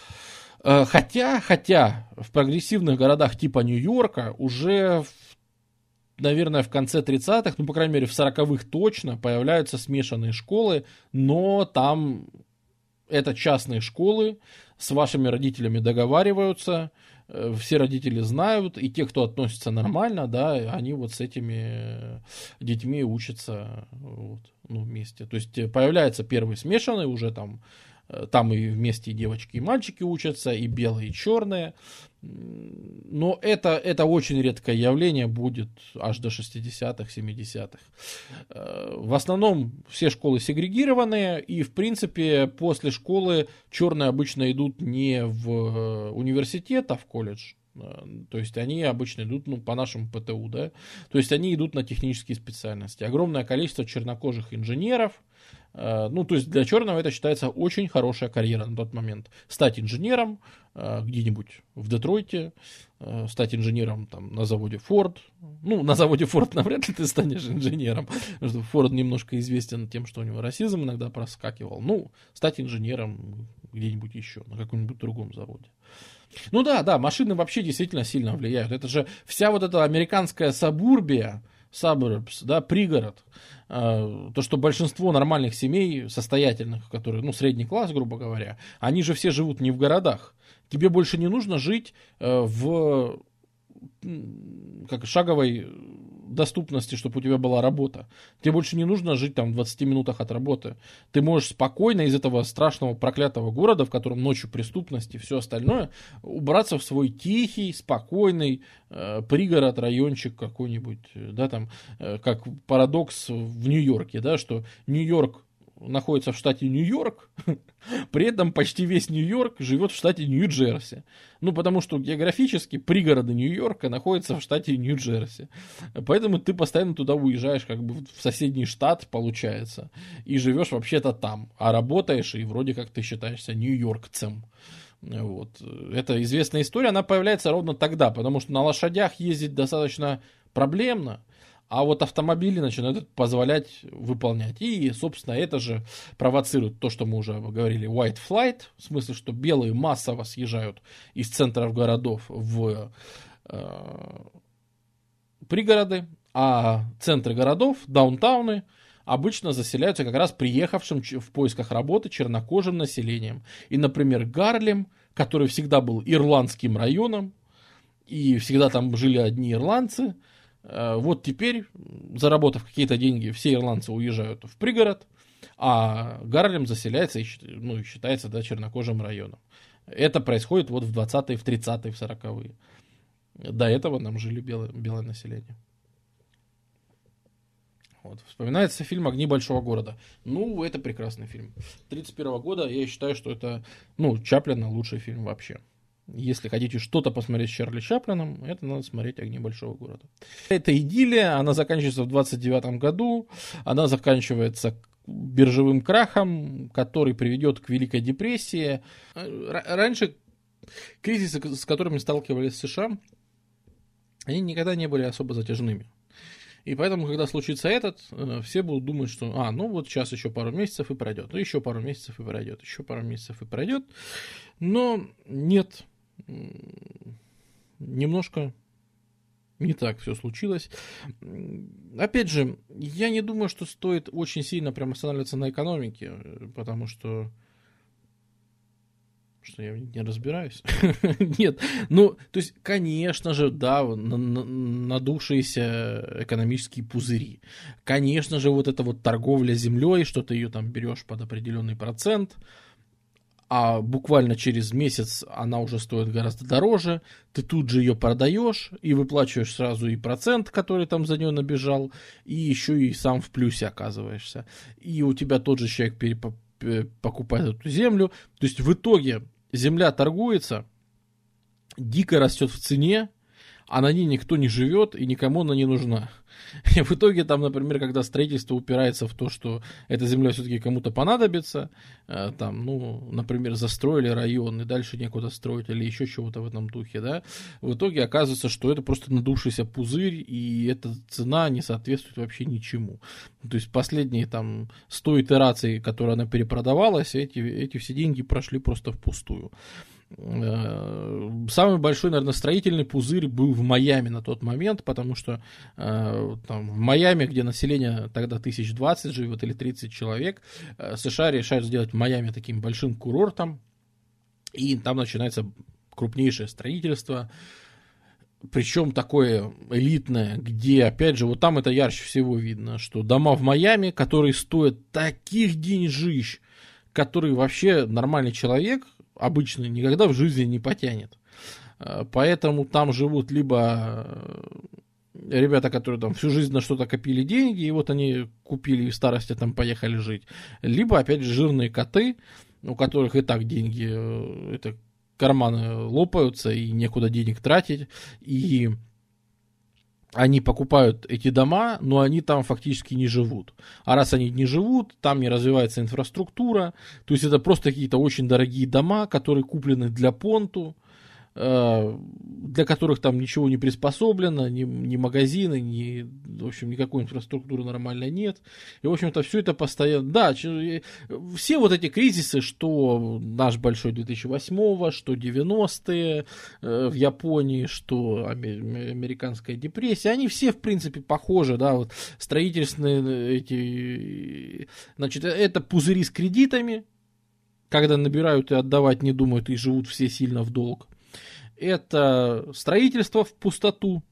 Хотя, хотя в прогрессивных городах типа Нью-Йорка уже, наверное, в конце тридцатых, ну, по крайней мере, в сороковых точно появляются смешанные школы, но там это частные школы, с вашими родителями договариваются, все родители знают, и те, кто относится нормально, да, они вот с этими детьми учатся вот, ну, вместе. То есть появляется первый смешанный, уже там, там и вместе и девочки, и мальчики учатся, и белые, и черные. Но это, это очень редкое явление будет аж до шестидесятых, семидесятых. В основном все школы сегрегированные, и в принципе после школы черные обычно идут не в университет, а в колледж. То есть они обычно идут, ну, по нашему ПТУ, да, то есть они идут на технические специальности. Огромное количество чернокожих инженеров. Ну, то есть для черного это считается очень хорошая карьера на тот момент. Стать инженером где-нибудь в Детройте, стать инженером там, на заводе Ford. Ну, на заводе Ford навряд ли ты станешь инженером, потому что Ford немножко известен тем, что у него расизм иногда проскакивал. Ну, стать инженером где-нибудь еще, на каком-нибудь другом заводе. Ну да, да, машины вообще действительно сильно влияют. Это же вся вот эта американская сабурбия, suburbs, да, пригород, то, что большинство нормальных семей, состоятельных, которые, ну, средний класс, грубо говоря, они же все живут не в городах. Тебе больше не нужно жить в как шаговой доступности, чтобы у тебя была работа. Тебе больше не нужно жить там в двадцати минутах от работы. Ты можешь спокойно из этого страшного проклятого города, в котором ночью преступность и все остальное, убраться в свой тихий, спокойный э, пригород, райончик какой-нибудь, да, там, э, как парадокс в Нью-Йорке, да, что Нью-Йорк находится в штате Нью-Йорк, при этом почти весь Нью-Йорк живет в штате Нью-Джерси. Ну, потому что географически пригороды Нью-Йорка находятся в штате Нью-Джерси. Поэтому ты постоянно туда уезжаешь, как бы в соседний штат, получается, и живешь вообще-то там, а работаешь, и вроде как ты считаешься нью-йоркцем. Вот. Это известная история, она появляется ровно тогда, потому что на лошадях ездить достаточно проблемно, а вот автомобили начинают это позволять выполнять. И, собственно, это же провоцирует то, что мы уже говорили, white flight, в смысле, что белые массово съезжают из центров городов в э, пригороды, а центры городов, даунтауны, обычно заселяются как раз приехавшим в поисках работы чернокожим населением. И, например, Гарлем, который всегда был ирландским районом, и всегда там жили одни ирландцы, вот теперь, заработав какие-то деньги, все ирландцы уезжают в пригород, а Гарлем заселяется и, ну, считается, да, чернокожим районом. Это происходит вот в двадцатые, в тридцатые, в сороковые. До этого нам жили белое, белое население. Вот. Вспоминается фильм «Огни большого города». Ну, это прекрасный фильм. тридцать первого года, я считаю, что это, ну, Чаплина лучший фильм вообще. Если хотите что-то посмотреть с Чарли Чаплином, это надо смотреть «Огни большого города». Это идиллия, она заканчивается в двадцать девятом году, она заканчивается биржевым крахом, который приведет к Великой депрессии. Раньше кризисы, с которыми сталкивались США, они никогда не были особо затяжными. И поэтому, когда случится этот, все будут думать, что, а, ну вот сейчас еще пару месяцев и пройдет, ну еще пару месяцев и пройдет, еще пару месяцев и пройдет. Но нет, немножко не так все случилось. Опять же, я не думаю, что стоит очень сильно прям останавливаться на экономике, потому что Что я не разбираюсь? Нет. Ну, то есть, конечно же, да, надувшиеся экономические пузыри. Конечно же, вот эта вот торговля землей, что ты ее там берешь под определенный процент, а буквально через месяц она уже стоит гораздо дороже, ты тут же ее продаешь и выплачиваешь сразу и процент, который там за нее набежал, и еще и сам в плюсе оказываешься. И у тебя тот же человек перепо покупает эту землю. То есть в итоге земля торгуется, дико растет в цене, а на ней никто не живет и никому она не нужна. И в итоге там, например, когда строительство упирается в то, что эта земля все-таки кому-то понадобится, там, ну, например, застроили район и дальше некуда строить или еще чего-то в этом духе, да, в итоге оказывается, что это просто надувшийся пузырь, и эта цена не соответствует вообще ничему. То есть последние там сто итераций, которые она перепродавалась, эти, эти все деньги прошли просто впустую. Самый большой, наверное, строительный пузырь был в Майами на тот момент, потому что э, там, в Майами, где население тогда тысяч двадцать живет или тридцать человек, э, США решают сделать Майами таким большим курортом, и там начинается крупнейшее строительство, причем такое элитное, где, опять же, вот там это ярче всего видно, что дома в Майами, которые стоят таких деньжищ, которые вообще нормальный человек обычно никогда в жизни не потянет. Поэтому там живут либо ребята, которые там всю жизнь на что-то копили деньги, и вот они купили и в старости там поехали жить. Либо, опять же, жирные коты, у которых и так деньги, это карманы лопаются, и некуда денег тратить, и они покупают эти дома, но они там фактически не живут. А раз они не живут, там не развивается инфраструктура. То есть это просто какие-то очень дорогие дома, которые куплены для понту, для которых там ничего не приспособлено, ни, ни магазины, ни, в общем, никакой инфраструктуры нормальной нет. И, в общем-то, все это постоянно... Да, все вот эти кризисы, что наш большой две тысячи восьмого, что девяностые в Японии, что американская депрессия, они все, в принципе, похожи, да, вот строительные эти... Значит, это пузыри с кредитами, когда набирают и отдавать не думают, и живут все сильно в долг. Это строительство в пустоту,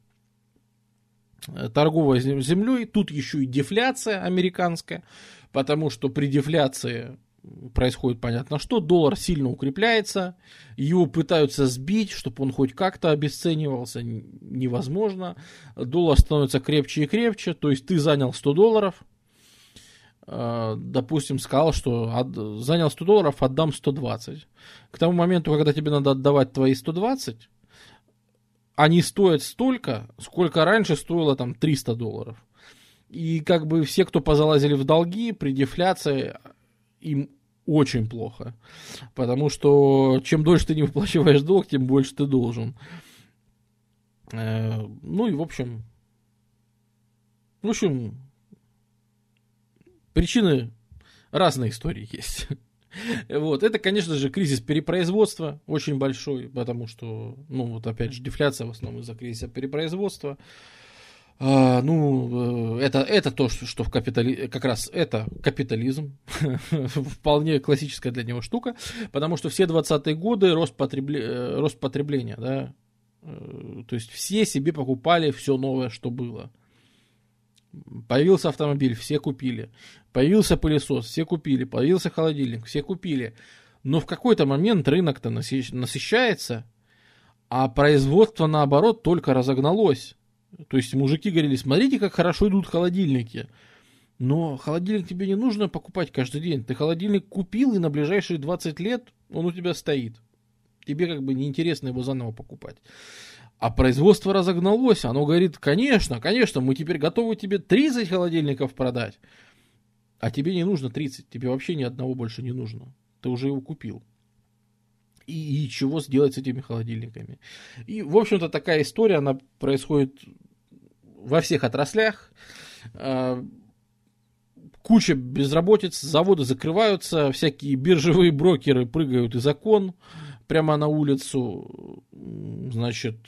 торговая землей, тут еще и дефляция американская, потому что при дефляции происходит понятно что, доллар сильно укрепляется, его пытаются сбить, чтобы он хоть как-то обесценивался, невозможно, доллар становится крепче и крепче, то есть ты занял сто долларов, допустим, сказал, что от, занял сто долларов, отдам сто двадцать. К тому моменту, когда тебе надо отдавать твои сто двадцать, они стоят столько, сколько раньше стоило там триста долларов. И как бы все, кто позалазили в долги, при дефляции им очень плохо. Потому что чем дольше ты не выплачиваешь долг, тем больше ты должен. Ну и в общем... В общем... Причины разной истории есть. Вот. Это, конечно же, кризис перепроизводства очень большой, потому что, ну, вот опять же, дефляция в основном из-за кризиса перепроизводства. А, ну, это, это то, что в капитали... как раз это капитализм, вполне классическая для него штука, потому что все двадцатые годы рост, потребле... рост потребления, да, то есть все себе покупали все новое, что было. Появился автомобиль, все купили. Появился пылесос, все купили. Появился холодильник, все купили. Но в какой-то момент рынок-то насыщается, а производство, наоборот, только разогналось. То есть мужики говорили, смотрите, как хорошо идут холодильники. Но холодильник тебе не нужно покупать каждый день. Ты холодильник купил, и на ближайшие двадцать лет он у тебя стоит. Тебе как бы неинтересно его заново покупать. А производство разогналось. Оно говорит, конечно, конечно, мы теперь готовы тебе тридцать холодильников продать. А тебе не нужно тридцать. Тебе вообще ни одного больше не нужно. Ты уже его купил. И, и чего сделать с этими холодильниками? И, в общем-то, такая история, она происходит во всех отраслях. Куча безработиц, заводы закрываются, всякие биржевые брокеры прыгают из окон прямо на улицу. Значит,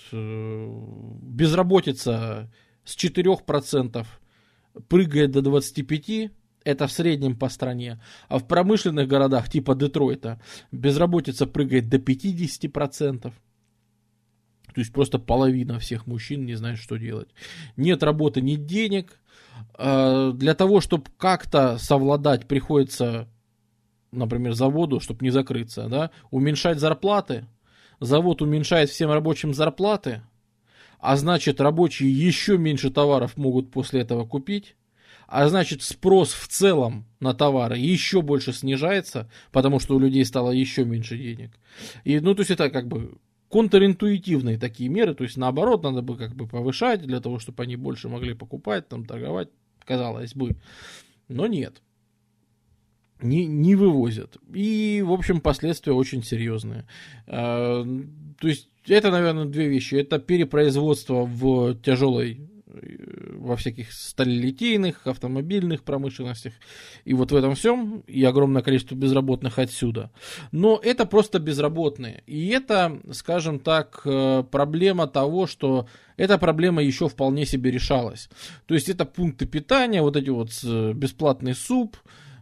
безработица с четырех процентов прыгает до двадцати пяти процентов. Это в среднем по стране. А в промышленных городах типа Детройта безработица прыгает до пятидесяти процентов. То есть просто половина всех мужчин не знает, что делать. Нет работы, нет денег. Для того, чтобы как-то совладать, приходится, например, заводу, чтобы не закрыться, да, уменьшать зарплаты. Завод уменьшает всем рабочим зарплаты, а значит, рабочие еще меньше товаров могут после этого купить. А значит, спрос в целом на товары еще больше снижается, потому что у людей стало еще меньше денег. И, ну, то есть это как бы контринтуитивные такие меры, то есть наоборот, надо бы как бы повышать для того, чтобы они больше могли покупать, там, торговать, казалось бы. Но нет. Не, не вывозят. И, в общем, последствия очень серьезные. А, то есть это, наверное, две вещи. Это перепроизводство в тяжелой, во всяких сталелитейных, автомобильных промышленностях. И вот в этом всем и огромное количество безработных отсюда. Но это просто безработные. И это, скажем так, проблема того, что эта проблема еще вполне себе решалась. То есть это пункты питания, вот эти вот бесплатный суп,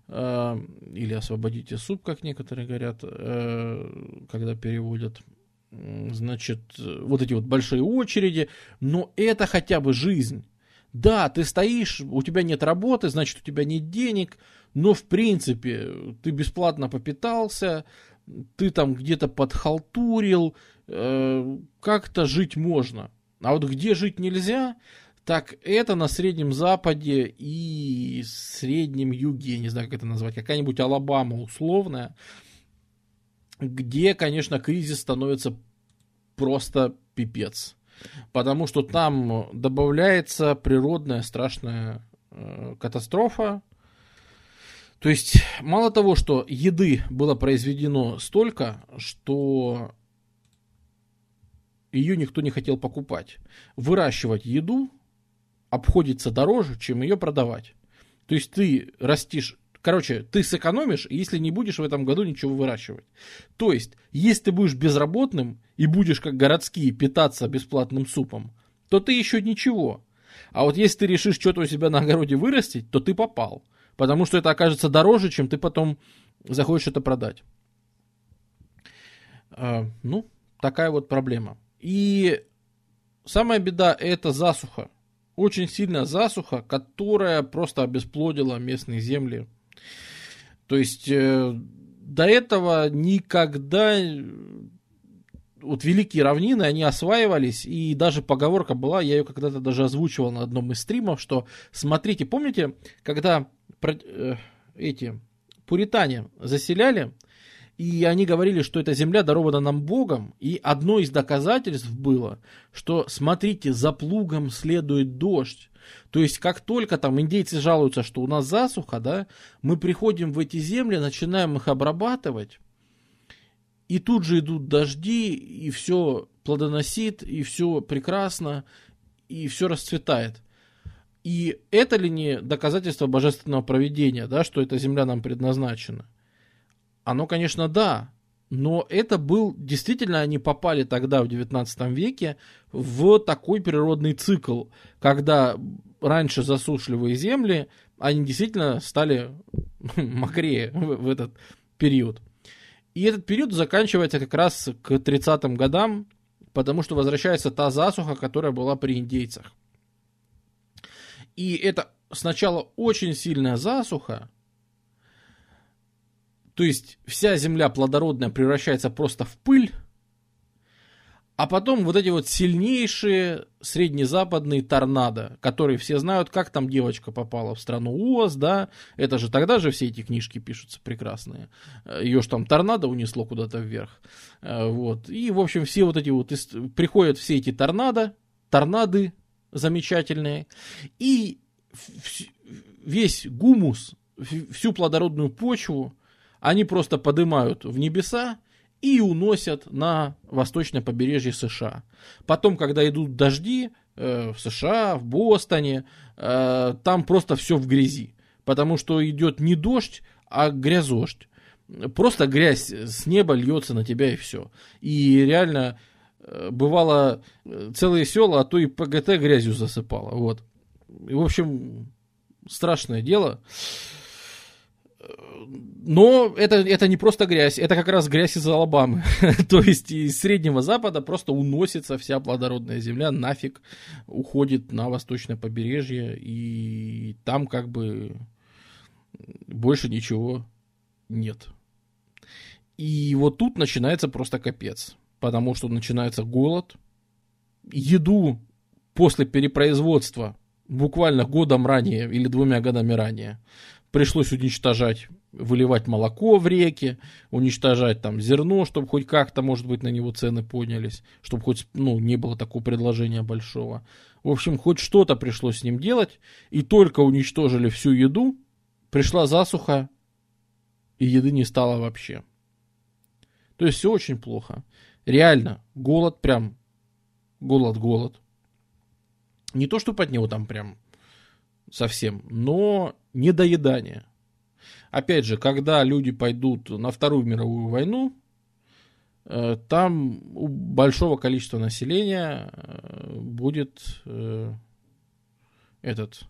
или освободите суп, как некоторые говорят, когда переводят. Значит, вот эти вот большие очереди, но это хотя бы жизнь. Да, ты стоишь, у тебя нет работы, значит, у тебя нет денег, но в принципе ты бесплатно попитался, ты там где-то подхалтурил, э, как-то жить можно. А вот где жить нельзя, так это на Среднем Западе и Среднем Юге, я не знаю, как это назвать, какая-нибудь Алабама условная, где, конечно, кризис становится просто пипец. Потому что там добавляется природная страшная э, катастрофа. То есть, мало того, что еды было произведено столько, что ее никто не хотел покупать. Выращивать еду обходится дороже, чем ее продавать. То есть, ты растишь... Короче, ты сэкономишь, если не будешь в этом году ничего выращивать. То есть, если ты будешь безработным и будешь, как городские, питаться бесплатным супом, то ты еще ничего. А вот если ты решишь что-то у себя на огороде вырастить, то ты попал. Потому что это окажется дороже, чем ты потом захочешь это продать. А, ну, такая вот проблема. И самая беда – это засуха. Очень сильная засуха, которая просто обесплодила местные земли. То есть э, до этого никогда вот великие равнины, они осваивались, и даже поговорка была, я ее когда-то даже озвучивал на одном из стримов, что смотрите, помните, когда э, эти пуритане заселяли, и они говорили, что эта земля дарована нам Богом, и одно из доказательств было, что смотрите, за плугом следует дождь. То есть, как только там индейцы жалуются, что у нас засуха, да, мы приходим в эти земли, начинаем их обрабатывать, и тут же идут дожди, и все плодоносит, и все прекрасно, и все расцветает. И это ли не доказательство божественного провидения, да, что эта земля нам предназначена? Оно, конечно, да, но это был, действительно, они попали тогда, в девятнадцатом веке, в такой природный цикл, когда раньше засушливые земли, они действительно стали мокрее в, в этот период. И этот период заканчивается как раз к тридцатым годам, потому что возвращается та засуха, которая была при индейцах. И это сначала очень сильная засуха, то есть вся земля плодородная превращается просто в пыль, А потом вот эти вот сильнейшие среднезападные торнадо, которые все знают, как там девочка попала в страну ООС, да, это же тогда же все эти книжки пишутся прекрасные. Ее же там торнадо унесло куда-то вверх. Вот. И, в общем, все вот эти вот, приходят все эти торнадо, торнады замечательные, и весь гумус, всю плодородную почву они просто поднимают в небеса, и уносят на восточное побережье США. Потом, когда идут дожди э, в США, в Бостоне, э, там просто все в грязи. Потому что идет не дождь, а грязождь. Просто грязь с неба льется на тебя и все. И реально э, бывало целые села, а то и ПГТ грязью засыпало. Вот. И, в общем, страшное дело. Но это, это не просто грязь, это как раз грязь из Алабамы. То есть из Среднего Запада просто уносится вся плодородная земля, нафиг уходит на восточное побережье, и там как бы больше ничего нет. И вот тут начинается просто капец, потому что начинается голод. Еду после перепроизводства буквально годом ранее или двумя годами ранее пришлось уничтожать, выливать молоко в реки, уничтожать там зерно, чтобы хоть как-то, может быть, на него цены поднялись, чтобы хоть, ну, не было такого предложения большого. В общем, хоть что-то пришлось с ним делать, и только уничтожили всю еду, пришла засуха, и еды не стало вообще. То есть все очень плохо. Реально, голод прям, голод-голод. Не то, что под него там прям совсем, но недоедание. Опять же, когда люди пойдут на Вторую мировую войну, там у большого количества населения будет этот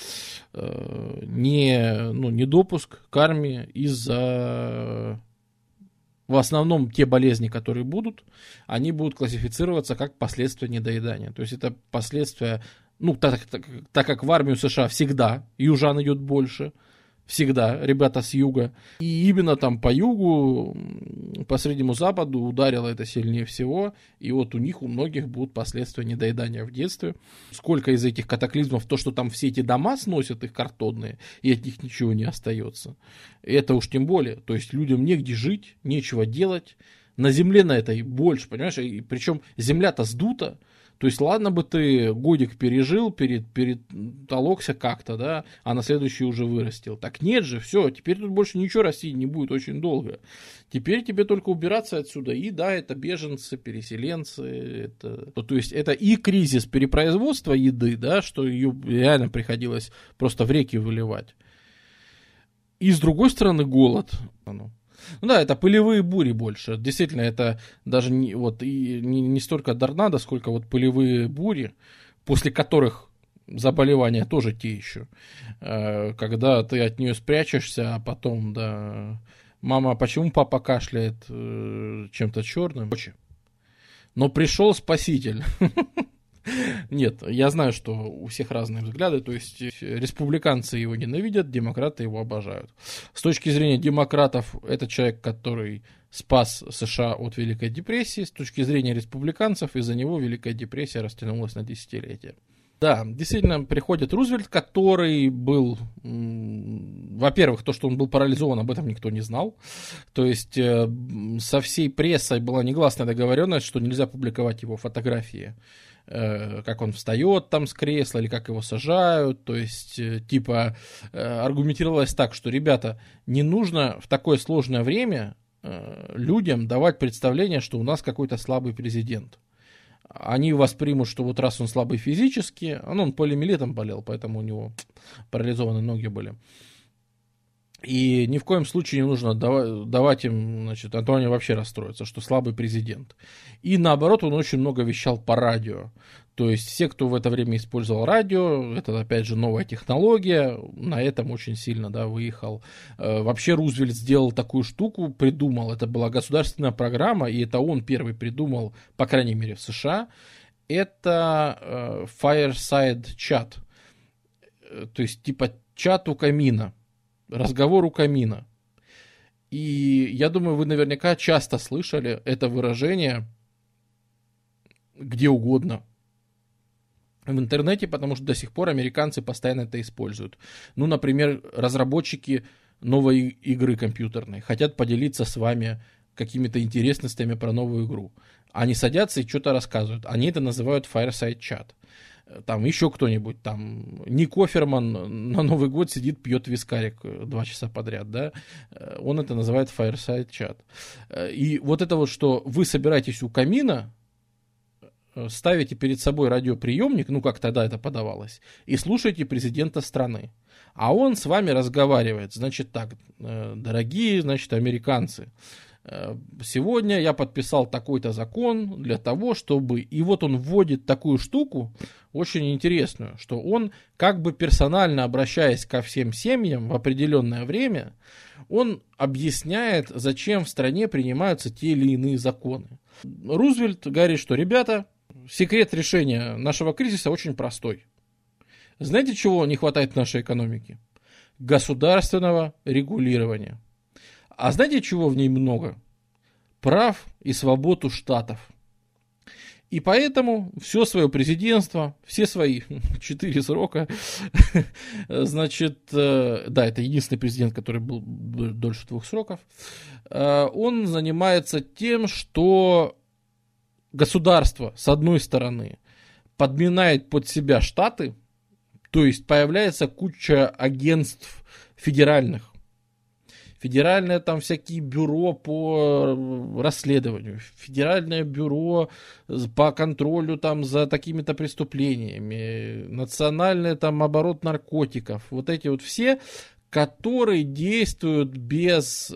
не, ну, недопуск к армии из-за... В основном те болезни, которые будут, они будут классифицироваться как последствия недоедания. То есть это последствия... Ну, так, так, так как в армию США всегда южан идет больше, всегда ребята с юга, и именно там по югу, по Среднему Западу ударило это сильнее всего, и вот у них, у многих будут последствия недоедания в детстве. Сколько из этих катаклизмов, то, что там все эти дома сносят, их картонные, и от них ничего не остается. Это уж тем более, то есть людям негде жить, нечего делать, на земле на этой больше, понимаешь, и причем земля-то сдута. То есть, ладно бы ты годик пережил, перед, перетолокся как-то, да, а на следующий уже вырастил. Так нет же, все, теперь тут больше ничего расти не будет очень долго. Теперь тебе только убираться отсюда. И да, это беженцы, переселенцы, это, то есть это и кризис перепроизводства еды, да, что ее реально приходилось просто в реки выливать. И с другой стороны голод. Ну да, это пылевые бури больше. Действительно, это даже не, вот, и не, не столько торнадо, сколько вот пылевые бури, после которых заболевания тоже те еще. Когда ты от нее спрячешься, а потом, да, мама, почему папа кашляет чем-то черным? Но пришел спаситель. Нет, я знаю, что у всех разные взгляды, то есть республиканцы его ненавидят, демократы его обожают. С точки зрения демократов, это человек, который спас США от Великой депрессии, с точки зрения республиканцев, из-за него Великая депрессия растянулась на десятилетия. Да, действительно, приходит Рузвельт, который был, во-первых, то, что он был парализован, об этом никто не знал. То есть э, со всей прессой была негласная договоренность, что нельзя публиковать его фотографии, э, как он встает там с кресла или как его сажают. То есть, э, типа, э, аргументировалось так, что, ребята, не нужно в такое сложное время э, людям давать представление, что у нас какой-то слабый президент. Они воспримут, что вот раз он слабый физически, ну, он полиомиелитом болел, поэтому у него парализованные ноги были. И ни в коем случае не нужно давать, давать им, значит, а то они вообще расстроятся, что слабый президент. И наоборот, он очень много вещал по радио. То есть все, кто в это время использовал радио, это опять же новая технология, на этом очень сильно, да, выехал. Вообще Рузвельт сделал такую штуку, придумал, это была государственная программа, и это он первый придумал, по крайней мере в США, это fireside chat, то есть типа чат у камина, разговор у камина. И я думаю, вы наверняка часто слышали это выражение где угодно. В интернете, потому что до сих пор американцы постоянно это используют. Ну, например, разработчики новой игры компьютерной хотят поделиться с вами какими-то интересностями про новую игру. Они садятся и что-то рассказывают. Они это называют Fireside Chat. Там еще кто-нибудь, там, Ник Офферман на Новый год сидит, пьет вискарик два часа подряд, да, он это называет Fireside Chat. И вот это вот, что вы собираетесь у камина, ставите перед собой радиоприемник, ну, как тогда это подавалось, и слушаете президента страны. А он с вами разговаривает, значит так, дорогие, значит, американцы, сегодня я подписал такой-то закон для того, чтобы... И вот он вводит такую штуку, очень интересную, что он, как бы персонально обращаясь ко всем семьям в определенное время, он объясняет, зачем в стране принимаются те или иные законы. Рузвельт говорит, что, ребята, секрет решения нашего кризиса очень простой. Знаете, чего не хватает в нашей экономике? Государственного регулирования. А знаете, чего в ней много? Прав и свобод у штатов. И поэтому все свое президентство, все свои четыре срока, значит, да, это единственный президент, который был дольше двух сроков, он занимается тем, что государство, с одной стороны, подминает под себя штаты, то есть появляется куча агентств федеральных. Федеральное там всякие бюро по расследованию, федеральное бюро по контролю там за такими-то преступлениями, национальный там оборот наркотиков, вот эти вот все, которые действуют без,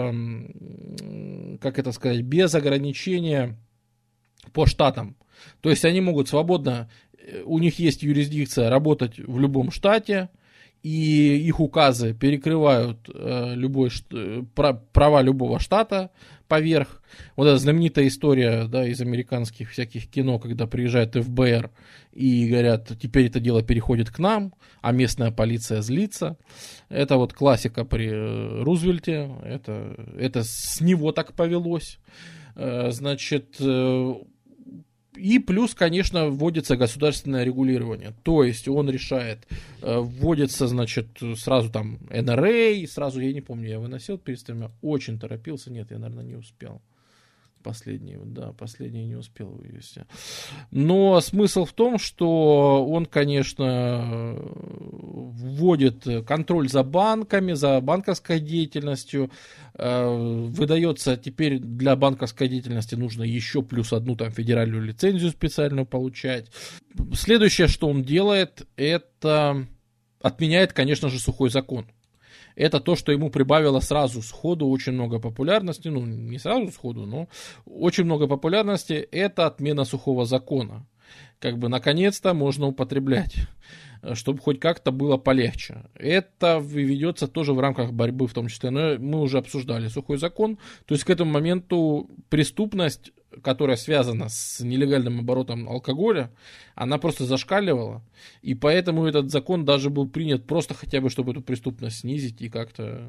эм, как это сказать, без ограничения по штатам. То есть они могут свободно, у них есть юрисдикция работать в любом штате, и их указы перекрывают э, любой, э, права любого штата поверх. Вот эта знаменитая история, да, из американских всяких кино, когда приезжает эф бэ эр и говорят, теперь это дело переходит к нам, а местная полиция злится. Это вот классика при Рузвельте, это, это с него так повелось. Э, значит... Э, И плюс, конечно, вводится государственное регулирование. То есть он решает, вводится, значит, сразу там эн эр эй, сразу, я не помню, я выносил перед тремя, очень торопился, нет, я, наверное, не успел. Последний, да, последний не успел вывести. Но смысл в том, что он, конечно, вводит контроль за банками, за банковской деятельностью. Выдается теперь для банковской деятельности нужно еще плюс одну там федеральную лицензию специальную получать. Следующее, что он делает, это отменяет, конечно же, сухой закон. Это то, что ему прибавило сразу сходу очень много популярности, ну не сразу сходу, но очень много популярности, это отмена сухого закона. Как бы наконец-то можно употреблять, чтобы хоть как-то было полегче. Это ведется тоже в рамках борьбы, в том числе, но мы уже обсуждали сухой закон, то есть к этому моменту преступность, которая связана с нелегальным оборотом алкоголя, она просто зашкаливала, и поэтому этот закон даже был принят просто хотя бы, чтобы эту преступность снизить и как-то...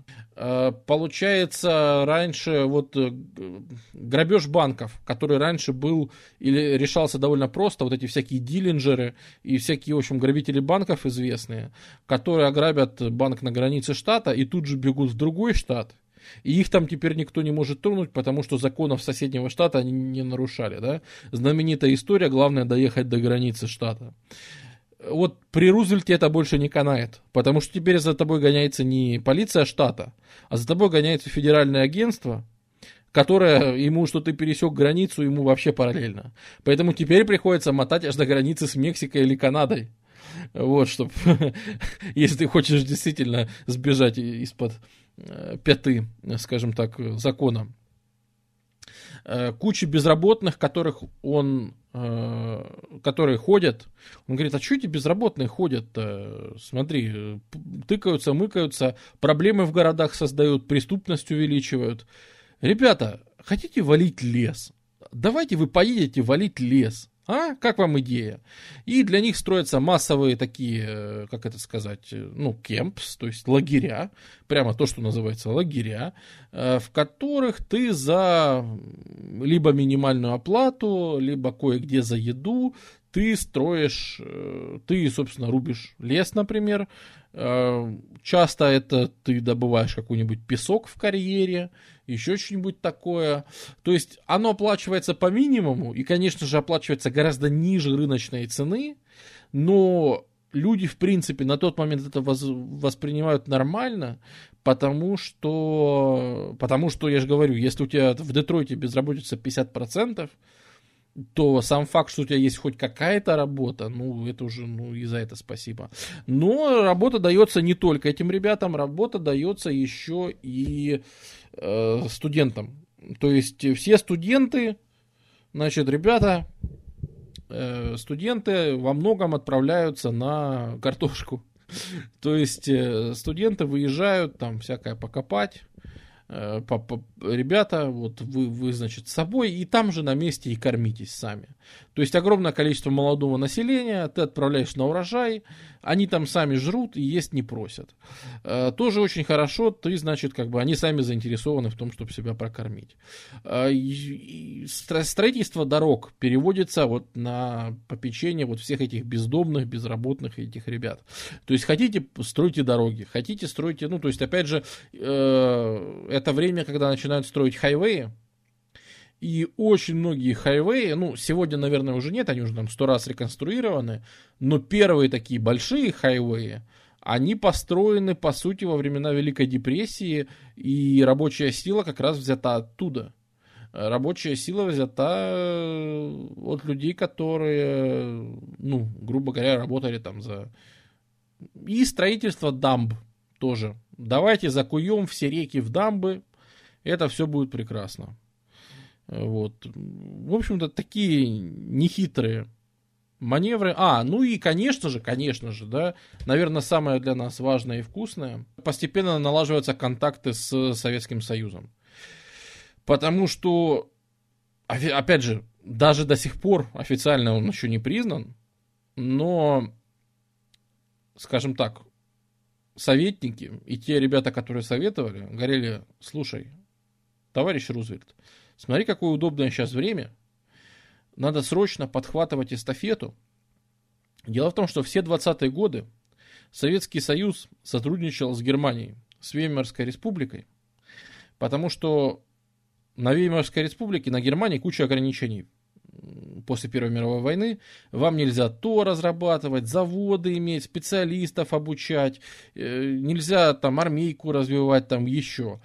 Получается, раньше вот грабеж банков, который раньше был или решался довольно просто, вот эти всякие диллинджеры и всякие, в общем, грабители банков известные, которые ограбят банк на границе штата и тут же бегут в другой штат, и их там теперь никто не может тронуть, потому что законов соседнего штата они не нарушали, да? Знаменитая история, главное доехать до границы штата. Вот при Рузвельте это больше не канает, потому что теперь за тобой гоняется не полиция штата, а за тобой гоняется федеральное агентство, которое ему, что ты пересек границу, ему вообще параллельно. Поэтому теперь приходится мотать аж до границы с Мексикой или Канадой. Вот, чтобы, если ты хочешь действительно сбежать из-под пяты, скажем так, закона. Куча безработных, которых он, которые ходят. Он говорит, а что эти безработные ходят-то? Смотри, тыкаются, мыкаются, проблемы в городах создают, преступность увеличивают. Ребята, хотите валить лес? Давайте вы поедете валить лес. А? Как вам идея? И для них строятся массовые такие, как это сказать, ну, кемпс, то есть лагеря, прямо то, что называется лагеря, в которых ты за либо минимальную оплату, либо кое-где за еду ты строишь, ты, собственно, рубишь лес, например. Часто это ты добываешь какой-нибудь песок в карьере, еще что-нибудь такое. То есть оно оплачивается по минимуму и, конечно же, оплачивается гораздо ниже рыночной цены, но люди, в принципе, на тот момент это воспринимают нормально, потому что, потому что, я же говорю, если у тебя в Детройте безработица пятьдесят процентов, то сам факт, что у тебя есть хоть какая-то работа, ну, это уже, ну, и за это спасибо. Но работа дается не только этим ребятам, работа дается еще и э, студентам. То есть все студенты, значит, ребята, э, студенты во многом отправляются на картошку. То есть э, студенты выезжают там всякое покопать, ребята, вот вы, вы, значит, с собой, и там же на месте и кормитесь сами. То есть огромное количество молодого населения, ты отправляешь на урожай, они там сами жрут и есть не просят. Тоже очень хорошо, ты, значит, как бы они сами заинтересованы в том, чтобы себя прокормить. Строительство дорог переводится вот на попечение вот всех этих бездомных, безработных этих ребят. То есть хотите, стройте дороги, хотите, стройте, ну, то есть, опять же, это время, когда начинают строить хайвеи, и очень многие хайвеи, ну, сегодня, наверное, уже нет, они уже там сто раз реконструированы, но первые такие большие хайвеи, они построены, по сути, во времена Великой депрессии, и рабочая сила как раз взята оттуда. Рабочая сила взята от людей, которые, ну, грубо говоря, работали там за... И строительство дамб тоже. Давайте закуем все реки в дамбы, это все будет прекрасно. Вот. В общем-то, такие нехитрые маневры. А, ну и, конечно же, конечно же, да, наверное, самое для нас важное и вкусное, постепенно налаживаются контакты с Советским Союзом. Потому что, опять же, даже до сих пор официально он еще не признан, но, скажем так, советники и те ребята, которые советовали, говорили: слушай, товарищ Рузвельт, смотри, какое удобное сейчас время, надо срочно подхватывать эстафету. Дело в том, что все двадцатые годы Советский Союз сотрудничал с Германией, с Веймарской республикой, потому что на Веймарской республике, на Германии куча ограничений. После Первой мировой войны вам нельзя то разрабатывать, заводы иметь, специалистов обучать, нельзя там армейку развивать, там еще.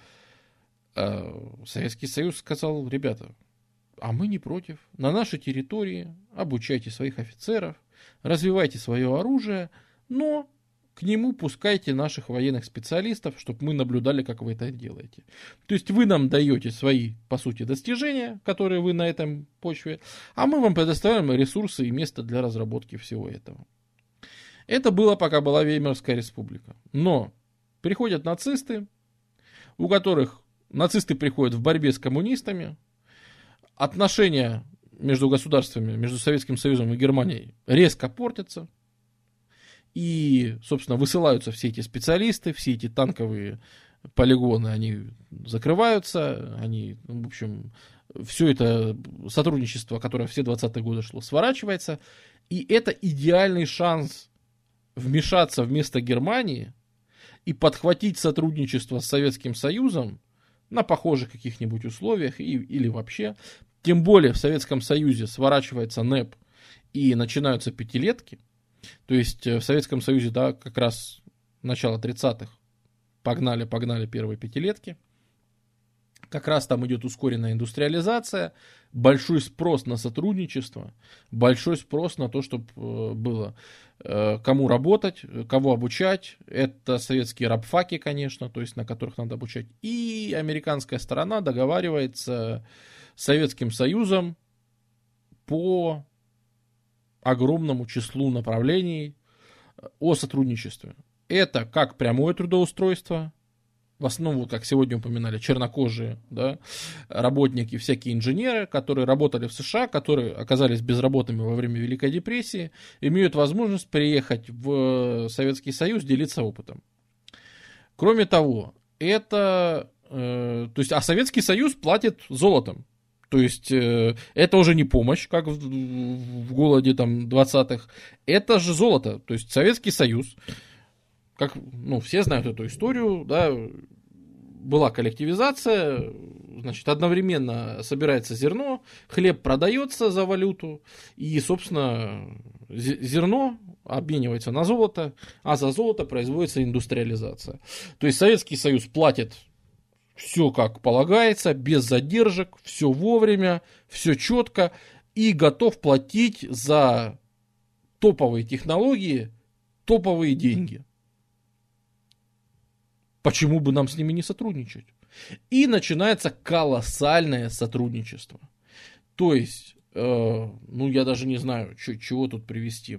Советский Союз сказал: ребята, а мы не против. На нашей территории обучайте своих офицеров, развивайте свое оружие, но к нему пускайте наших военных специалистов, чтобы мы наблюдали, как вы это делаете. То есть вы нам даете свои, по сути, достижения, которые вы на этом почве, а мы вам предоставляем ресурсы и место для разработки всего этого. Это было, пока была Веймарская республика. Но приходят нацисты, у которых нацисты приходят в борьбе с коммунистами, отношения между государствами, между Советским Союзом и Германией резко портятся, и, собственно, высылаются все эти специалисты, все эти танковые полигоны, они закрываются, они, в общем, все это сотрудничество, которое все двадцатые годы шло, сворачивается, и это идеальный шанс вмешаться вместо Германии и подхватить сотрудничество с Советским Союзом на похожих каких-нибудь условиях и, или вообще. Тем более в Советском Союзе сворачивается НЭП и начинаются пятилетки. То есть в Советском Союзе, да, как раз начало тридцатых погнали, погнали первые пятилетки. Как раз там идет ускоренная индустриализация, большой спрос на сотрудничество, большой спрос на то, чтобы было кому работать, кого обучать. Это советские рабфаки, конечно, то есть на которых надо обучать. И американская сторона договаривается с Советским Союзом по огромному числу направлений о сотрудничестве. Это как прямое трудоустройство, в основном, как сегодня упоминали, чернокожие, да, работники, всякие инженеры, которые работали в США, которые оказались безработными во время Великой депрессии, имеют возможность приехать в Советский Союз, делиться опытом. Кроме того, это, э, то есть, а Советский Союз платит золотом. То есть э, это уже не помощь, как в, в голоде там двадцатых, это же золото. То есть Советский Союз, как ну, все знают эту историю, да, была коллективизация, значит, одновременно собирается зерно, хлеб продается за валюту, и, собственно, зерно обменивается на золото, а за золото производится индустриализация. То есть Советский Союз платит все как полагается, без задержек, все вовремя, все четко, и готов платить за топовые технологии, топовые деньги. Почему бы нам с ними не сотрудничать? И начинается колоссальное сотрудничество. То есть, э, ну я даже не знаю, чё, чего тут привести.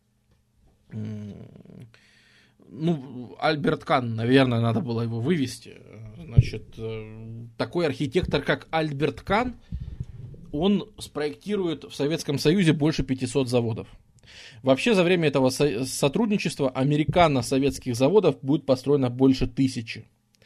Ну, Альберт Кан, наверное, надо было его вывести. Значит, такой архитектор, как Альберт Кан, он спроектирует в Советском Союзе больше пятисот заводов. Вообще, за время этого со- сотрудничества американо-советских заводов будет построено больше тысячи.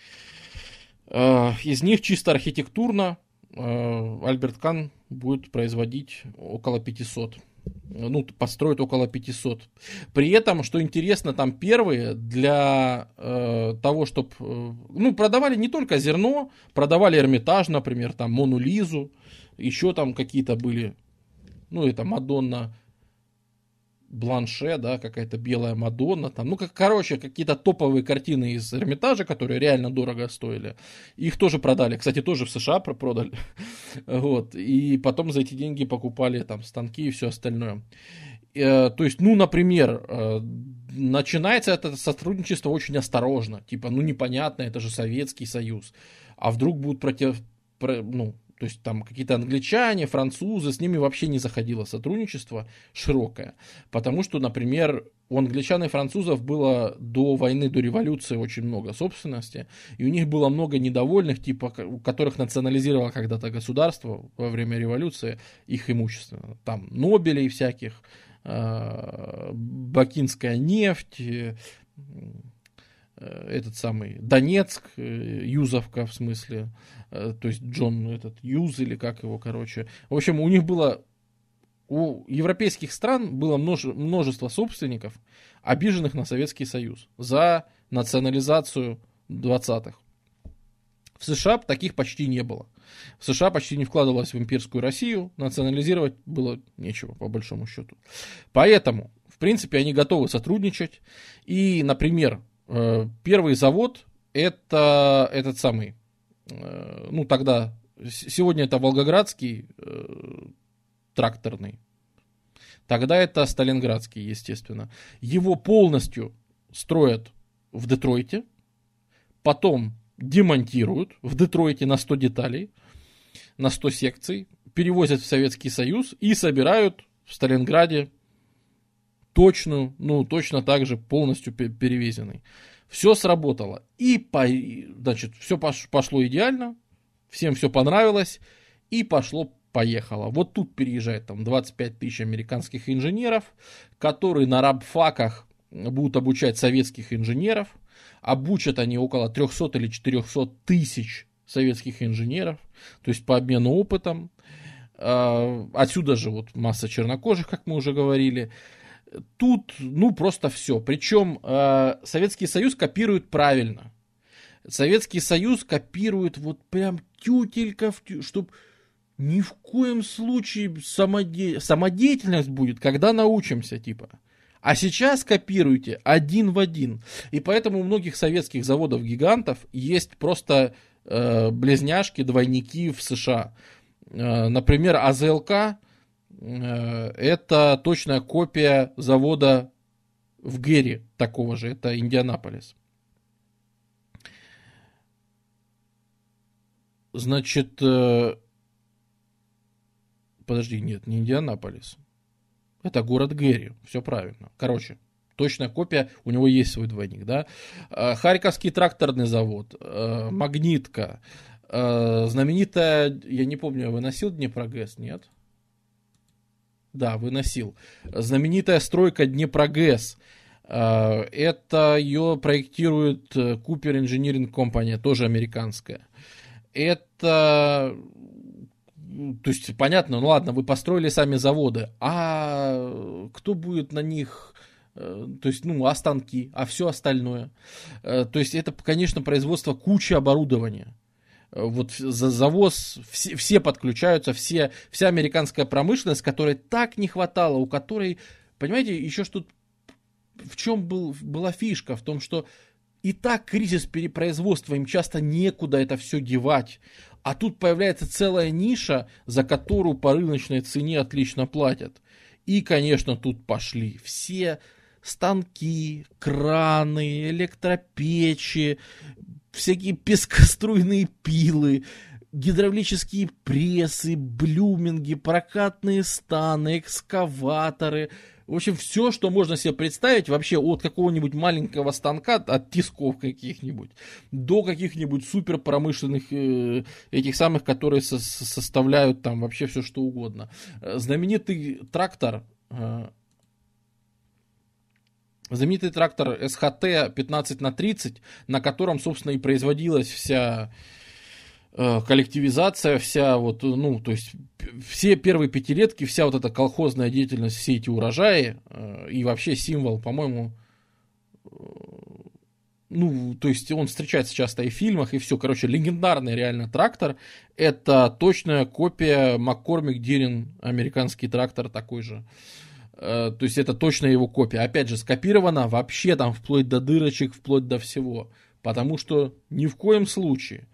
Из них чисто архитектурно Альберт Кан будет производить около пятисот. Ну, построит около пятисот. При этом, что интересно, там первые для э, того, чтобы... Э, ну, продавали не только зерно, продавали Эрмитаж, например, там Мону Лизу, еще там какие-то были, ну, это Мадонна Бланше, да, какая-то белая Мадонна, там, ну, как, короче, какие-то топовые картины из Эрмитажа, которые реально дорого стоили, их тоже продали, кстати, тоже в США продали, вот, и потом за эти деньги покупали там станки и все остальное. То есть, ну, например, начинается это сотрудничество очень осторожно, типа, ну, непонятно, это же Советский Союз, а вдруг будут против, ну, то есть там какие-то англичане, французы, с ними вообще не заходило сотрудничество широкое. Потому что, например, у англичан и французов было до войны, до революции очень много собственности. И у них было много недовольных, типа, у которых национализировало когда-то государство во время революции их имущество. Там Нобелей всяких, Бакинская нефть, этот самый Донецк, Юзовка в смысле, то есть Джон этот Юз или как его, короче. В общем, у них было, у европейских стран было множе, множество собственников, обиженных на Советский Союз за национализацию двадцатых. В США таких почти не было. В США почти не вкладывалось в имперскую Россию, национализировать было нечего, по большому счету. Поэтому, в принципе, они готовы сотрудничать. И, например, первый завод это этот самый, ну тогда, сегодня это Волгоградский тракторный, тогда это Сталинградский, естественно. Его полностью строят в Детройте, потом демонтируют в Детройте на сто деталей, на сто секций, перевозят в Советский Союз и собирают в Сталинграде точную, ну, точно так же полностью перевезенный. Все сработало. И, по, значит, все пошло идеально, всем все понравилось, и пошло-поехало. Вот тут переезжает там двадцать пять тысяч американских инженеров, которые на рабфаках будут обучать советских инженеров. Обучат они около триста или четыреста тысяч советских инженеров, то есть по обмену опытом. Отсюда же вот масса чернокожих, как мы уже говорили. Тут, ну, просто все. Причем э, Советский Союз копирует правильно. Советский Союз копирует вот прям тютелька, в тю, чтобы ни в коем случае самоде... самодеятельность будет, когда научимся, типа. А сейчас копируйте один в один. И поэтому у многих советских заводов-гигантов есть просто э, близняшки, двойники в США. Э, например, АЗЛК. Это точная копия завода в Гэри, такого же, это Индианаполис. Значит, подожди, нет, не Индианаполис. Это город Гэри, все правильно. Короче, точная копия, у него есть свой двойник, да. Харьковский тракторный завод, Магнитка, знаменитая, я не помню, выносил Днепрогэс, нет? Да, выносил. Знаменитая стройка Днепрогэс. Это ее проектирует Cooper Engineering Company, тоже американская. Это то есть, понятно, ну ладно, вы построили сами заводы, а кто будет на них, то есть, ну, а станки, а все остальное. То есть, это, конечно, производство кучи оборудования. Вот за завоз все, все подключаются, все, вся американская промышленность, которой так не хватало, у которой, понимаете, еще что в чем был, была фишка, в том, что и так кризис перепроизводства, им часто некуда это все девать. А тут появляется целая ниша, за которую по рыночной цене отлично платят. И, конечно, тут пошли все станки, краны, электропечи, всякие пескоструйные пилы, гидравлические прессы, блюминги, прокатные станы, экскаваторы. В общем, все, что можно себе представить, вообще от какого-нибудь маленького станка, от тисков каких-нибудь, до каких-нибудь суперпромышленных э, этих самых, которые со- составляют там вообще все, что угодно. Знаменитый трактор, э, знаменитый трактор эс ха тэ пятнадцать на тридцать, на котором, собственно, и производилась вся коллективизация, вся вот, ну, то есть все первые пятилетки, вся вот эта колхозная деятельность, все эти урожаи и вообще символ, по-моему, ну, то есть он встречается часто и в фильмах, и все, короче, легендарный реально трактор, это точная копия Маккормик Дирин, американский трактор такой же. То есть это точно его копия. Опять же, скопировано вообще там вплоть до дырочек, вплоть до всего. Потому что ни в коем случае.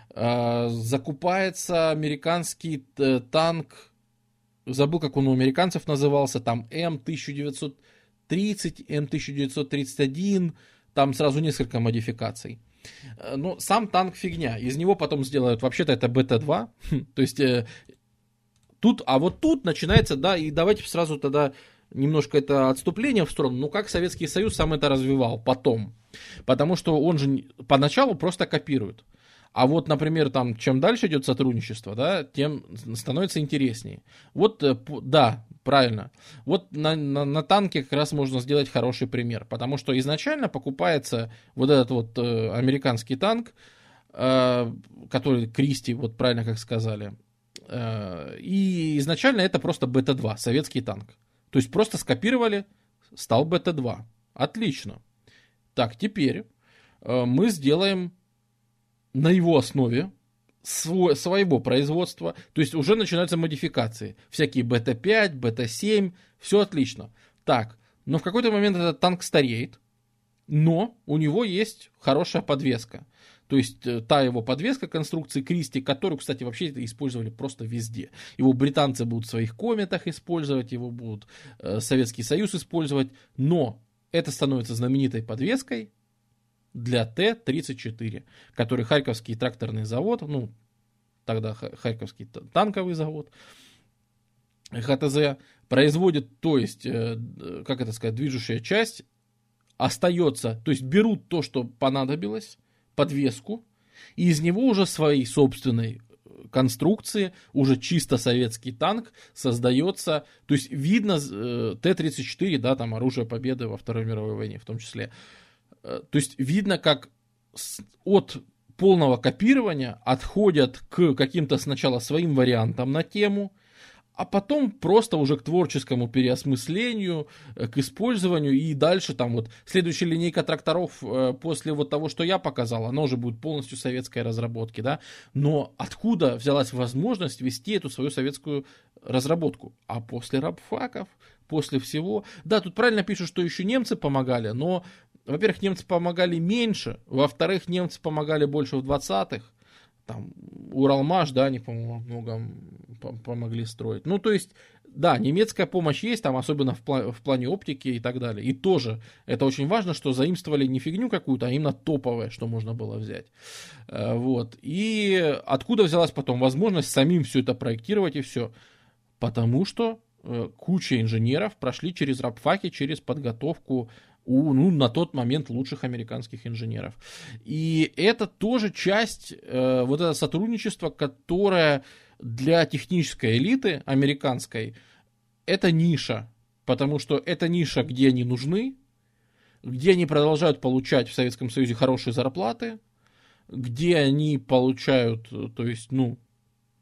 Закупается американский танк, забыл, как он у американцев назывался, там эм тысяча девятьсот тридцать, эм тысяча девятьсот тридцать один, там сразу несколько модификаций. Но сам танк фигня, из него потом сделают, вообще-то это бэ тэ два, то есть тут, а вот тут начинается, да, и давайте сразу тогда немножко это отступление в сторону, ну как Советский Союз сам это развивал потом, потому что он же поначалу просто копирует. А вот, например, там, чем дальше идет сотрудничество, да, тем становится интереснее. Вот, да, правильно. Вот на, на, на танке как раз можно сделать хороший пример, потому что изначально покупается вот этот вот э, американский танк, э, который Кристи, вот правильно как сказали, э, и изначально это просто бэ тэ два, советский танк. То есть просто скопировали, стал бэ тэ два. Отлично. Так, теперь э, мы сделаем на его основе свой, своего производства, то есть уже начинаются модификации, всякие бэ тэ пять, бэ тэ семь, все отлично. Так, но в какой-то момент этот танк стареет, но у него есть хорошая подвеска. То есть та его подвеска конструкции Кристи, которую, кстати, вообще использовали просто везде. Его британцы будут в своих кометах использовать, его будут э, Советский Союз использовать, но это становится знаменитой подвеской для Т тридцать четыре, который Харьковский тракторный завод, ну, тогда Харьковский танковый завод, ха тэ зэ, производит, то есть, как это сказать, движущая часть остается, то есть берут то, что понадобилось, подвеску, и из него уже своей собственной конструкции, уже чисто советский танк создается, то есть видно Т тридцать четыре, да, там оружие победы во Второй мировой войне в том числе. То есть видно, как от полного копирования отходят к каким-то сначала своим вариантам на тему, а потом просто уже к творческому переосмыслению, к использованию, и дальше там вот следующая линейка тракторов после вот того, что я показал, она уже будет полностью советской разработки, да, но откуда взялась возможность вести эту свою советскую разработку? А после рабфаков, после всего, да, тут правильно пишут, что еще немцы помогали, но во-первых, немцы помогали меньше, во-вторых, немцы помогали больше в двадцатых, там, Уралмаш, да, они, по-моему, много помогли строить. Ну, то есть, да, немецкая помощь есть, там, особенно в, пла- в плане оптики и так далее. И тоже, это очень важно, что заимствовали не фигню какую-то, а именно топовое, что можно было взять. Вот. И откуда взялась потом возможность самим все это проектировать и все? Потому что куча инженеров прошли через рабфаки, через подготовку у, ну, на тот момент лучших американских инженеров. И это тоже часть э, вот этого сотрудничества, которое для технической элиты американской это ниша, потому что это ниша, где они нужны, где они продолжают получать в Советском Союзе хорошие зарплаты, где они получают, то есть, ну,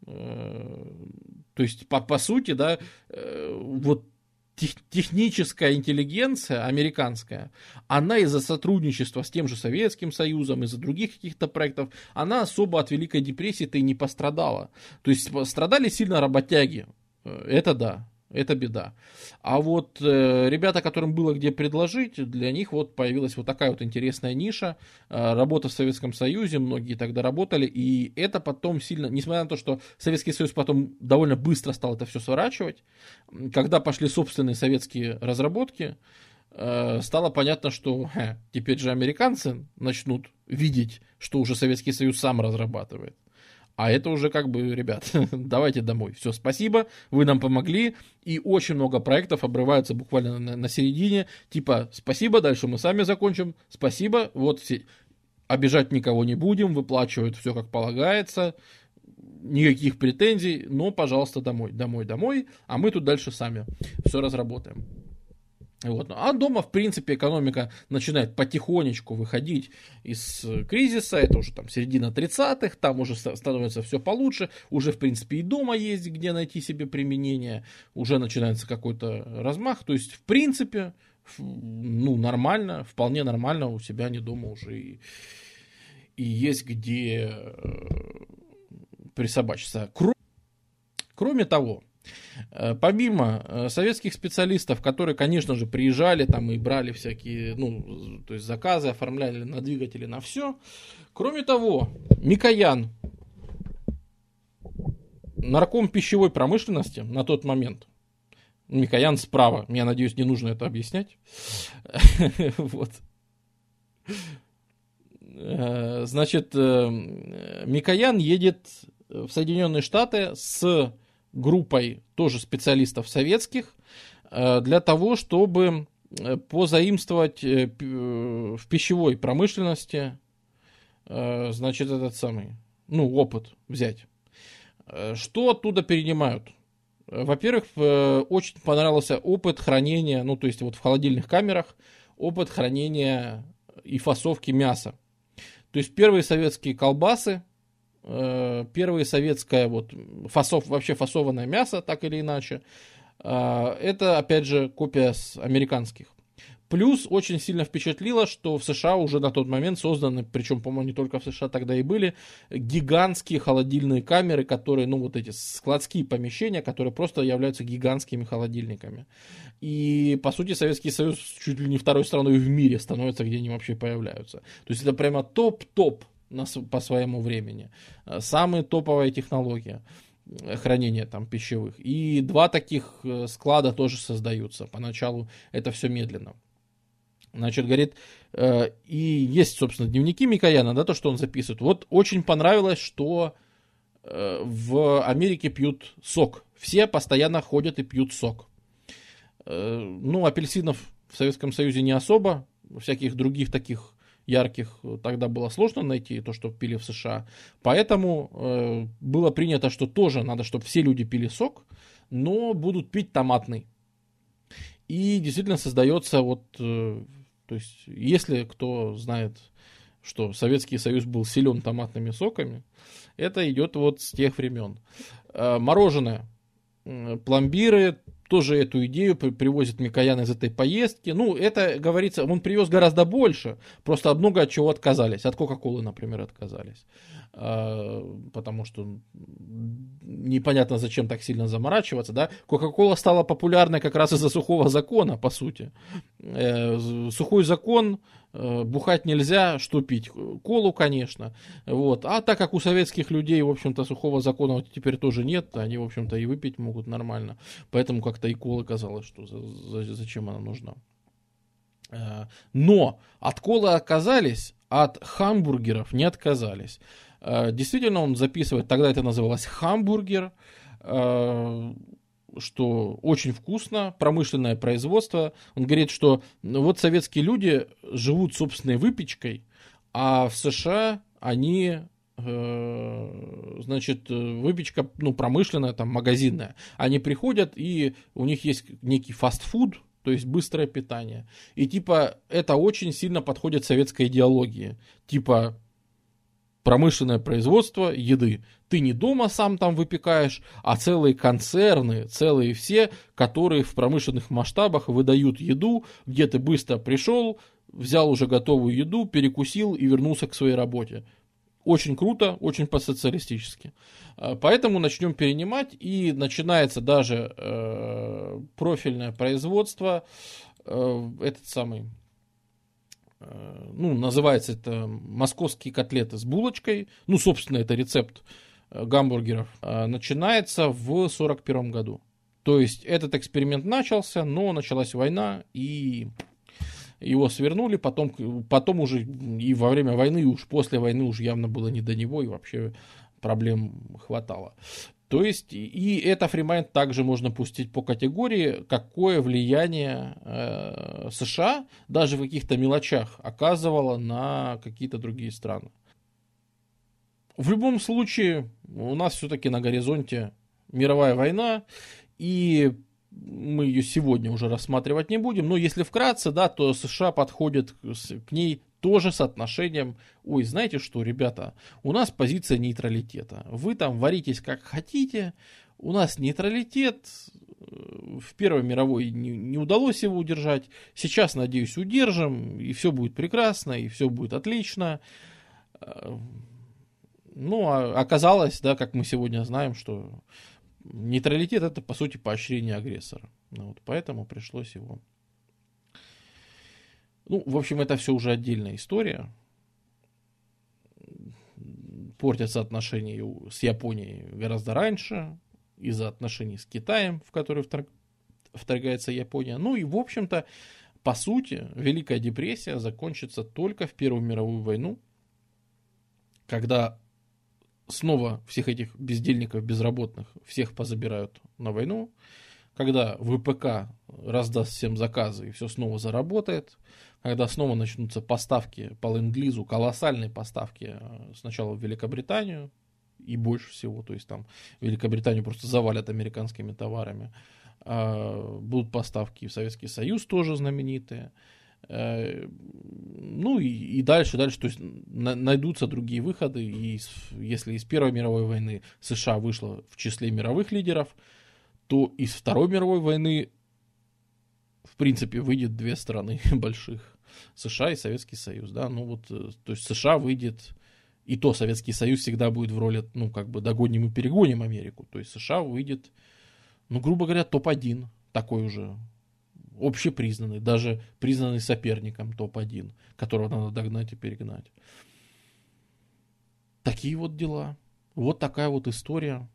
То есть, по, по сути, да, вот тех, техническая интеллигенция американская, она из-за сотрудничества с тем же Советским Союзом, из-за других каких-то проектов, она особо от Великой депрессии-то и не пострадала. То есть, страдали сильно работяги. Это да. Это беда. А вот э, ребята, которым было где предложить, для них вот появилась вот такая вот интересная ниша. Э, работа в Советском Союзе, многие тогда работали, и это потом сильно, несмотря на то, что Советский Союз потом довольно быстро стал это все сворачивать, когда пошли собственные советские разработки, э, стало понятно, что э, теперь же американцы начнут видеть, что уже Советский Союз сам разрабатывает. А это уже как бы, ребят, давайте домой. Все, спасибо, вы нам помогли. И очень много проектов обрываются буквально на, на середине. Типа, спасибо, дальше мы сами закончим. Спасибо, вот все. Обижать никого не будем, выплачивают все как полагается. Никаких претензий, но, пожалуйста, домой, домой, домой. А мы тут дальше сами все разработаем. Вот. А дома, в принципе, экономика начинает потихонечку выходить из кризиса, это уже там середина тридцатых, там уже становится все получше, уже, в принципе, и дома есть где найти себе применение, уже начинается какой-то размах, то есть, в принципе, ну, нормально, вполне нормально у себя не дома уже и, и есть где присобачиться. Кроме того, помимо советских специалистов, которые, конечно же, приезжали там и брали всякие, ну, то есть заказы, оформляли на двигатели, на все. Кроме того, Микоян, нарком пищевой промышленности на тот момент, Микоян справа, я надеюсь, не нужно это объяснять. Вот. Значит, Микоян едет в Соединенные Штаты с группой тоже специалистов советских для того, чтобы позаимствовать в пищевой промышленности, значит, этот самый, ну, опыт взять. Что оттуда перенимают? Во-первых, очень понравился опыт хранения, ну, то есть вот в холодильных камерах, опыт хранения и фасовки мяса. То есть первые советские колбасы, первое советское вот фасов, вообще фасованное мясо, так или иначе, это, опять же, копия с американских. Плюс очень сильно впечатлило, что в США уже на тот момент созданы, причем, по-моему, не только в США тогда и были, гигантские холодильные камеры, которые, ну, вот эти складские помещения, которые просто являются гигантскими холодильниками. И, по сути, Советский Союз чуть ли не второй страной в мире становится, где они вообще появляются. То есть это прямо топ-топ по своему времени. Самая топовая технология хранения там пищевых. И два таких склада тоже создаются. Поначалу это все медленно. Значит, говорит, э, и есть, собственно, дневники Микояна, да, то, что он записывает. Вот очень понравилось, что э, в Америке пьют сок. Все постоянно ходят и пьют сок. Э, ну, апельсинов в Советском Союзе не особо. Всяких других таких ярких тогда было сложно найти, то, что пили в США. Поэтому э, было принято, что тоже надо, чтобы все люди пили сок, но будут пить томатный. И действительно создается вот, э, то есть, если кто знает, что Советский Союз был силен томатными соками, это идет вот с тех времен. Э, мороженое, э, пломбиры, тоже эту идею привозит Микоян из этой поездки. Ну, это, говорится, он привез гораздо больше. Просто много от чего отказались. От Кока-Колы, например, отказались. Потому что непонятно, зачем так сильно заморачиваться. Да? Кока-Кола стала популярной как раз из-за сухого закона, по сути. Сухой закон, бухать нельзя, что пить? Колу, конечно. Вот. А так как у советских людей, в общем-то, сухого закона вот теперь тоже нет, они, в общем-то, и выпить могут нормально. Поэтому как-то и кола казалось, что зачем она нужна. Но от колы отказались, от хамбургеров не отказались. Действительно, он записывает, тогда это называлось хамбургер, что очень вкусно, промышленное производство. Он говорит, что вот советские люди живут собственной выпечкой, а в США они, значит, выпечка, ну, промышленная, там, магазинная. Они приходят, и у них есть некий фастфуд, то есть быстрое питание. И типа это очень сильно подходит советской идеологии. Типа промышленное производство еды. Ты не дома сам там выпекаешь, а целые концерны, целые все, которые в промышленных масштабах выдают еду, где ты быстро пришел, взял уже готовую еду, перекусил и вернулся к своей работе. Очень круто, очень по-социалистически. Поэтому начнем перенимать, и начинается даже э, профильное производство, э, этот самый... Ну, называется это московские котлеты с булочкой. Ну, собственно, это рецепт гамбургеров. Начинается в сорок первом году. То есть этот эксперимент начался, но началась война, и его свернули. Потом, потом уже и во время войны, и уж после войны уже явно было не до него, и вообще проблем хватало. То есть и это фримайнд также можно пустить по категории, какое влияние э, США даже в каких-то мелочах оказывало на какие-то другие страны. В любом случае у нас все-таки на горизонте мировая война, и мы ее сегодня уже рассматривать не будем, но если вкратце, да, то США подходят к ней тоже с отношением: ой, знаете что, ребята, у нас позиция нейтралитета. Вы там варитесь как хотите, у нас нейтралитет, в Первой мировой не, не удалось его удержать, сейчас, надеюсь, удержим, и все будет прекрасно, и все будет отлично. Ну, а оказалось, да, как мы сегодня знаем, что нейтралитет — это, по сути, поощрение агрессора. Ну, вот поэтому пришлось его... Ну, в общем, это все уже отдельная история. Портятся отношения с Японией гораздо раньше, из-за отношений с Китаем, в которые вторг... вторгается Япония. Ну и, в общем-то, по сути, Великая депрессия закончится только в Первую мировую войну, когда снова всех этих бездельников, безработных, всех позабирают на войну, когда ВПК раздаст всем заказы и все снова заработает, когда снова начнутся поставки по ленд-лизу, колоссальные поставки сначала в Великобританию и больше всего, то есть там Великобританию просто завалят американскими товарами, будут поставки в Советский Союз тоже знаменитые, ну и, и дальше, дальше, то есть на, найдутся другие выходы, и если из Первой мировой войны США вышла в числе мировых лидеров, то из Второй мировой войны, в принципе, выйдет две страны больших, США и Советский Союз, да, ну вот, то есть США выйдет, и то Советский Союз всегда будет в роли, ну, как бы догоним и перегоним Америку, то есть США выйдет, ну, грубо говоря, топ один, такой уже общепризнанный, даже признанный соперником топ один, которого надо догнать и перегнать. Такие вот дела, вот такая вот история.